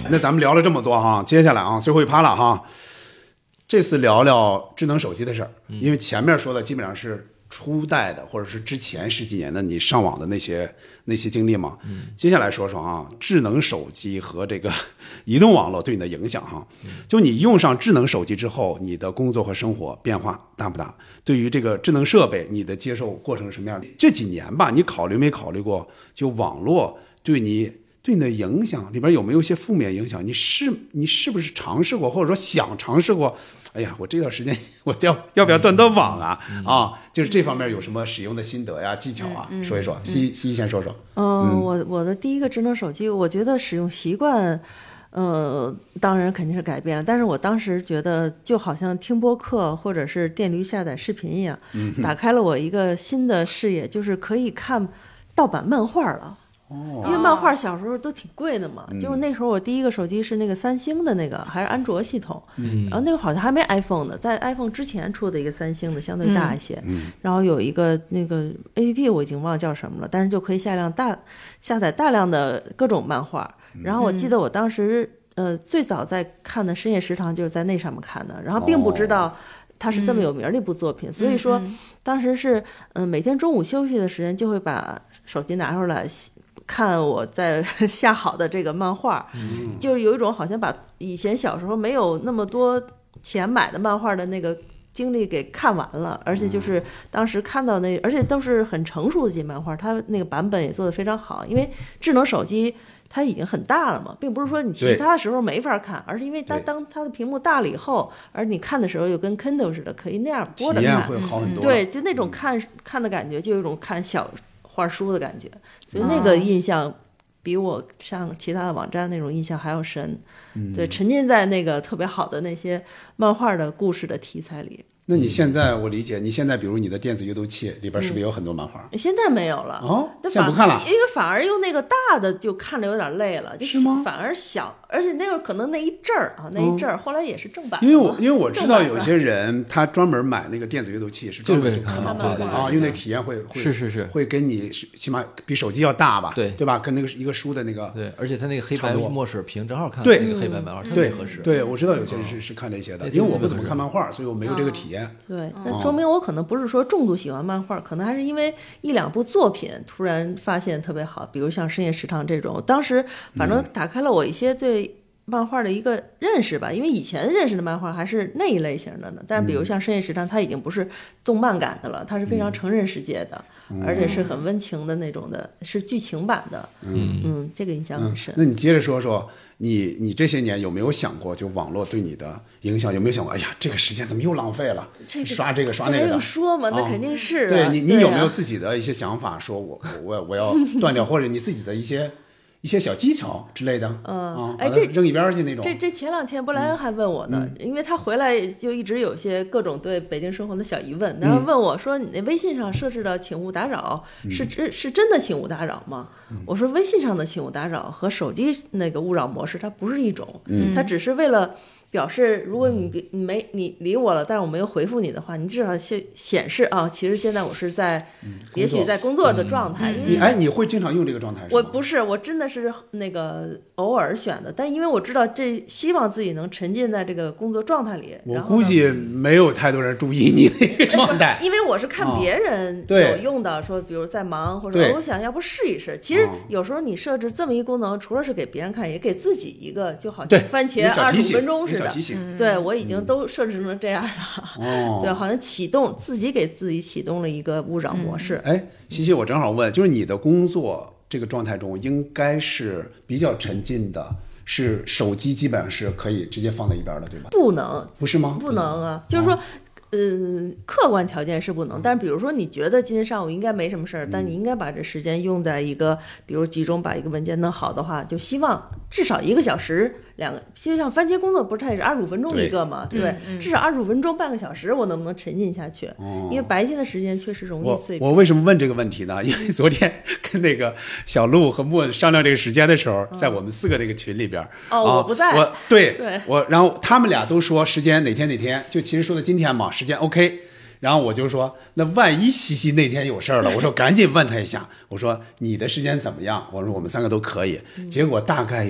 那咱们聊了这么多哈，接下来啊，最后一趴了哈。这次聊聊智能手机的事儿，因为前面说的基本上是初代的，或者是之前十几年的你上网的那些那些经历嘛。嗯、接下来说说啊，智能手机和这个移动网络对你的影响哈。就你用上智能手机之后，你的工作和生活变化大不大？对于这个智能设备，你的接受过程是什么样的？这几年吧，你考虑没考虑过，就网络对你？对你的影响里边有没有一些负面影响？你是你是不是尝试过，或者说想尝试过？哎呀，我这段时间我要要不要断断网啊？嗯、啊，就是这方面有什么使用的心得呀、技巧啊？嗯、说一说，西西先说说。 嗯，嗯我我的第一个智能手机，我觉得使用习惯，呃，当然肯定是改变了。但是我当时觉得，就好像听播客或者是电驴下载视频一样，嗯、打开了我一个新的视野，就是可以看盗版漫画了。 哦， 因为漫画小时候都挺贵的嘛，嗯、就是那时候我第一个手机是那个三星的那个，还是安卓系统，嗯、然后那个好像还没 iPhone 呢，在 iPhone 之前出的一个三星的，相对大一些，嗯嗯、然后有一个那个 A P P 我已经忘了叫什么了，但是就可以下量大下载大量的各种漫画，然后我记得我当时呃最早在看的《深夜食堂》就是在那上面看的，然后并不知道。它是这么有名的一部作品，嗯、所以说当时是嗯、呃、每天中午休息的时间就会把手机拿出来看我在下好的这个漫画，嗯、就有一种好像把以前小时候没有那么多钱买的漫画的那个经历给看完了，而且就是当时看到那，而且都是很成熟的这些漫画，它那个版本也做得非常好，因为智能手机。它已经很大了嘛，并不是说你其他的时候没法看，而是因为它当它的屏幕大了以后，而你看的时候又跟 Kindle 似的，可以那样拨着看，体验会好很多。 对，就那种看、嗯、看的感觉，就有一种看小画书的感觉，所以那个印象比我上其他的网站那种印象还要深。嗯、对，沉浸在那个特别好的那些漫画的故事的题材里。 那你现在我理解，你现在比如你的电子阅读器里边是不是有很多漫画？ 嗯、现在没有了哦，现在不看了， 因为反而用那个大的就看着有点累了，就是吗？ 反而小，而且那会儿可能那一阵儿啊，那一阵儿、哦、后来也是正版。 因为我因为我知道有些人他专门买那个电子阅读器是专门去看漫画的啊，因为那体验会会是是是会跟你起码比手机要大吧？ 对对吧？跟那个一个书的那个对，而且它那个黑白墨水屏正好看对那个黑白漫画特别合适。 对，我知道有些人是是看这些的，因为我不怎么看漫画，所以我没有这个体验。 对。说明我可能不是说重度喜欢漫画，可能还是因为一两部作品突然发现特别好，比如像《深夜食堂》这种，当时反正打开了我一些对漫画的一个认识吧，因为以前认识的漫画还是那一类型的呢。但是比如像《深夜食堂》，它已经不是动漫感的了，它是非常成人世界的，嗯、而且是很温情的那种的，是剧情版的。嗯嗯，这个印象很深。 嗯、那你接着说说。你你这些年有没有想过，就网络对你的影响？有没有想过，哎呀，这个时间怎么又浪费了？ 这个、 刷这个刷那个的。 这个说嘛，那肯定是、啊。 对你，你有没有自己的一些想法？说我我我要断掉，或者你自己的一些一些小技巧之类的？ 嗯， 哎，这扔一边去那种。 这这前两天布莱恩还问我呢，嗯、因为他回来就一直有些各种对北京生活的小疑问，然后问我说：“你那微信上设置的请勿打扰，嗯、是是是真的请勿打扰吗？”嗯、我说：“微信上的请勿打扰和手机那个勿扰模式它不是一种，嗯、它只是为了。”表示如果你你没你理我了，但是我没有回复你的话，你至少显显示啊，其实现在我是在，嗯、也许在工作的状态。 嗯、你哎，你会经常用这个状态？ 我不是，我真的是那个偶尔选的，但因为我知道这，希望自己能沉浸在这个工作状态里。 我估计没有太多人注意你那个状态， 因为我是看别人有用的，哦、说比如在忙或者我想要不试一试。其实有时候你设置这么一功能，除了是给别人看，也给自己一个，就好像番茄二十五分钟似的。 提醒， 对，我已经都设置成这样了。 哦， 对，好像启动自己给自己启动了一个勿扰模式。 哎、嗯，西西，我正好问，就是你的工作这个状态中，应该是比较沉浸的，是手机基本上是可以直接放在一边的，对吧？ 不能， 不是吗？ 不能啊，就是说。嗯，客观条件是不能，但是比如说你觉得今天上午应该没什么事儿，嗯、但你应该把这时间用在一个，比如集中把一个文件弄好的话，就希望至少一个小时，两个，就像番茄工作不是它也是二十五分钟一个嘛，对不对？嗯嗯、至少二十五分钟半个小时，我能不能沉浸下去？哦、因为白天的时间确实容易碎片。 我我为什么问这个问题呢？因为昨天跟那个小鹿和莫商量这个时间的时候，在我们四个那个群里边， 哦， 啊、 我不在， 我对对我，然后他们俩都说时间哪天哪天，就其实说的今天嘛，时间 OK。然后我就说，那万一西西那天有事儿了，我说赶紧问他一下，我说你的时间怎么样？我说我们三个都可以。结果大概有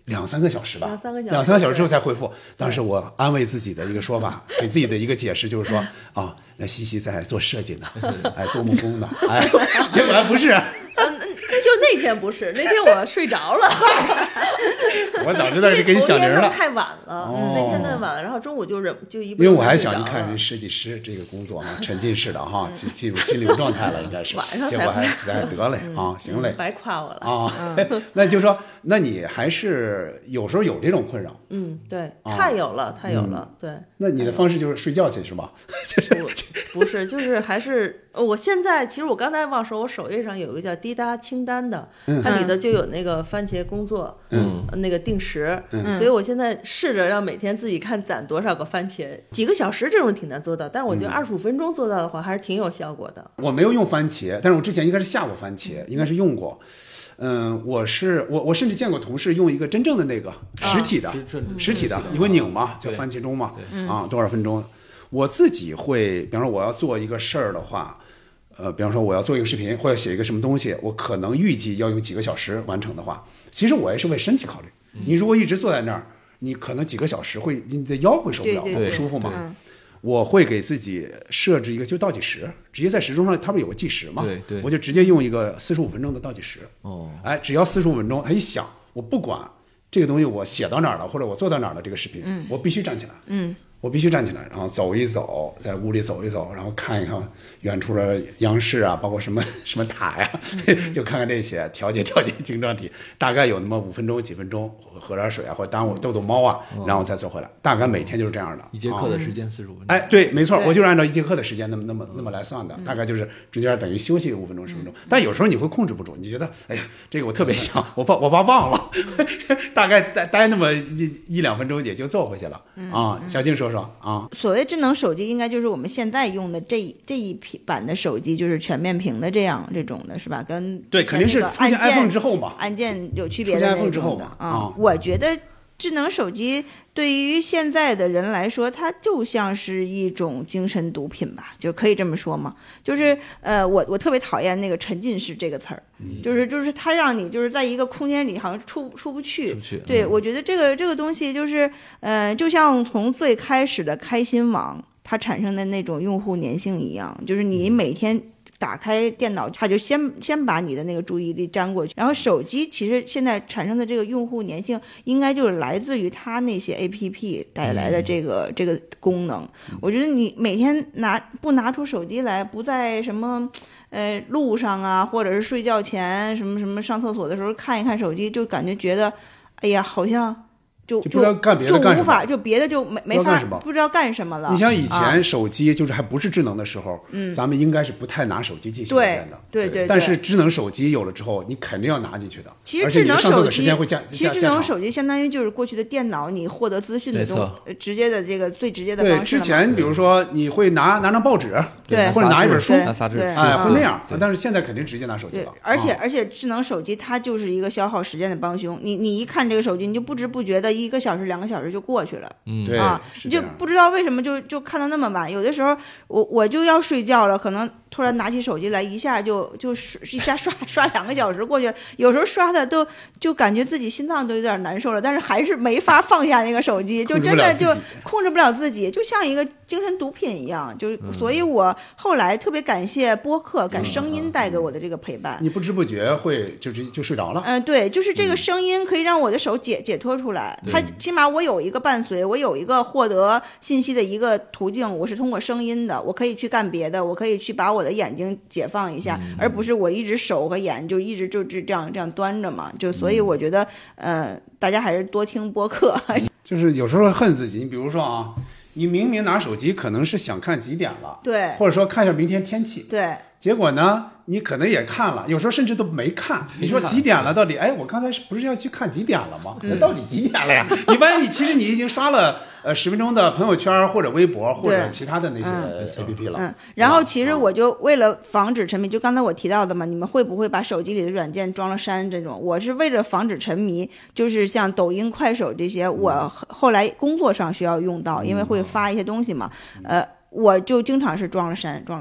两三个小时吧， 两三个小时， 两三个小时之后才回复。当时我安慰自己的一个说法，给自己的一个解释就是说，啊，那西西在做设计呢，哎，做木工呢，哎，结果还不是。 嗯，就那天不是，那天我睡着了。 我早知道是给你想人了。 太晚了，哦、那天太晚了，然后中午就忍就一。因为我还想，一看人设计师这个工作啊，沉浸式的哈，就进入心流状态了，应该是。 晚上结果还还得嘞啊，行嘞， 白夸我了啊。那就说，那你还是有时候有这种困扰。 嗯，对，太有了，太有了，对。 那你的方式就是睡觉去是吧？就是不是，就是还是我现在其实我刚才忘说，我首页上有一个叫滴答清单的，它里头就有那个番茄工作，嗯，那个定时，嗯，所以我现在试着让每天自己看攒多少个番茄，几个小时这种挺难做到，但是我觉得二十五分钟做到的话，还是挺有效果的。 我没有用番茄，但是我之前应该是下过番茄，应该是用过。嗯，我是我我甚至见过同事用一个真正的那个实体的、啊、实体的，你会拧嘛，叫番茄钟嘛，啊，多少分钟？我自己会，比方说我要做一个事儿的话，呃，比方说我要做一个视频或者写一个什么东西，我可能预计要用几个小时完成的话，其实我也是为身体考虑。你如果一直坐在那儿，你可能几个小时会你的腰会受不了，不舒服嘛。我会给自己设置一个就倒计时，直接在时钟上，它不是有个计时嘛？ 对对， 我就直接用一个四十五分钟的倒计时。哦，哎，只要四十五分钟，它一响，我不管这个东西我写到哪儿了，或者我做到哪儿了，这个视频，嗯，我必须站起来。嗯。我必须站起来，然后走一走，在屋里走一走，然后看一看远处的央视啊，包括什么什么塔呀，就看看这些，调节调节晶状体，大概有那么五分钟几分钟，喝点水啊，或者耽误逗逗猫啊，然后再走回来。大概每天就是这样的。 一节课的时间四十五分钟。 哎，对，没错，我就是按照一节课的时间那么那么那么来算的，大概就是中间等于休息五分钟十分钟。但有时候你会控制不住，你觉得哎呀，这个我特别想，我怕我怕忘了，大概待待那么一一两分钟也就做回去了啊。小静说说。啊， 所谓智能手机应该就是我们现在用的这这一批版的手机，就是全面屏的这样这种的是吧？跟对，肯定是出现 iPhone 之后嘛， 按键有区别的那种的啊。我觉得智能手机对于现在的人来说，它就像是一种精神毒品吧，就可以这么说嘛。就是呃，我我特别讨厌那个沉浸式这个词儿，嗯、就是就是它让你就是在一个空间里好像出出不去。 出不去对、 嗯， 我觉得这个这个东西就是呃，就像从最开始的开心网它产生的那种用户粘性一样，就是你每天打开电脑，它就先先把你的那个注意力粘过去。然后手机其实现在产生的这个用户粘性，应该就是来自于它那些 A P P 带来的这个、嗯、这个功能。我觉得你每天拿不拿出手机来，不在什么呃路上啊，或者是睡觉前什么什么上厕所的时候看一看手机，就感觉觉得，哎呀，好像。就就不知道干别的干什么， 就无法就别的就没没法不知道干什么了。 你像以前手机就是还不是智能的时候，嗯，咱们应该是不太拿手机进行邮件的， 对对对。 但是智能手机有了之后，你肯定要拿进去的。 其实智能手机， 其实智能手机相当于就是过去的电脑，你获得资讯的这种直接的这个最直接的方式。 对，之前比如说你会拿拿张报纸， 对， 或者拿一本书， 对， 哎，会那样。但是现在肯定直接拿手机了。 而且而且智能手机它就是一个消耗时间的帮凶。你你一看这个手机，你就不知不觉的一个小时两个小时。小时就过去了， 嗯，对啊，你就不知道为什么就就看到那么晚。有的时候我我就要睡觉了，可能突然拿起手机来，一下就就一下刷刷两个小时过去了。有时候刷的都就感觉自己心脏都有点难受了，但是还是没法放下那个手机，就真的就控制不了自己，就像一个精神毒品一样。就、嗯、所以我后来特别感谢播客感声音带给我的这个陪伴。 你不知不觉会就就就睡着了。 嗯、呃，对，就是这个声音可以让我的手解解脱出来，它起码我有一个伴随，我有一个获得信息的一个途径，我是通过声音的，我可以去干别的，我可以去把我的眼睛解放一下，嗯、而不是我一直手和眼就一直就这样这样端着嘛。就所以我觉得，呃，大家还是多听播客。 就是有时候恨自己，你比如说啊，你明明拿手机可能是想看几点了， 对， 或者说看一下明天天气， 对， 结果呢？你可能也看了，有时候甚至都没看。你说几点了？到底？哎，我刚才是不是要去看几点了吗？那到底几点了呀？你发现你其实你已经刷了呃十分钟的朋友圈或者微博或者其他的那些 A P P 了。 嗯，然后其实我就为了防止沉迷，就刚才我提到的嘛，你们会不会把手机里的软件装了删这种？我是为了防止沉迷，就是像抖音、快手这些，我后来工作上需要用到，因为会发一些东西嘛，呃。我就经常是装了删，装了删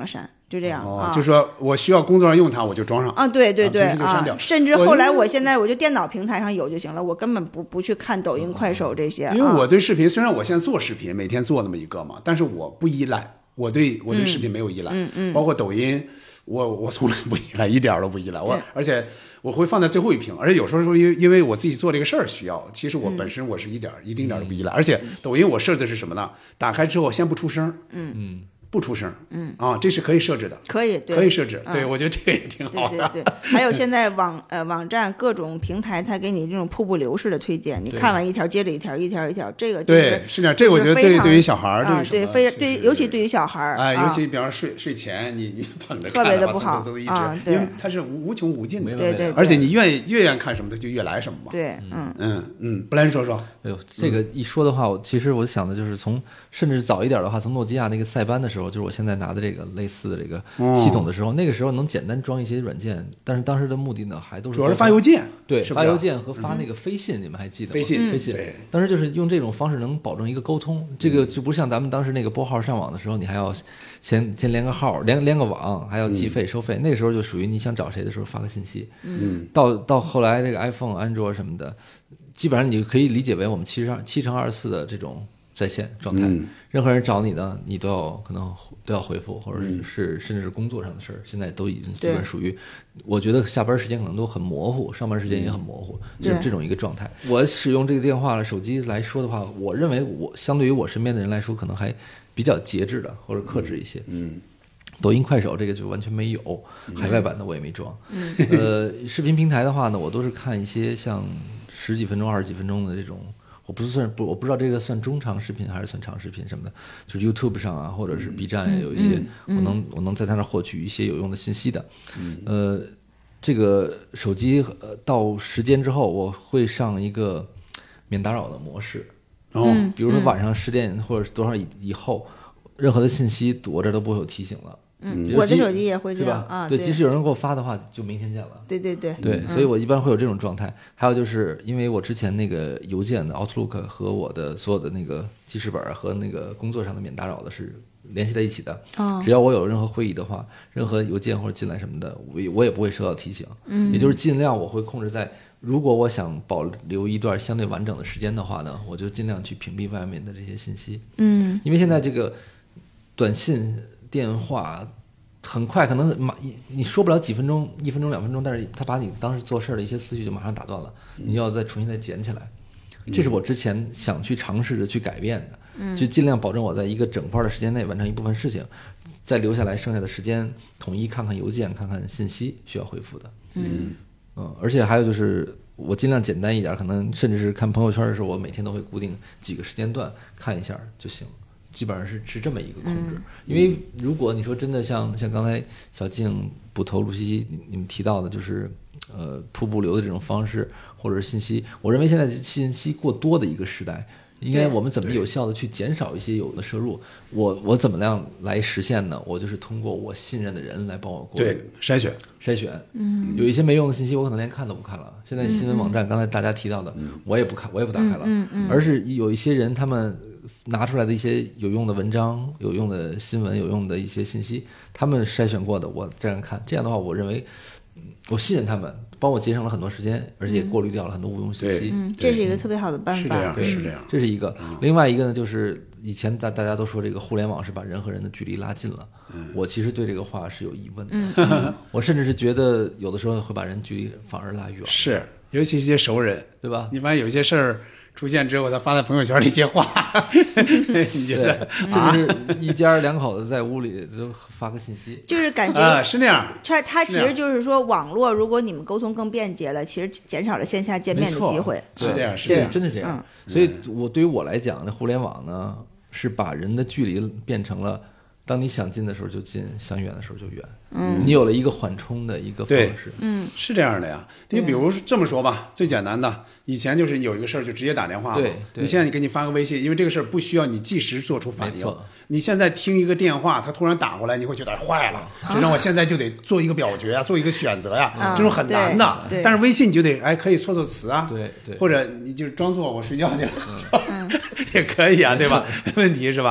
就这样、 哦啊， 就说我需要工作上用它，我就装上啊，对对对啊，平时就删掉啊，甚至后来我现在我就电脑平台上有就行了，我根本不不去看抖音、快手这些。 因为我对视频，虽然我现在做视频，每天做那么一个嘛，但是我不依赖，我对我对视频没有依赖， 嗯嗯， 包括抖音，我我从来不依赖，一点都不依赖。我而且我会放在最后一屏，而且有时候说因为因为我自己做这个事儿需要，其实我本身我是一点、嗯、一丁点儿都不依赖。而且抖音我设置的是什么呢？打开之后先不出声， 嗯嗯。 不出声， 嗯啊，这是可以设置的， 可以，对， 可以设置， 嗯、 对我觉得这个也挺好的。 对对对，还有现在网呃网站各种平台，它给你这种瀑布流式的推荐，你看完一条接着一条，一条一条，这个就是对是这样，这个我觉得对对于小孩儿， 啊，对，非对，尤其对于小孩儿， 哎， 啊、 尤其比方说睡睡前你你捧着看， 特别的不好走走一直啊，对， 因为它是无无穷无尽的， 对对， 而且你愿意越愿意看什么，它就越来什么嘛。 对，嗯嗯嗯，布兰说说， 哎呦，这个一说的话，我其实我想的就是从甚至早一点的话，从诺基亚那个塞班的时候，就是我现在拿的这个类似的这个系统的时候，那个时候能简单装一些软件，但是当时的目的呢，还都是主要是发邮件， 对， 是发邮件和发那个飞信，你们还记得吗？ 飞信， 飞信，当时就是用这种方式能保证一个沟通，这个就不像咱们当时那个拨号上网的时候，你还要先先连个号，连连个网，还要计费收费，那个时候就属于你想找谁的时候发个信息。 嗯， 到到后来这个 iPhone、安卓什么的，基本上你可以理解为我们七乘七乘二十四的这种在线状态， 嗯、 任何人找你呢，你都要可能都要回复，或者是、嗯、甚至是工作上的事儿，现在都已经基本属于，我觉得下班时间可能都很模糊，上班时间也很模糊， 嗯、 就是这种一个状态。我使用这个电话手机来说的话，我认为我相对于我身边的人来说，可能还比较节制的或者克制一些。 嗯。 抖音、快手这个就完全没有，海外版的我也没装。 嗯、 呃，视频平台的话呢，我都是看一些像十几分钟、二十几分钟的这种。我不是算不，我不知道这个算中长视频还是算长视频什么的，就是 YouTube 上啊，或者是 B 站也有一些， 嗯、 我能我能在它那获取一些有用的信息的。 嗯、 呃，这个手机呃到时间之后，我会上一个免打扰的模式。 哦， 比如说晚上十点或者多少以以后，任何的信息我这都不会有提醒了。 嗯，我的手机也会这样啊。 对，即使有人给我发的话，就明天见了。 对对对对，所以我一般会有这种状态。还有就是因为我之前那个邮件的 Outlook 和我的所有的那个记事本和那个工作上的免打扰的是联系在一起的。 哦， 只要我有任何会议的话，任何邮件或者进来什么的，我我也不会收到提醒。 嗯， 也就是尽量我会控制在，如果我想保留一段相对完整的时间的话呢，我就尽量去屏蔽外面的这些信息。 嗯， 因为现在这个短信、电话很快，可能马你说不了几分钟，一分钟、两分钟，但是他把你当时做事的一些思绪就马上打断了，你要再重新再捡起来。这是我之前想去尝试着去改变的， 嗯， 就尽量保证我在一个整块的时间内完成一部分事情，再留下来剩下的时间统一看看邮件、看看信息需要回复的。 嗯嗯，而且还有就是我尽量简单一点，可能甚至是看朋友圈的时候，我每天都会固定几个时间段看一下就行。基本上是是这么一个控制， 嗯、 因为如果你说真的像像刚才小静、捕头、露西你们提到的，就是呃瀑布流的这种方式，或者是信息，我认为现在信息过多的一个时代，应该我们怎么有效的去减少一些有的摄入？我我怎么样来实现呢？我就是通过我信任的人来帮我过对筛选筛选， 嗯， 有一些没用的信息，我可能连看都不看了。现在新闻网站，嗯、刚才大家提到的， 嗯、 我也不看，我也不打开了， 嗯嗯嗯、 而是有一些人他们拿出来的一些有用的文章、有用的新闻、有用的一些信息，他们筛选过的，我这样看，这样的话，我认为我信任他们，帮我节省了很多时间，而且也过滤掉了很多无用信息。 嗯，这是一个特别好的办法。 是这样， 对， 是这样。 这是一个。另外一个呢，就是以前大大家都说这个互联网是把人和人的距离拉近了， 嗯、 我其实对这个话是有疑问的。 嗯、 我甚至是觉得有的时候会把人距离反而拉远。 是，尤其是一些熟人， 对吧？ 你发现有一些事儿出现之后，他发在朋友圈里一些话，你觉得甚至是一家两口子在屋里就发个信息， 就是感觉啊，是那样。 他他其实就是说，网络如果你们沟通更便捷了，其实减少了线下见面的机会。 是这样，是这样， 真的这样。 嗯、 所以，我对于我来讲，互联网呢是把人的距离变成了，当你想近的时候就近，想远的时候就远。 嗯， 你有了一个缓冲的一个方式。 嗯， 是这样的呀。你比如这么说吧，最简单的，以前就是有一个事儿就直接打电话。 对， 你现在你给你发个微信，因为这个事儿不需要你即时做出反应。 没错。 你现在听一个电话，他突然打过来，你会觉得坏了，这让我现在就得做一个表决啊，做一个选择呀， 啊、 这种很难的。但是微信你就得哎，可以措措词啊， 对对， 或者你就装作我睡觉去了，嗯、也可以啊，对吧？问题是吧？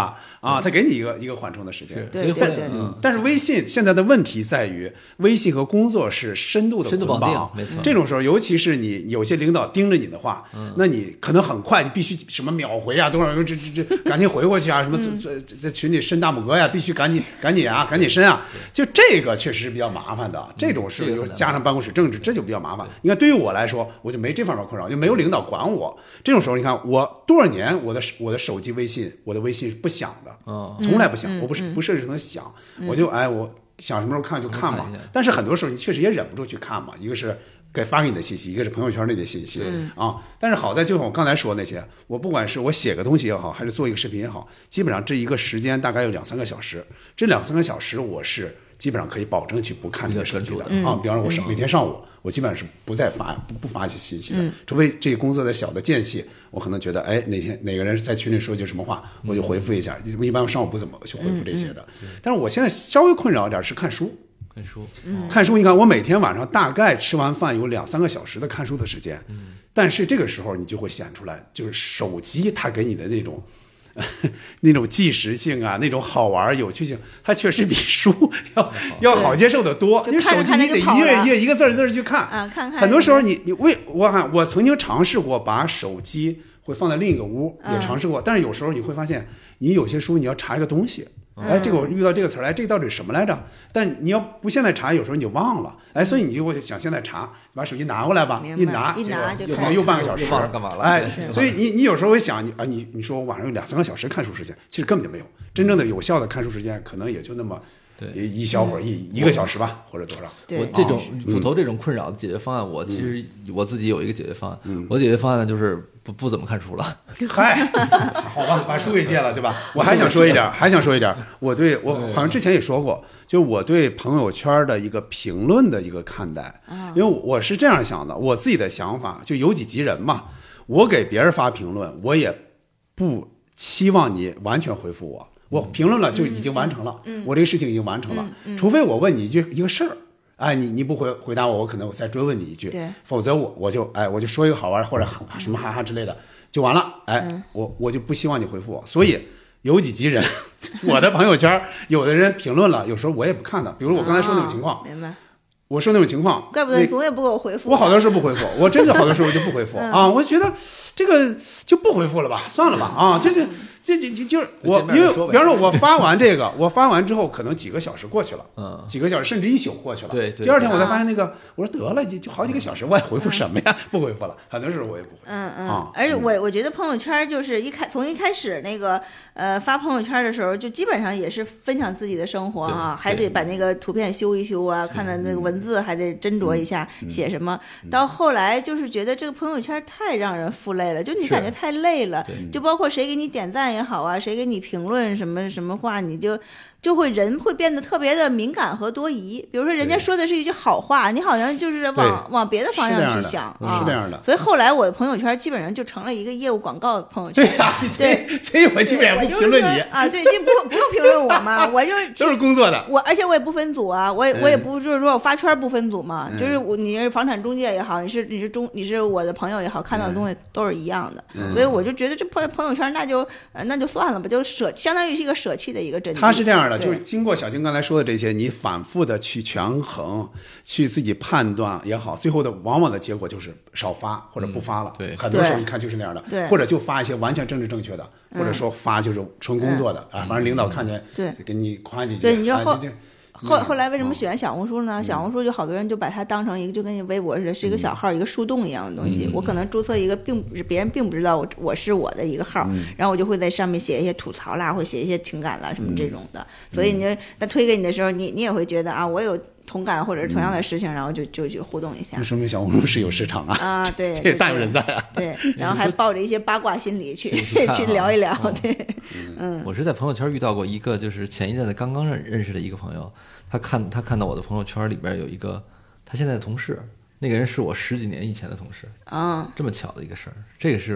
啊，他给你一个一个缓冲的时间。 对对对。 嗯，但是微信现在的问题在于，微信和工作是深度的捆绑， 没错。 这种时候，尤其是你有些领导盯着你的话，嗯、那你可能很快，你必须什么秒回啊，多少人这这这赶紧回过去啊，什么在在群里伸大拇哥呀，必须赶紧赶紧啊，赶紧伸啊，就这个确实是比较麻烦的。这种是有加上办公室政治，这就比较麻烦。你看，对于我来说，我就没这方面困扰，就没有领导管我。这种时候，你看我多少年，我的我的手机微信，我的微信是不响的， 哦、 从来不响，我不是不设置成响，我就哎我。想什么时候看就看嘛，但是很多时候你确实也忍不住去看嘛。一个是该发给你的信息，一个是朋友圈里的信息啊。但是好在就像我刚才说的那些，我不管是我写个东西也好，还是做一个视频也好，基本上这一个时间大概有两三个小时。这两三个小时我是基本上可以保证去不看这个手机的啊。比方说，我上每天上午我基本上是不再发不不发信息的，除非这个工作的小的间隙，我可能觉得哎哪天哪个人在群里说句什么话，我就回复一下。一般我上午不怎么去回复这些的。但是我现在稍微困扰一点是看书。 看书， 嗯、看书，你看我每天晚上大概吃完饭有两三个小时的看书的时间，嗯、但是这个时候你就会显出来，就是手机它给你的那种那种即时性啊，那种好玩有趣性，它确实比书要要好接受的多。因为手机你得一页一页一个字字去看， 啊，看看。 很多时候你你为我看我曾经尝试过把手机会放在另一个屋，也尝试过，但是有时候你会发现，你有些书你要查一个东西。哎，这个我遇到这个词儿，哎，这个到底是什么来着？但你要不现在查，有时候你就忘了。哎，所以你就会想现在查，把手机拿过来吧，一拿， 一拿就可能又半个小时， 忘了干嘛了？ 哎，所以你你有时候会想，你啊，你你说我晚上有两三个小时看书时间，其实根本就没有，真正的有效的看书时间，可能也就那么。 对， 一小会儿，一一个小时吧，或者多少？ 我这种斧头这种困扰的解决方案，我其实我自己有一个解决方案。我解决方案呢，就是不不怎么看书了。 嗨，好吧，把书给戒了，对吧？我还想说一点，还想说一点，我对我好像之前也说过，就我对朋友圈的一个评论的一个看待，因为我是这样想的，我自己的想法就由己及人嘛。我给别人发评论，我也不期望你完全回复我。我评论了就已经完成了，嗯、我这个事情已经完成了。嗯嗯、除非我问你一句一个事儿，哎，你你不回回答我，我可能我再追问你一句，否则我我就哎我就说一个好玩或者什么哈哈之类的就完了，哎，嗯、我我就不希望你回复我。所以由己及人，我的朋友圈有的人评论了，有时候我也不看的，比如我刚才说那种情况， 哦、明白。 我说那种情况， 怪不得你总也不给我回复。 我好多时候不回复，我真的好多时候就不回复、嗯、啊！我觉得这个就不回复了吧，算了吧啊！就是这这这就是我，因为比方说我发完这个，我发完之后可能几个小时过去了，嗯，几个小时甚至一宿过去了。 对对。 第二天我才发现那个，我说得了，就就好几个小时，我也回复什么呀？不回复了，很多时候我也不回。 嗯嗯。啊、而且我我觉得朋友圈就是一开从一开始那个呃发朋友圈的时候，就基本上也是分享自己的生活啊，还得把那个图片修一修啊，看看那个文字还得斟酌一下、嗯、写什么。到后来就是觉得这个朋友圈太让人负累了，就你感觉太累了，就包括谁给你点赞也好啊，谁给你评论什么什么话，你就就会人会变得特别的敏感和多疑。比如说人家说的是一句好话，你好像就是往往别的方向去想啊， 是这样的。 所以后来我的朋友圈基本上就成了一个业务广告朋友圈。 对呀，对，所以我基本上不评论你啊，对，你不不用评论我嘛，我就都是工作的。 我而且我也不分组啊，我也我也不就是说我发圈不分组嘛，嗯、就是我你是房产中介也好，你是你是中你是我的朋友也好，看到的东西都是一样的，嗯、所以我就觉得这朋朋友圈那就呃那就算了吧，就舍相当于是一个舍弃的一个阵地。 他是这样的，就是经过小静刚才说的这些，你反复的去权衡，去自己判断也好，最后的往往的结果就是少发或者不发了。 嗯、对， 很多时候你看就是那样的， 对， 或者就发一些完全政治正确的，嗯、或者说发就是纯工作的、嗯、啊，反正领导看见对给你夸几句， 对，你就后。 啊后后来为什么喜欢小红书呢？嗯、小红书就好多人就把它当成一个就跟微博似的，是一个小号，嗯、一个树洞一样的东西。嗯、我可能注册一个，并不是别人并不知道我我是我的一个号，嗯、然后我就会在上面写一些吐槽啦，或写一些情感啦什么这种的。嗯、所以你他推给你的时候，你你也会觉得啊，我有同感或者是同样的事情，嗯、然后就就去互动一下。 那说明小红书是有市场啊！ 啊，对， 这大有人在啊！ 对，然后还抱着一些八卦心理去去聊一聊。对，嗯， 我是在朋友圈遇到过一个，就是前一阵子刚刚认认识的一个朋友。他看他看到我的朋友圈里边有一个他现在的同事，那个人是我十几年以前的同事啊， 这么巧的一个事儿，这个是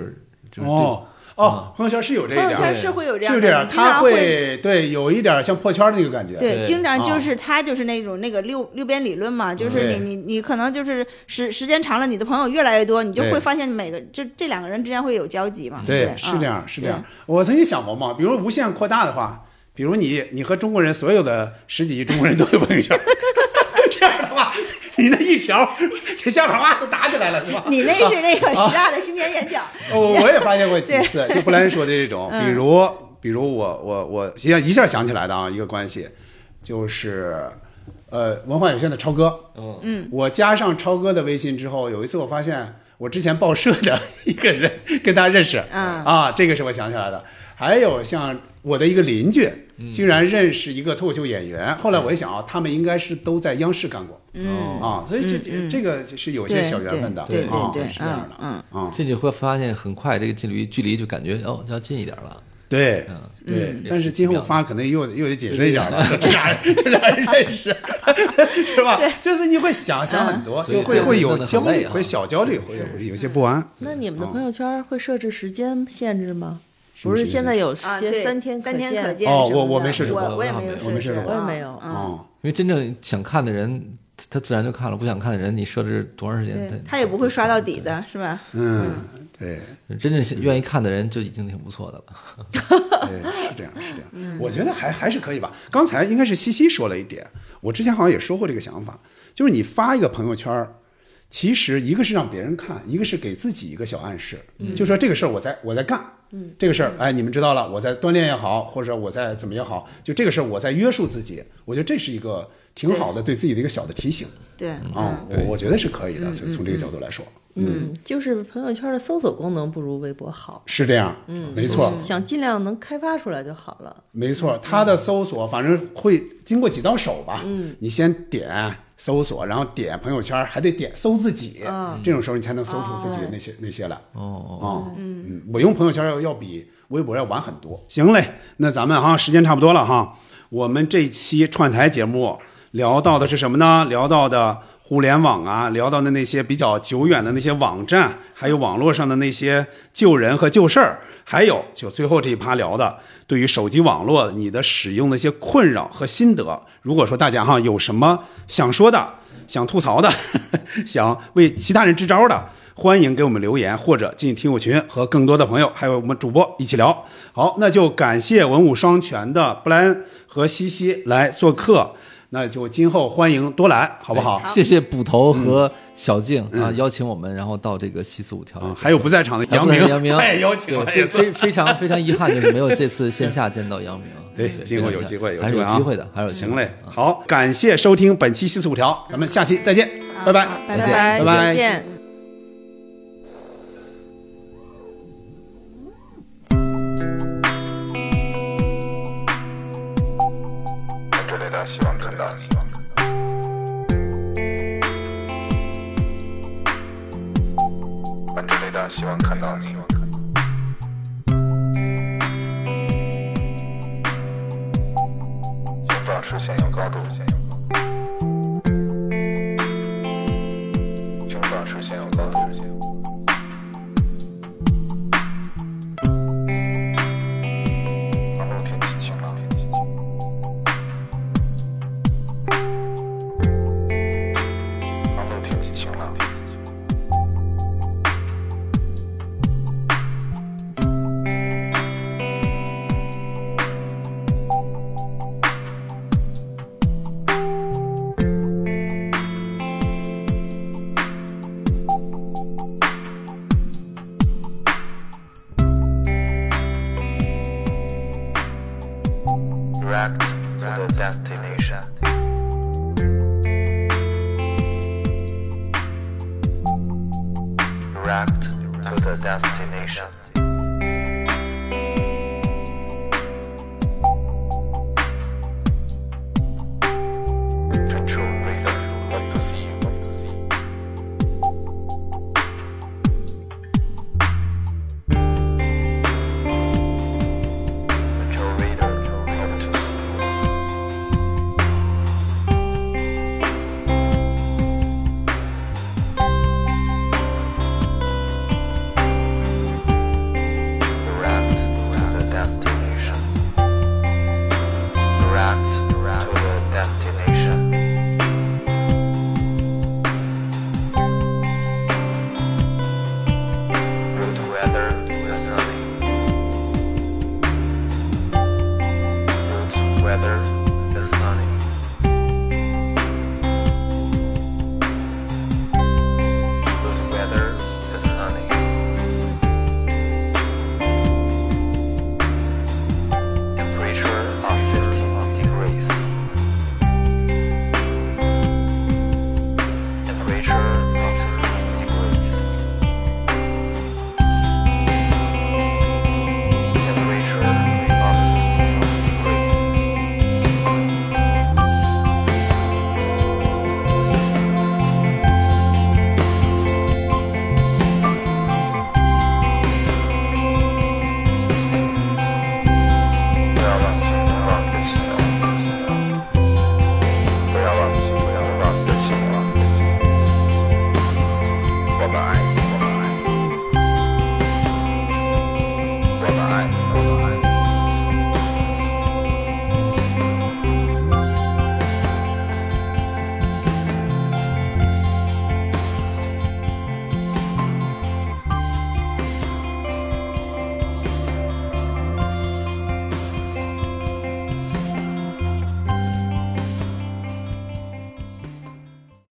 就是哦哦，朋友圈是有这一点， 朋友圈是会有这样的， 是这样，他会对有一点像破圈的那个感觉。 对，经常就是他就是那种那个六六边理论嘛，就是你你你可能就是时时间长了，你的朋友越来越多，你就会发现每个就这两个人之间会有交集嘛。 对，是这样，是这样。我曾经想过嘛，比如无限扩大的话，比如你你和中国人所有的十几亿中国人都有朋友圈，这样的话。你那一条，这下边哇都打起来了，是吧？ 你那是那个十大的新年演讲。 我、啊、我也发现过几次，就布莱恩说的这种，比如比如我我我一下一下想起来的啊，一个关系，就是呃文化有限的超哥， 嗯， 我加上超哥的微信之后，有一次我发现我之前报社的一个人跟他认识， 嗯啊，这个是我想起来的。还有像我的一个邻居，竟然认识一个脱口秀演员。后来我一想啊，他们应该是都在央视干过， 嗯啊，所以这这、 嗯、 这个是有些小缘分的， 对对对对， 啊、是这样的， 嗯嗯， 这你会发现很快这个距离距离就感觉哦要近一点了。 对， 嗯， 对，但是今后发可能又又得谨慎一点了，这俩人这俩人认识，是吧？就是你会想想很多，就会会有焦虑，会小焦虑，会有有些不安。 那你们的朋友圈会设置时间限制吗？不是现在有些三天三天可见哦，我我没设置过， 我我也没有， 我没设置过， 我也没有哦， 因为真正想看的人，他自然就看了；不想看的人，你设置多长时间，他他也不会刷到底的，是吧？ 嗯，对， 真正愿意看的人就已经挺不错的了。 对，是这样，是这样。我觉得还还是可以吧。刚才应该是西西说了一点，我之前好像也说过这个想法，就是你发一个朋友圈。其实一个是让别人看，一个是给自己一个小暗示，嗯、就说这个事儿我在我在干， 嗯， 这个事儿哎你们知道了，我在锻炼也好，或者我在怎么也好，就这个事儿我在约束自己，我觉得这是一个挺好的对自己的一个小的提醒， 对啊、嗯，我我觉得是可以的，从、嗯、从这个角度来说， 嗯，就是朋友圈的搜索功能不如微博好， 是这样， 嗯， 没错， 想尽量能开发出来就好了， 没错，它的搜索反正会经过几道手吧， 嗯， 你先点。搜索，然后点朋友圈，还得点搜自己， 嗯、 这种时候你才能搜出自己的那些、哦、那些来。 哦哦，嗯嗯，我用朋友圈要要比微博要晚很多。行嘞，那咱们哈时间差不多了哈，我们这期串台节目聊到的是什么呢？聊到的互联网啊，聊到的那些比较久远的那些网站，还有网络上的那些旧人和旧事儿，还有就最后这一趴聊的对于手机网络你的使用的一些困扰和心得。如果说大家哈有什么想说的、想吐槽的、想为其他人支招的，欢迎给我们留言，或者进听友群和更多的朋友还有我们主播一起聊。好，那就感谢文武双全的布莱恩和西西来做客。那就今后欢迎多来，好不好？ 哎、谢谢捕头和小静、 嗯、 啊，邀请我们，然后到这个西四五条、 嗯，还有不在场的杨明， 杨明他也邀请了， 非非非常非常遗憾，就是没有这次线下见到杨明。 对，今后有机会，有还是有机会的，还是有机会。 行嘞，好，感谢收听本期西四五条，咱们下期再见，拜拜， 拜拜， 拜拜， 再见。 希望看到你，玩着雷达，希望看到你。胸罩实现有高度，胸罩实现有高度。航路天气晴朗。Direct to the destination. Direct to the destination. Central Radar, hope to see you. Central Radar, hope to see you. there's